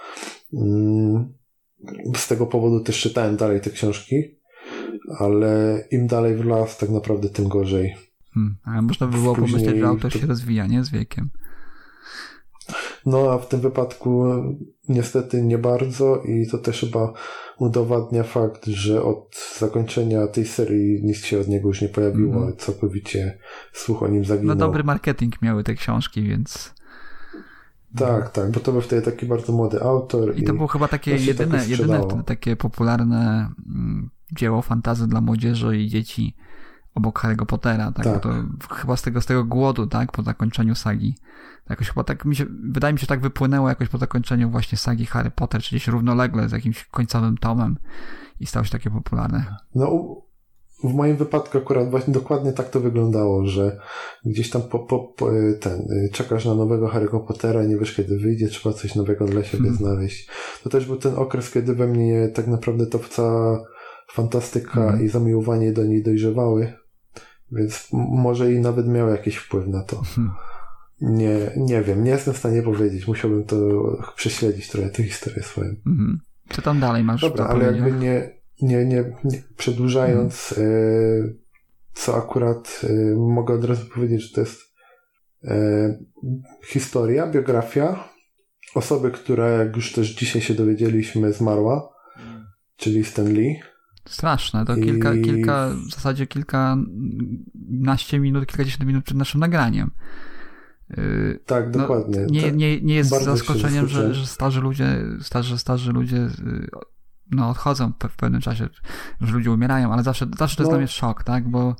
Z tego powodu też czytałem dalej te książki. Ale im dalej w las, tak naprawdę tym gorzej. Ale można by było pomyśleć, że autor się rozwija, nie? Z wiekiem. No, a w tym wypadku niestety nie bardzo i to też chyba udowadnia fakt, że od zakończenia tej serii nic się od niego już nie pojawiło, całkowicie słuch o nim zaginął. No dobry marketing miały te książki, więc... Tak, bo to był wtedy taki bardzo młody autor. I to było chyba takie jedyne wtedy takie popularne dzieło fantasy dla młodzieży i dzieci obok Harry'ego Pottera, tak? Bo to chyba z tego głodu, tak? Po zakończeniu sagi. Jakoś chyba tak wydaje mi się, tak wypłynęło jakoś po zakończeniu właśnie sagi Harry Potter, czy gdzieś równolegle z jakimś końcowym tomem i stało się takie popularne. No, w moim wypadku akurat właśnie dokładnie tak to wyglądało, że gdzieś tam czekasz na nowego Harry'ego Pottera, nie wiesz kiedy wyjdzie, trzeba coś nowego dla siebie znaleźć. To też był ten okres, kiedy we mnie tak naprawdę to cała fantastyka i zamiłowanie do niej dojrzewały, więc może i nawet miał jakiś wpływ na to. Nie wiem, nie jestem w stanie powiedzieć, musiałbym to prześledzić trochę tę historię swoją. Co tam dalej masz? Dobra, ale jakby nie przedłużając, co akurat mogę od razu powiedzieć, że to jest historia, biografia osoby, która, jak już też dzisiaj się dowiedzieliśmy, zmarła, czyli Stan Lee. Straszne, to w zasadzie kilkanaście minut, kilkadziesiąt minut przed naszym nagraniem. Tak, dokładnie. Nie jest zaskoczeniem, że starzy ludzie odchodzą w pewnym czasie, że ludzie umierają, ale zawsze to jest dla mnie szok, tak, bo...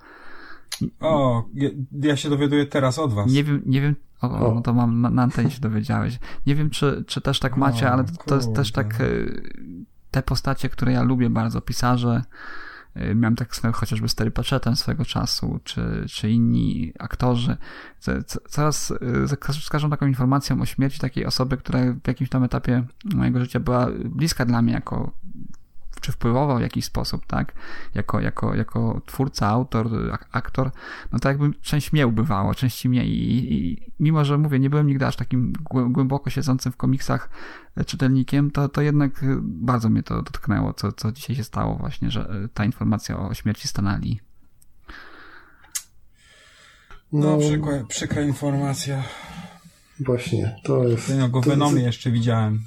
Ja się dowiaduję teraz od was. Nie wiem, no to mam na antenie się dowiedziałeś. Nie wiem, czy też tak macie, ale to jest też tak... Te postacie, które ja lubię bardzo, pisarze, miałem tak chociażby z Terry Pratchettem swego czasu, czy inni aktorzy, coraz z każdą taką informacją o śmierci takiej osoby, która w jakimś tam etapie mojego życia była bliska dla mnie czy wpływował w jakiś sposób, tak? Jako twórca, autor, aktor, no to jakby część mnie ubywało, części mnie i mimo, że mówię, nie byłem nigdy aż takim głęboko siedzącym w komiksach czytelnikiem, to jednak bardzo mnie to dotknęło, co dzisiaj się stało właśnie, że ta informacja o śmierci Stana Lee. No, przykra informacja. Właśnie, to jest... Ja go w Venomie jeszcze widziałem.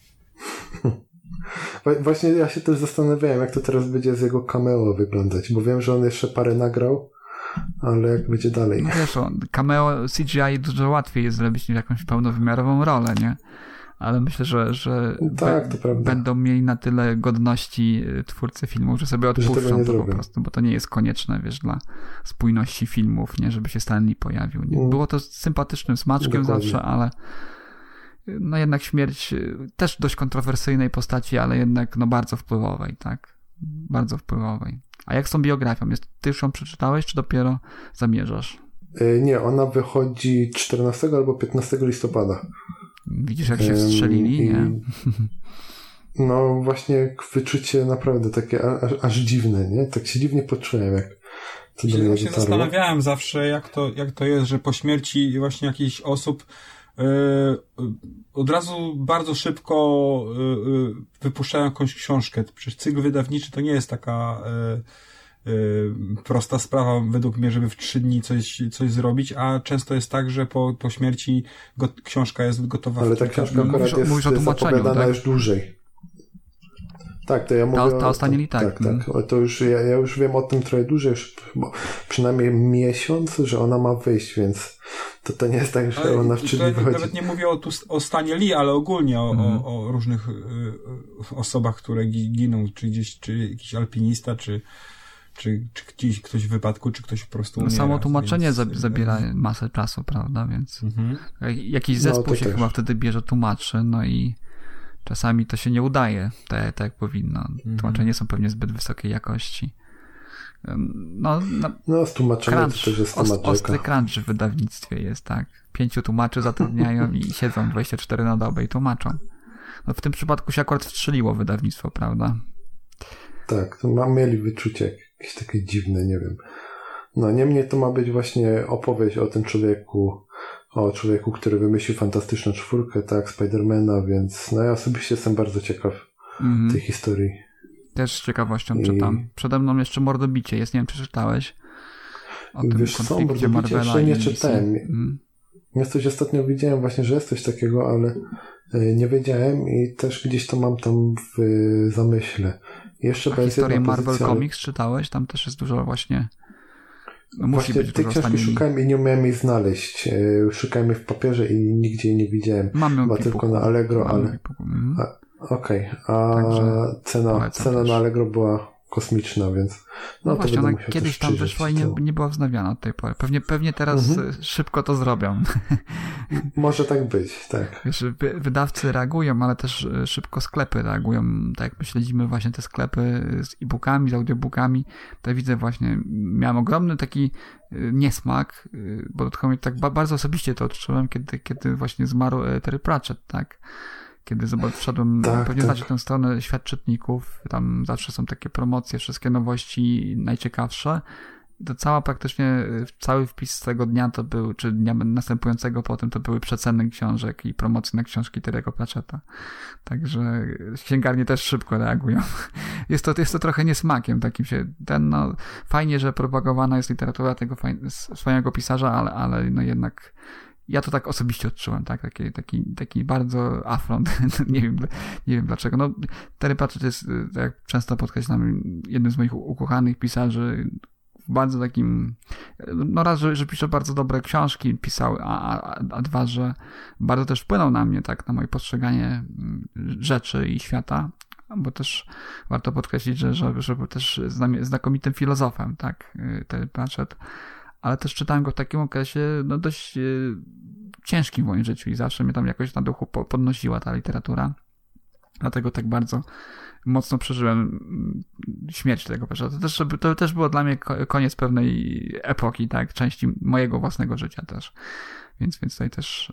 Właśnie ja się też zastanawiałem, jak to teraz będzie z jego cameo wyglądać, bo wiem, że on jeszcze parę nagrał, ale jak będzie dalej. No wiesz, cameo CGI dużo łatwiej jest zrobić niż jakąś pełnowymiarową rolę, nie? Ale myślę, że tak, to prawda. Będą mieli na tyle godności twórcy filmów, że sobie odpuszczą to po prostu, bo to nie jest konieczne, wiesz, dla spójności filmów, nie? Żeby się Stan Lee pojawił. Nie? Było to sympatycznym smaczkiem zawsze, ale no jednak śmierć też dość kontrowersyjnej postaci, ale jednak bardzo wpływowej, tak? Bardzo wpływowej. A jak z tą biografią? Ty już ją przeczytałeś, czy dopiero zamierzasz? Nie, ona wychodzi 14 albo 15 listopada. Widzisz, jak się wstrzelili, nie? No właśnie wyczucie naprawdę takie aż dziwne, nie? Tak się dziwnie poczułem, jak to do mnie dotarło. Ja się zastanawiałem zawsze, jak to jest, że po śmierci właśnie jakichś osób od razu bardzo szybko wypuszczają jakąś książkę. Przecież cykl wydawniczy to nie jest taka prosta sprawa według mnie, żeby w 3 dni coś zrobić, a często jest tak, że po śmierci książka jest gotowa. Ale ta książka akurat jest zapowiadana już dłużej. Tak, to ja mówię ta o stanie Li, tak. Tak. To już ja już wiem o tym trochę dłużej, już przynajmniej miesiąc, że ona ma wyjść, więc to nie jest tak, że ona wczytnie wychodzi. Nawet nie mówię o stanie Li, ale ogólnie o różnych osobach, które giną, czy jakiś alpinista, czy ktoś w wypadku, czy ktoś po prostu umiera. Samo tłumaczenie zabiera masę czasu, prawda, więc jakiś zespół się chyba wtedy bierze, tłumaczy, no i czasami to się nie udaje, tak jak powinno. Tłumaczenia są pewnie zbyt wysokiej jakości. Z tłumaczeniem to też jest temat ostry crunch w wydawnictwie jest, tak. 5 tłumaczy zatrudniają i siedzą 24 na dobę i tłumaczą. No w tym przypadku się akurat wstrzeliło wydawnictwo, prawda? Tak, to mieli wyczucie jakieś takie dziwne, nie wiem. No niemniej to ma być właśnie opowieść o tym człowieku, który wymyślił Fantastyczną Czwórkę, tak, Spidermana, więc ja osobiście jestem bardzo ciekaw tej historii. Też z ciekawością czytam. Przede mną jeszcze Mordobicie jest, nie wiem, czy czytałeś o tym konflikcie Marvela jeszcze nie i czytałem. Ja coś ostatnio widziałem właśnie, że jest coś takiego, ale nie wiedziałem i też gdzieś to mam tam w zamyśle. A historię Marvel Comics czytałeś? Tam też jest dużo właśnie... Musi być tych książki szukałem i nie umiałem jej znaleźć. Szukałem jej w papierze i nigdzie jej nie widziałem. Mamy chyba tylko na Allegro, ale... Okej. Cena na Allegro była kosmiczna, więc... No właśnie, ona kiedyś tam wyszła i nie była wznawiana od tej pory. Pewnie teraz szybko to zrobią. Może tak być, tak. Wiesz, wydawcy reagują, ale też szybko sklepy reagują. Tak jak my śledzimy właśnie te sklepy z e-bookami, z audiobookami, to widzę właśnie, miałem ogromny taki niesmak, bo tak bardzo osobiście to odczułem, kiedy właśnie zmarł Terry Pratchett, tak? Kiedy wszedłem, pewnie znacie tę stronę Świat Czytników, tam zawsze są takie promocje, wszystkie nowości najciekawsze. To cały wpis z tego dnia to był, czy dnia następującego potem to były przeceny książek i promocje na książki Terry'ego Pratchetta. Także księgarnie też szybko reagują. Jest to trochę niesmakiem takim się, fajnie, że propagowana jest literatura tego swojego pisarza, ale no jednak ja to tak osobiście odczułem, tak? Taki bardzo afront. nie wiem dlaczego. No, Terry Pratchett jest, tak jak często podkreślam, jednym z moich ukochanych pisarzy. Bardzo takim, raz, że pisze bardzo dobre książki, pisał, a dwa, że bardzo też wpłynął na mnie, tak, na moje postrzeganie rzeczy i świata, bo też warto podkreślić, że był też znakomitym filozofem, tak, Terry Pratchett. Ale też czytałem go w takim okresie dość ciężkim w moim życiu i zawsze mnie tam jakoś na duchu podnosiła ta literatura. Dlatego tak bardzo mocno przeżyłem śmierć tego Pratchetta. To też było dla mnie koniec pewnej epoki, tak, części mojego własnego życia też. Więc tutaj też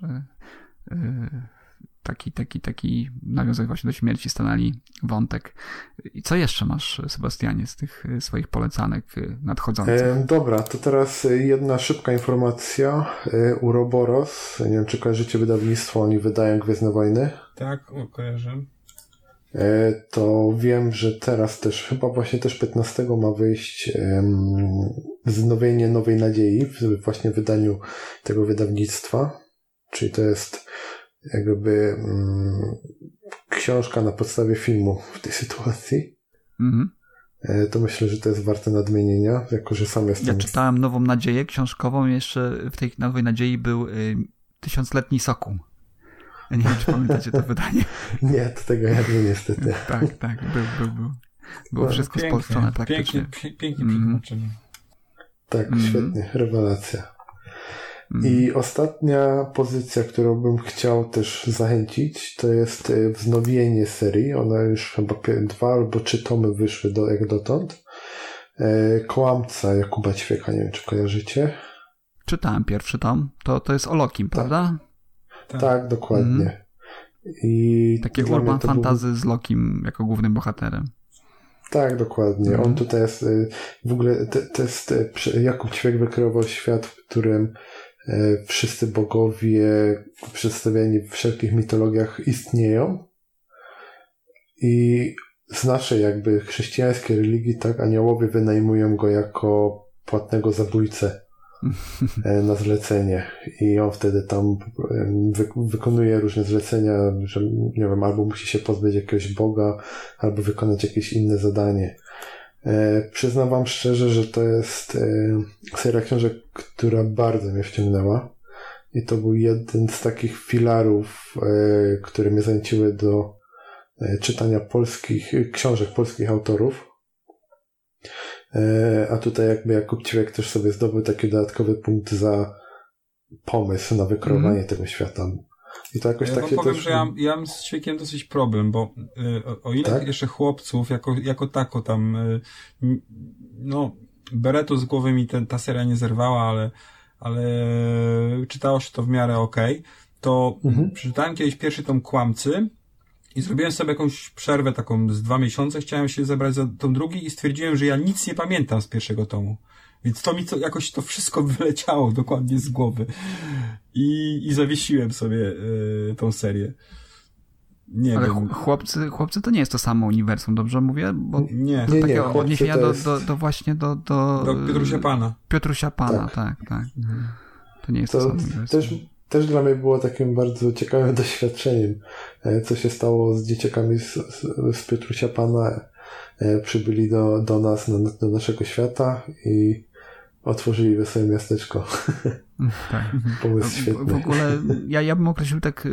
taki nawiązek właśnie do śmierci Stanley wątek. I co jeszcze masz, Sebastianie, z tych swoich polecanek nadchodzących? Dobra, to teraz jedna szybka informacja. Uroboros, nie wiem, czy kojarzycie wydawnictwo, oni wydają Gwiezdne Wojny. Tak, kojarzę. To wiem, że teraz też, chyba właśnie też 15 ma wyjść wznowienie Nowej Nadziei w właśnie wydaniu tego wydawnictwa. Czyli to jest jakby książka na podstawie filmu w tej sytuacji. To myślę, że to jest warte nadmienienia, jako że sam jestem... Ja czytałem Nową Nadzieję książkową, jeszcze w tej Nowej Nadziei był 1000-letni Sokół. Ja nie wiem, czy pamiętacie to wydanie. Nie, to tego ja nie niestety. Tak, był. Było wszystko spolszczone praktycznie. Pięknie przetłumaczenie. Tak, świetnie, rewelacja. I ostatnia pozycja, którą bym chciał też zachęcić, to jest wznowienie serii. Ona już chyba 2 albo 3 tomy wyszły jak dotąd. Kłamca Jakuba Ćwieka, nie wiem, czy kojarzycie. Czytałem pierwszy tom. To jest o Lokim, prawda? Tak, dokładnie. I takie urban fantasy z Lokim jako głównym bohaterem. Tak, dokładnie. On tutaj jest w ogóle to jest Jakub Ćwiek wykreował świat, w którym wszyscy bogowie przedstawiani w wszelkich mitologiach istnieją i z naszej jakby chrześcijańskiej religii, tak, aniołowie wynajmują go jako płatnego zabójcę. na zlecenie i on wtedy tam wykonuje różne zlecenia, że nie wiem, albo musi się pozbyć jakiegoś boga, albo wykonać jakieś inne zadanie. Przyznam wam szczerze, że to jest seria książek, która bardzo mnie wciągnęła i to był jeden z takich filarów, które mnie zachęciły do czytania książek polskich autorów. A tutaj jakby Jakub Ciwek też sobie zdobył taki dodatkowy punkt za pomysł na wykreowanie tego świata. I to jakoś takie powiem, też... że ja mam z Ćwiekiem dosyć problem, bo o ile tak? jeszcze chłopców jako tako tam no beretu z głowy mi ta seria nie zerwała, ale czytało się to w miarę okej, to przeczytałem kiedyś pierwszy tom Kłamcy i zrobiłem sobie jakąś przerwę taką z 2 miesiące, chciałem się zebrać za tom drugi i stwierdziłem, że ja nic nie pamiętam z pierwszego tomu. Więc to mi jakoś to wszystko wyleciało dokładnie z głowy. I zawiesiłem sobie tą serię. Nie ale wiem. Chłopcy to nie jest to samo uniwersum, dobrze mówię? Bo nie. To takie Chłopcy odniesienia to jest... do właśnie do Piotrusia Pana. Piotrusia Pana, tak. To nie jest to samo uniwersum. Też dla mnie było takim bardzo ciekawym doświadczeniem, co się stało z dzieciakami z Piotrusia Pana. Przybyli do nas, do naszego świata i otworzyli wesołe miasteczko. Tak. Pomysł świetny. W ogóle ja bym określił tak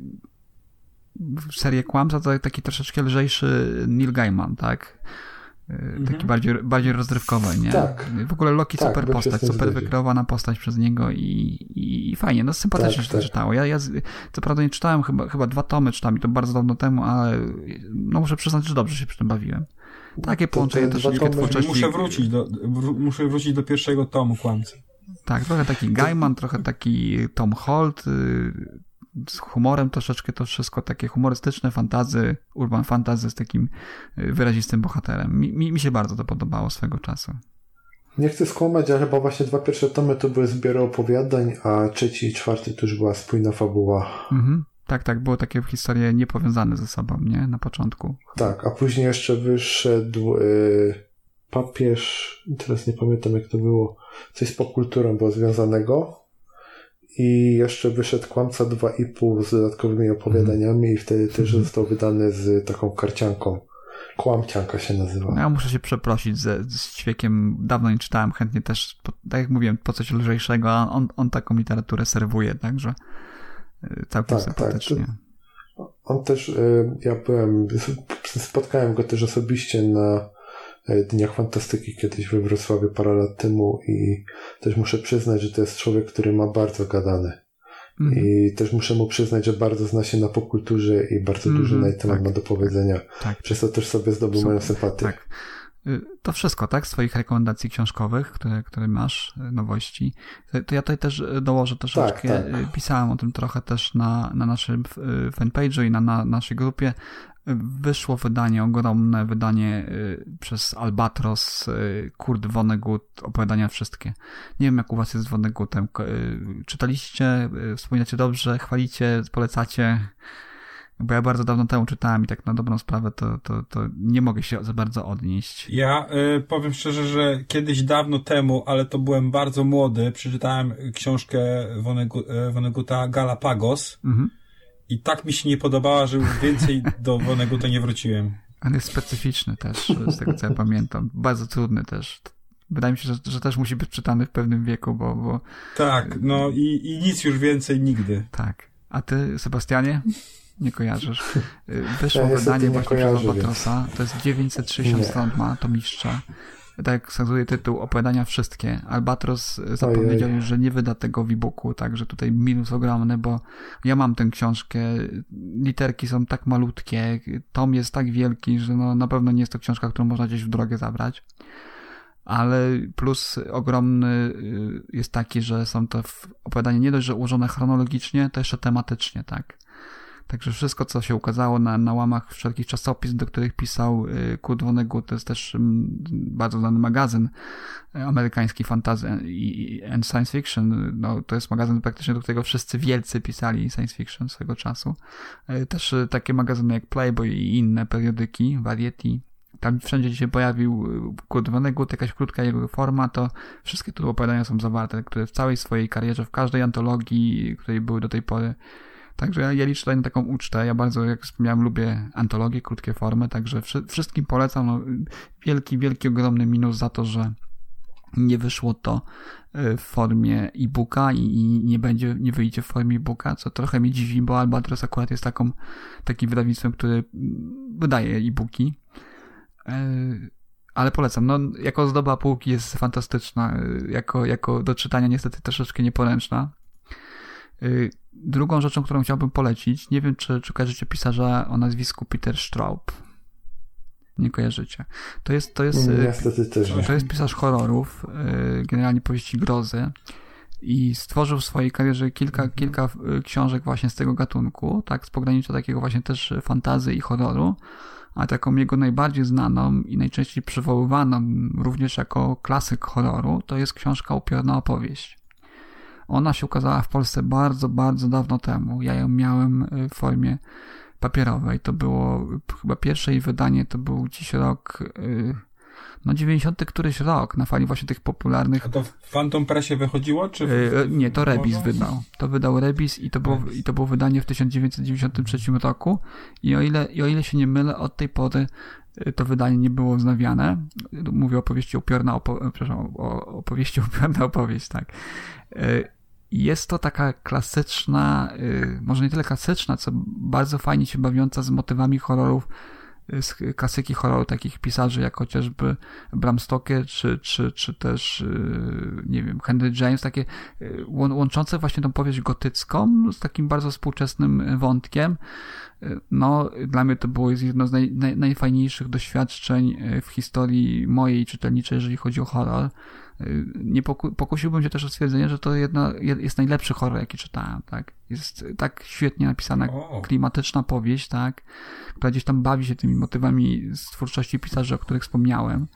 serię Kłamca to taki troszeczkę lżejszy Neil Gaiman, tak? Taki bardziej rozrywkowy, nie? Tak. W ogóle Loki tak, super postać, super wykreowana postać przez niego i fajnie, no sympatycznie się to czytało. Ja co prawda nie czytałem, chyba 2 tomy czytałem i to bardzo dawno temu, ale no muszę przyznać, że dobrze się przy tym bawiłem. Takie połączenie troszeczkę twórczości. Muszę wrócić do pierwszego tomu Kłamcy. Tak, trochę taki Gaiman, trochę taki Tom Holt, z humorem troszeczkę to wszystko, takie humorystyczne fantazy, urban fantasy z takim wyrazistym bohaterem. Mi się bardzo to podobało swego czasu. Nie chcę skłamać, ale chyba właśnie 2 pierwsze tomy to były zbiory opowiadań, a 3. i 4 to już była spójna fabuła. Tak, było takie historie niepowiązane ze sobą, nie? Na początku. Tak, a później jeszcze wyszedł Papież, teraz nie pamiętam jak to było, coś z popkulturą było związanego. I jeszcze wyszedł Kłamca 2,5 z dodatkowymi opowiadaniami i wtedy też został wydany z taką karcianką. Kłamcianka się nazywa. Ja muszę się przeprosić z Ćwiekiem. Dawno nie czytałem, chętnie też, tak jak mówiłem, po coś lżejszego, a on taką literaturę serwuje, także całkiem sympatycznie. Tak. On też, spotkałem go też osobiście na Dniach Fantastyki kiedyś we Wrocławiu parę lat temu i też muszę przyznać, że to jest człowiek, który ma bardzo gadane. I też muszę mu przyznać, że bardzo zna się na popkulturze i bardzo dużo na ten temat ma do powiedzenia. Tak. Przez to też sobie zdobył moją sympatię. Tak. To wszystko, tak? Swoich rekomendacji książkowych, które masz, nowości. To ja tutaj też dołożę troszeczkę. Tak. Pisałem o tym trochę też na naszym fanpage'u i na naszej grupie. Wyszło ogromne wydanie przez Albatros, Kurt Vonnegut, opowiadania wszystkie. Nie wiem, jak u was jest z Vonnegutem. Czytaliście, wspominacie dobrze, chwalicie, polecacie? Bo ja bardzo dawno temu czytałem i tak na dobrą sprawę to nie mogę się za bardzo odnieść. Ja powiem szczerze, że kiedyś dawno temu, ale to byłem bardzo młody, przeczytałem książkę Vonneguta Galapagos. I tak mi się nie podobała, że już więcej do Vonneguta nie wróciłem. On jest specyficzny też, z tego co ja pamiętam. Bardzo trudny też. Wydaje mi się, że też musi być czytany w pewnym wieku, bo... Tak, no i nic już więcej nigdy. Tak. A ty, Sebastianie? Nie kojarzysz. Wyszło wydanie właśnie przez Albatrosa. To jest 960 stron ma, to mistrza. Tak jak wskazuje tytuł, opowiadania wszystkie. Albatros zapowiedział już, że nie wyda tego w e-booku, także tutaj minus ogromny, bo ja mam tę książkę, literki są tak malutkie, tom jest tak wielki, że no, na pewno nie jest to książka, którą można gdzieś w drogę zabrać. Ale plus ogromny jest taki, że są to opowiadania nie dość, że ułożone chronologicznie, to jeszcze tematycznie, tak. Także wszystko, co się ukazało na łamach wszelkich czasopism, do których pisał Kurt Vonnegut, to jest też bardzo znany magazyn amerykański fantasy and science fiction. No, to jest magazyn praktycznie, do którego wszyscy wielcy pisali science fiction swego czasu. Też takie magazyny jak Playboy i inne periodyki, Variety, tam wszędzie gdzie się pojawił Kurt Vonnegut, jakaś krótka jego forma, to wszystkie tu opowiadania są zawarte, które w całej swojej karierze, w każdej antologii, której były do tej pory. Także ja liczę tutaj na taką ucztę. Ja bardzo, jak wspomniałem, lubię antologie, krótkie formy, także wszystkim polecam. No, wielki, ogromny minus za to, że nie wyszło to w formie e-booka i nie wyjdzie w formie e-booka, co trochę mnie dziwi, bo Albatros akurat jest takim wydawnictwem, które wydaje e-booki. Ale polecam. No, jako ozdoba półki jest fantastyczna. Jako do czytania niestety troszeczkę nieporęczna. Drugą rzeczą, którą chciałbym polecić, nie wiem, czy kojarzycie pisarza o nazwisku Peter Straub. Nie kojarzycie. To jest pisarz horrorów, generalnie powieści grozy i stworzył w swojej karierze kilka książek właśnie z tego gatunku, tak, z pogranicza takiego właśnie też fantasy i horroru, a taką jego najbardziej znaną i najczęściej przywoływaną również jako klasyk horroru to jest książka Upiorna opowieść. Ona się ukazała w Polsce bardzo, bardzo dawno temu. Ja ją miałem w formie papierowej. To było chyba pierwsze jej wydanie, to był dziś rok, 90 któryś rok, na fali właśnie tych popularnych. A to w Phantom Pressie wychodziło? Czy nie, to Rebis wydał. To wydał Rebis i to było wydanie w 1993 roku i o ile się nie mylę, od tej pory to wydanie nie było wznawiane. Mówię o opowieści Upiorna opowieść, tak. Jest to taka klasyczna, może nie tyle klasyczna, co bardzo fajnie się bawiąca z motywami horrorów, z klasyki horroru takich pisarzy jak chociażby Bram Stoker czy też nie wiem, Henry James, takie łączące właśnie tą powieść gotycką z takim bardzo współczesnym wątkiem. No, dla mnie to było jedno z najfajniejszych doświadczeń w historii mojej czytelniczej, jeżeli chodzi o horror. Nie pokusiłbym się też o stwierdzenie, że to jest najlepszy horror, jaki czytałem, tak? Jest tak świetnie napisana, klimatyczna powieść, tak? Która gdzieś tam bawi się tymi motywami z twórczości pisarzy, o których wspomniałem.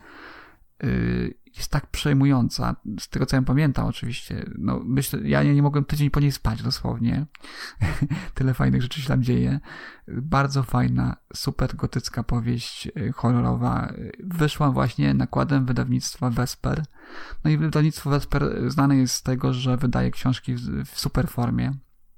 Jest tak przejmująca, z tego co ja pamiętam oczywiście. No, myślę, ja nie mogłem tydzień po niej spać dosłownie. Tyle fajnych rzeczy się tam dzieje. Bardzo fajna, super gotycka powieść horrorowa. Wyszła właśnie nakładem wydawnictwa Vesper. No i wydawnictwo Vesper znane jest z tego, że wydaje książki w super formie.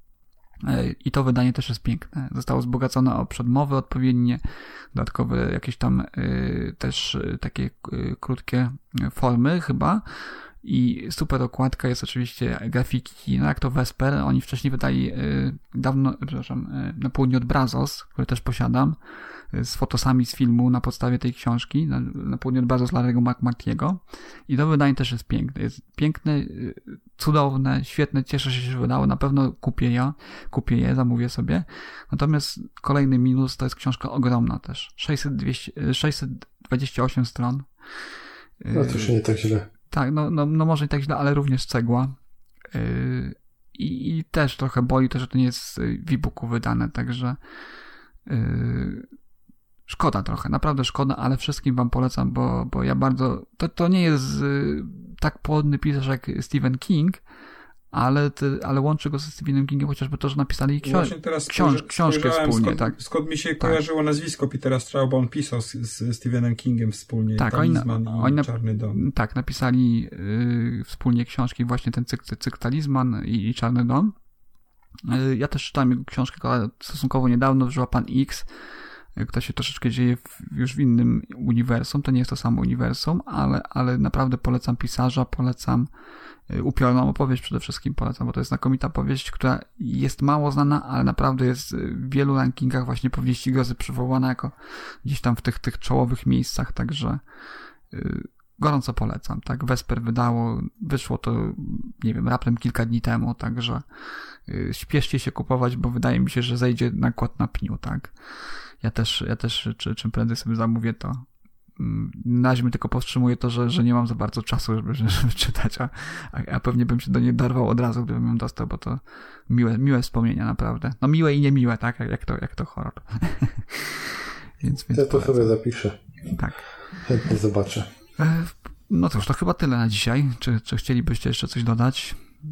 I to wydanie też jest piękne. Zostało wzbogacone o przedmowy odpowiednie, dodatkowe jakieś tam też takie krótkie formy chyba i super okładka jest oczywiście grafiki, no jak to Vesper, oni wcześniej wydali na południe od Brazos, który też posiadam, z fotosami z filmu na podstawie tej książki, na południe od Brazos Larry'ego McMurtry'ego i to wydanie też jest piękne. Jest piękne, cudowne, świetne, cieszę się, że wydało, na pewno kupię je, zamówię sobie. Natomiast kolejny minus to jest książka ogromna też. 628 stron. No to już nie tak źle. Tak, no może nie tak źle, ale również cegła. I też trochę boli to, że to nie jest w e-booku wydane, także szkoda trochę, naprawdę szkoda, ale wszystkim wam polecam, bo ja bardzo... To nie jest tak płodny pisarz jak Stephen King, ale łączy go ze Stephenem Kingiem chociażby to, że napisali książkę wspólnie. Skąd mi się kojarzyło nazwisko Petera Strauba, on pisał z Stephenem Kingiem wspólnie, tak, Talizman i Czarny Dom. Tak, napisali wspólnie książki, właśnie ten cykl Talizman i Czarny Dom. Ja też czytałem jego książkę stosunkowo niedawno, Żyła Pan X, która się troszeczkę dzieje już w innym uniwersum. To nie jest to samo uniwersum, ale naprawdę polecam pisarza, polecam Upiorną opowieść przede wszystkim polecam, bo to jest znakomita powieść, która jest mało znana, ale naprawdę jest w wielu rankingach właśnie powieści grozy przywołana jako gdzieś tam w tych czołowych miejscach, także gorąco polecam, tak? Vesper wyszło to, nie wiem, raptem kilka dni temu, także śpieszcie się kupować, bo wydaje mi się, że zejdzie nakład na pniu, tak? Ja też czym prędzej sobie zamówię to. Na razie mnie tylko powstrzymuje to, że nie mam za bardzo czasu, żeby czytać, a pewnie bym się do niej dorwał od razu, gdybym ją dostał, bo to miłe wspomnienia, naprawdę. No miłe i niemiłe, tak? Jak to horror. więc ja to sobie zapiszę. Tak. Chętnie zobaczę. No to już to chyba tyle na dzisiaj. Czy chcielibyście jeszcze coś dodać?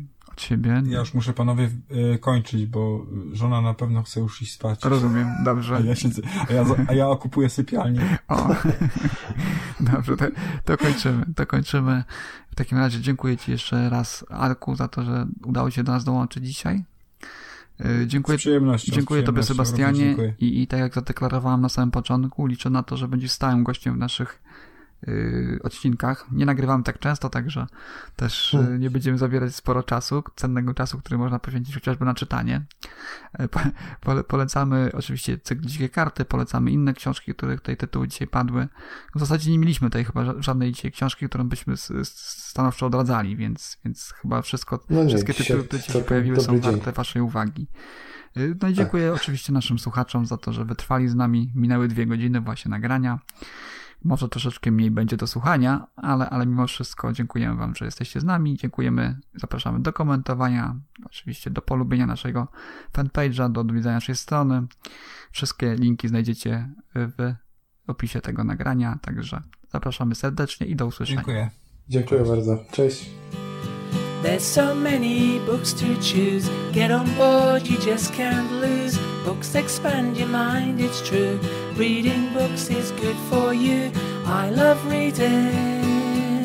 ciebie. Ja już muszę, panowie, kończyć, bo żona na pewno chce już iść spać. Rozumiem, dobrze. A ja okupuję sypialnię. O, dobrze, to kończymy. W takim razie dziękuję ci jeszcze raz, Arku, za to, że udało się do nas dołączyć dzisiaj. Dziękuję, z przyjemnością. Dziękuję tobie, Sebastianie. I tak jak zadeklarowałem na samym początku, liczę na to, że będziesz stałym gościem w naszych odcinkach. Nie nagrywamy tak często, także też nie będziemy zabierać sporo czasu, cennego czasu, który można poświęcić chociażby na czytanie. Polecamy oczywiście cykl Dzikie Karty, polecamy inne książki, których tutaj tytuły dzisiaj padły. W zasadzie nie mieliśmy tutaj chyba żadnej dzisiaj książki, którą byśmy stanowczo odradzali, więc chyba wszystkie tytuły, które dzisiaj pojawiły, są warte waszej uwagi. No i dziękuję oczywiście naszym słuchaczom za to, że wytrwali z nami. Minęły 2 godziny właśnie nagrania. Może troszeczkę mniej będzie do słuchania, ale mimo wszystko dziękujemy wam, że jesteście z nami. Dziękujemy, zapraszamy do komentowania, oczywiście do polubienia naszego fanpage'a, do odwiedzania naszej strony. Wszystkie linki znajdziecie w opisie tego nagrania, także zapraszamy serdecznie i do usłyszenia. Dziękuję bardzo. Cześć. There's so many books to choose. Get on board, you just can't lose. Books expand your mind, it's true. Reading books is good for you. I love reading.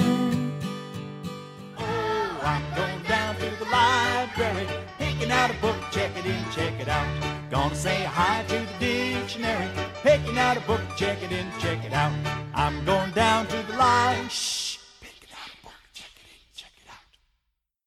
Oh, I'm going down to the library, picking out a book, check it in, check it out. Gonna say hi to the dictionary, picking out a book, check it in, check it out. I'm going down to the library.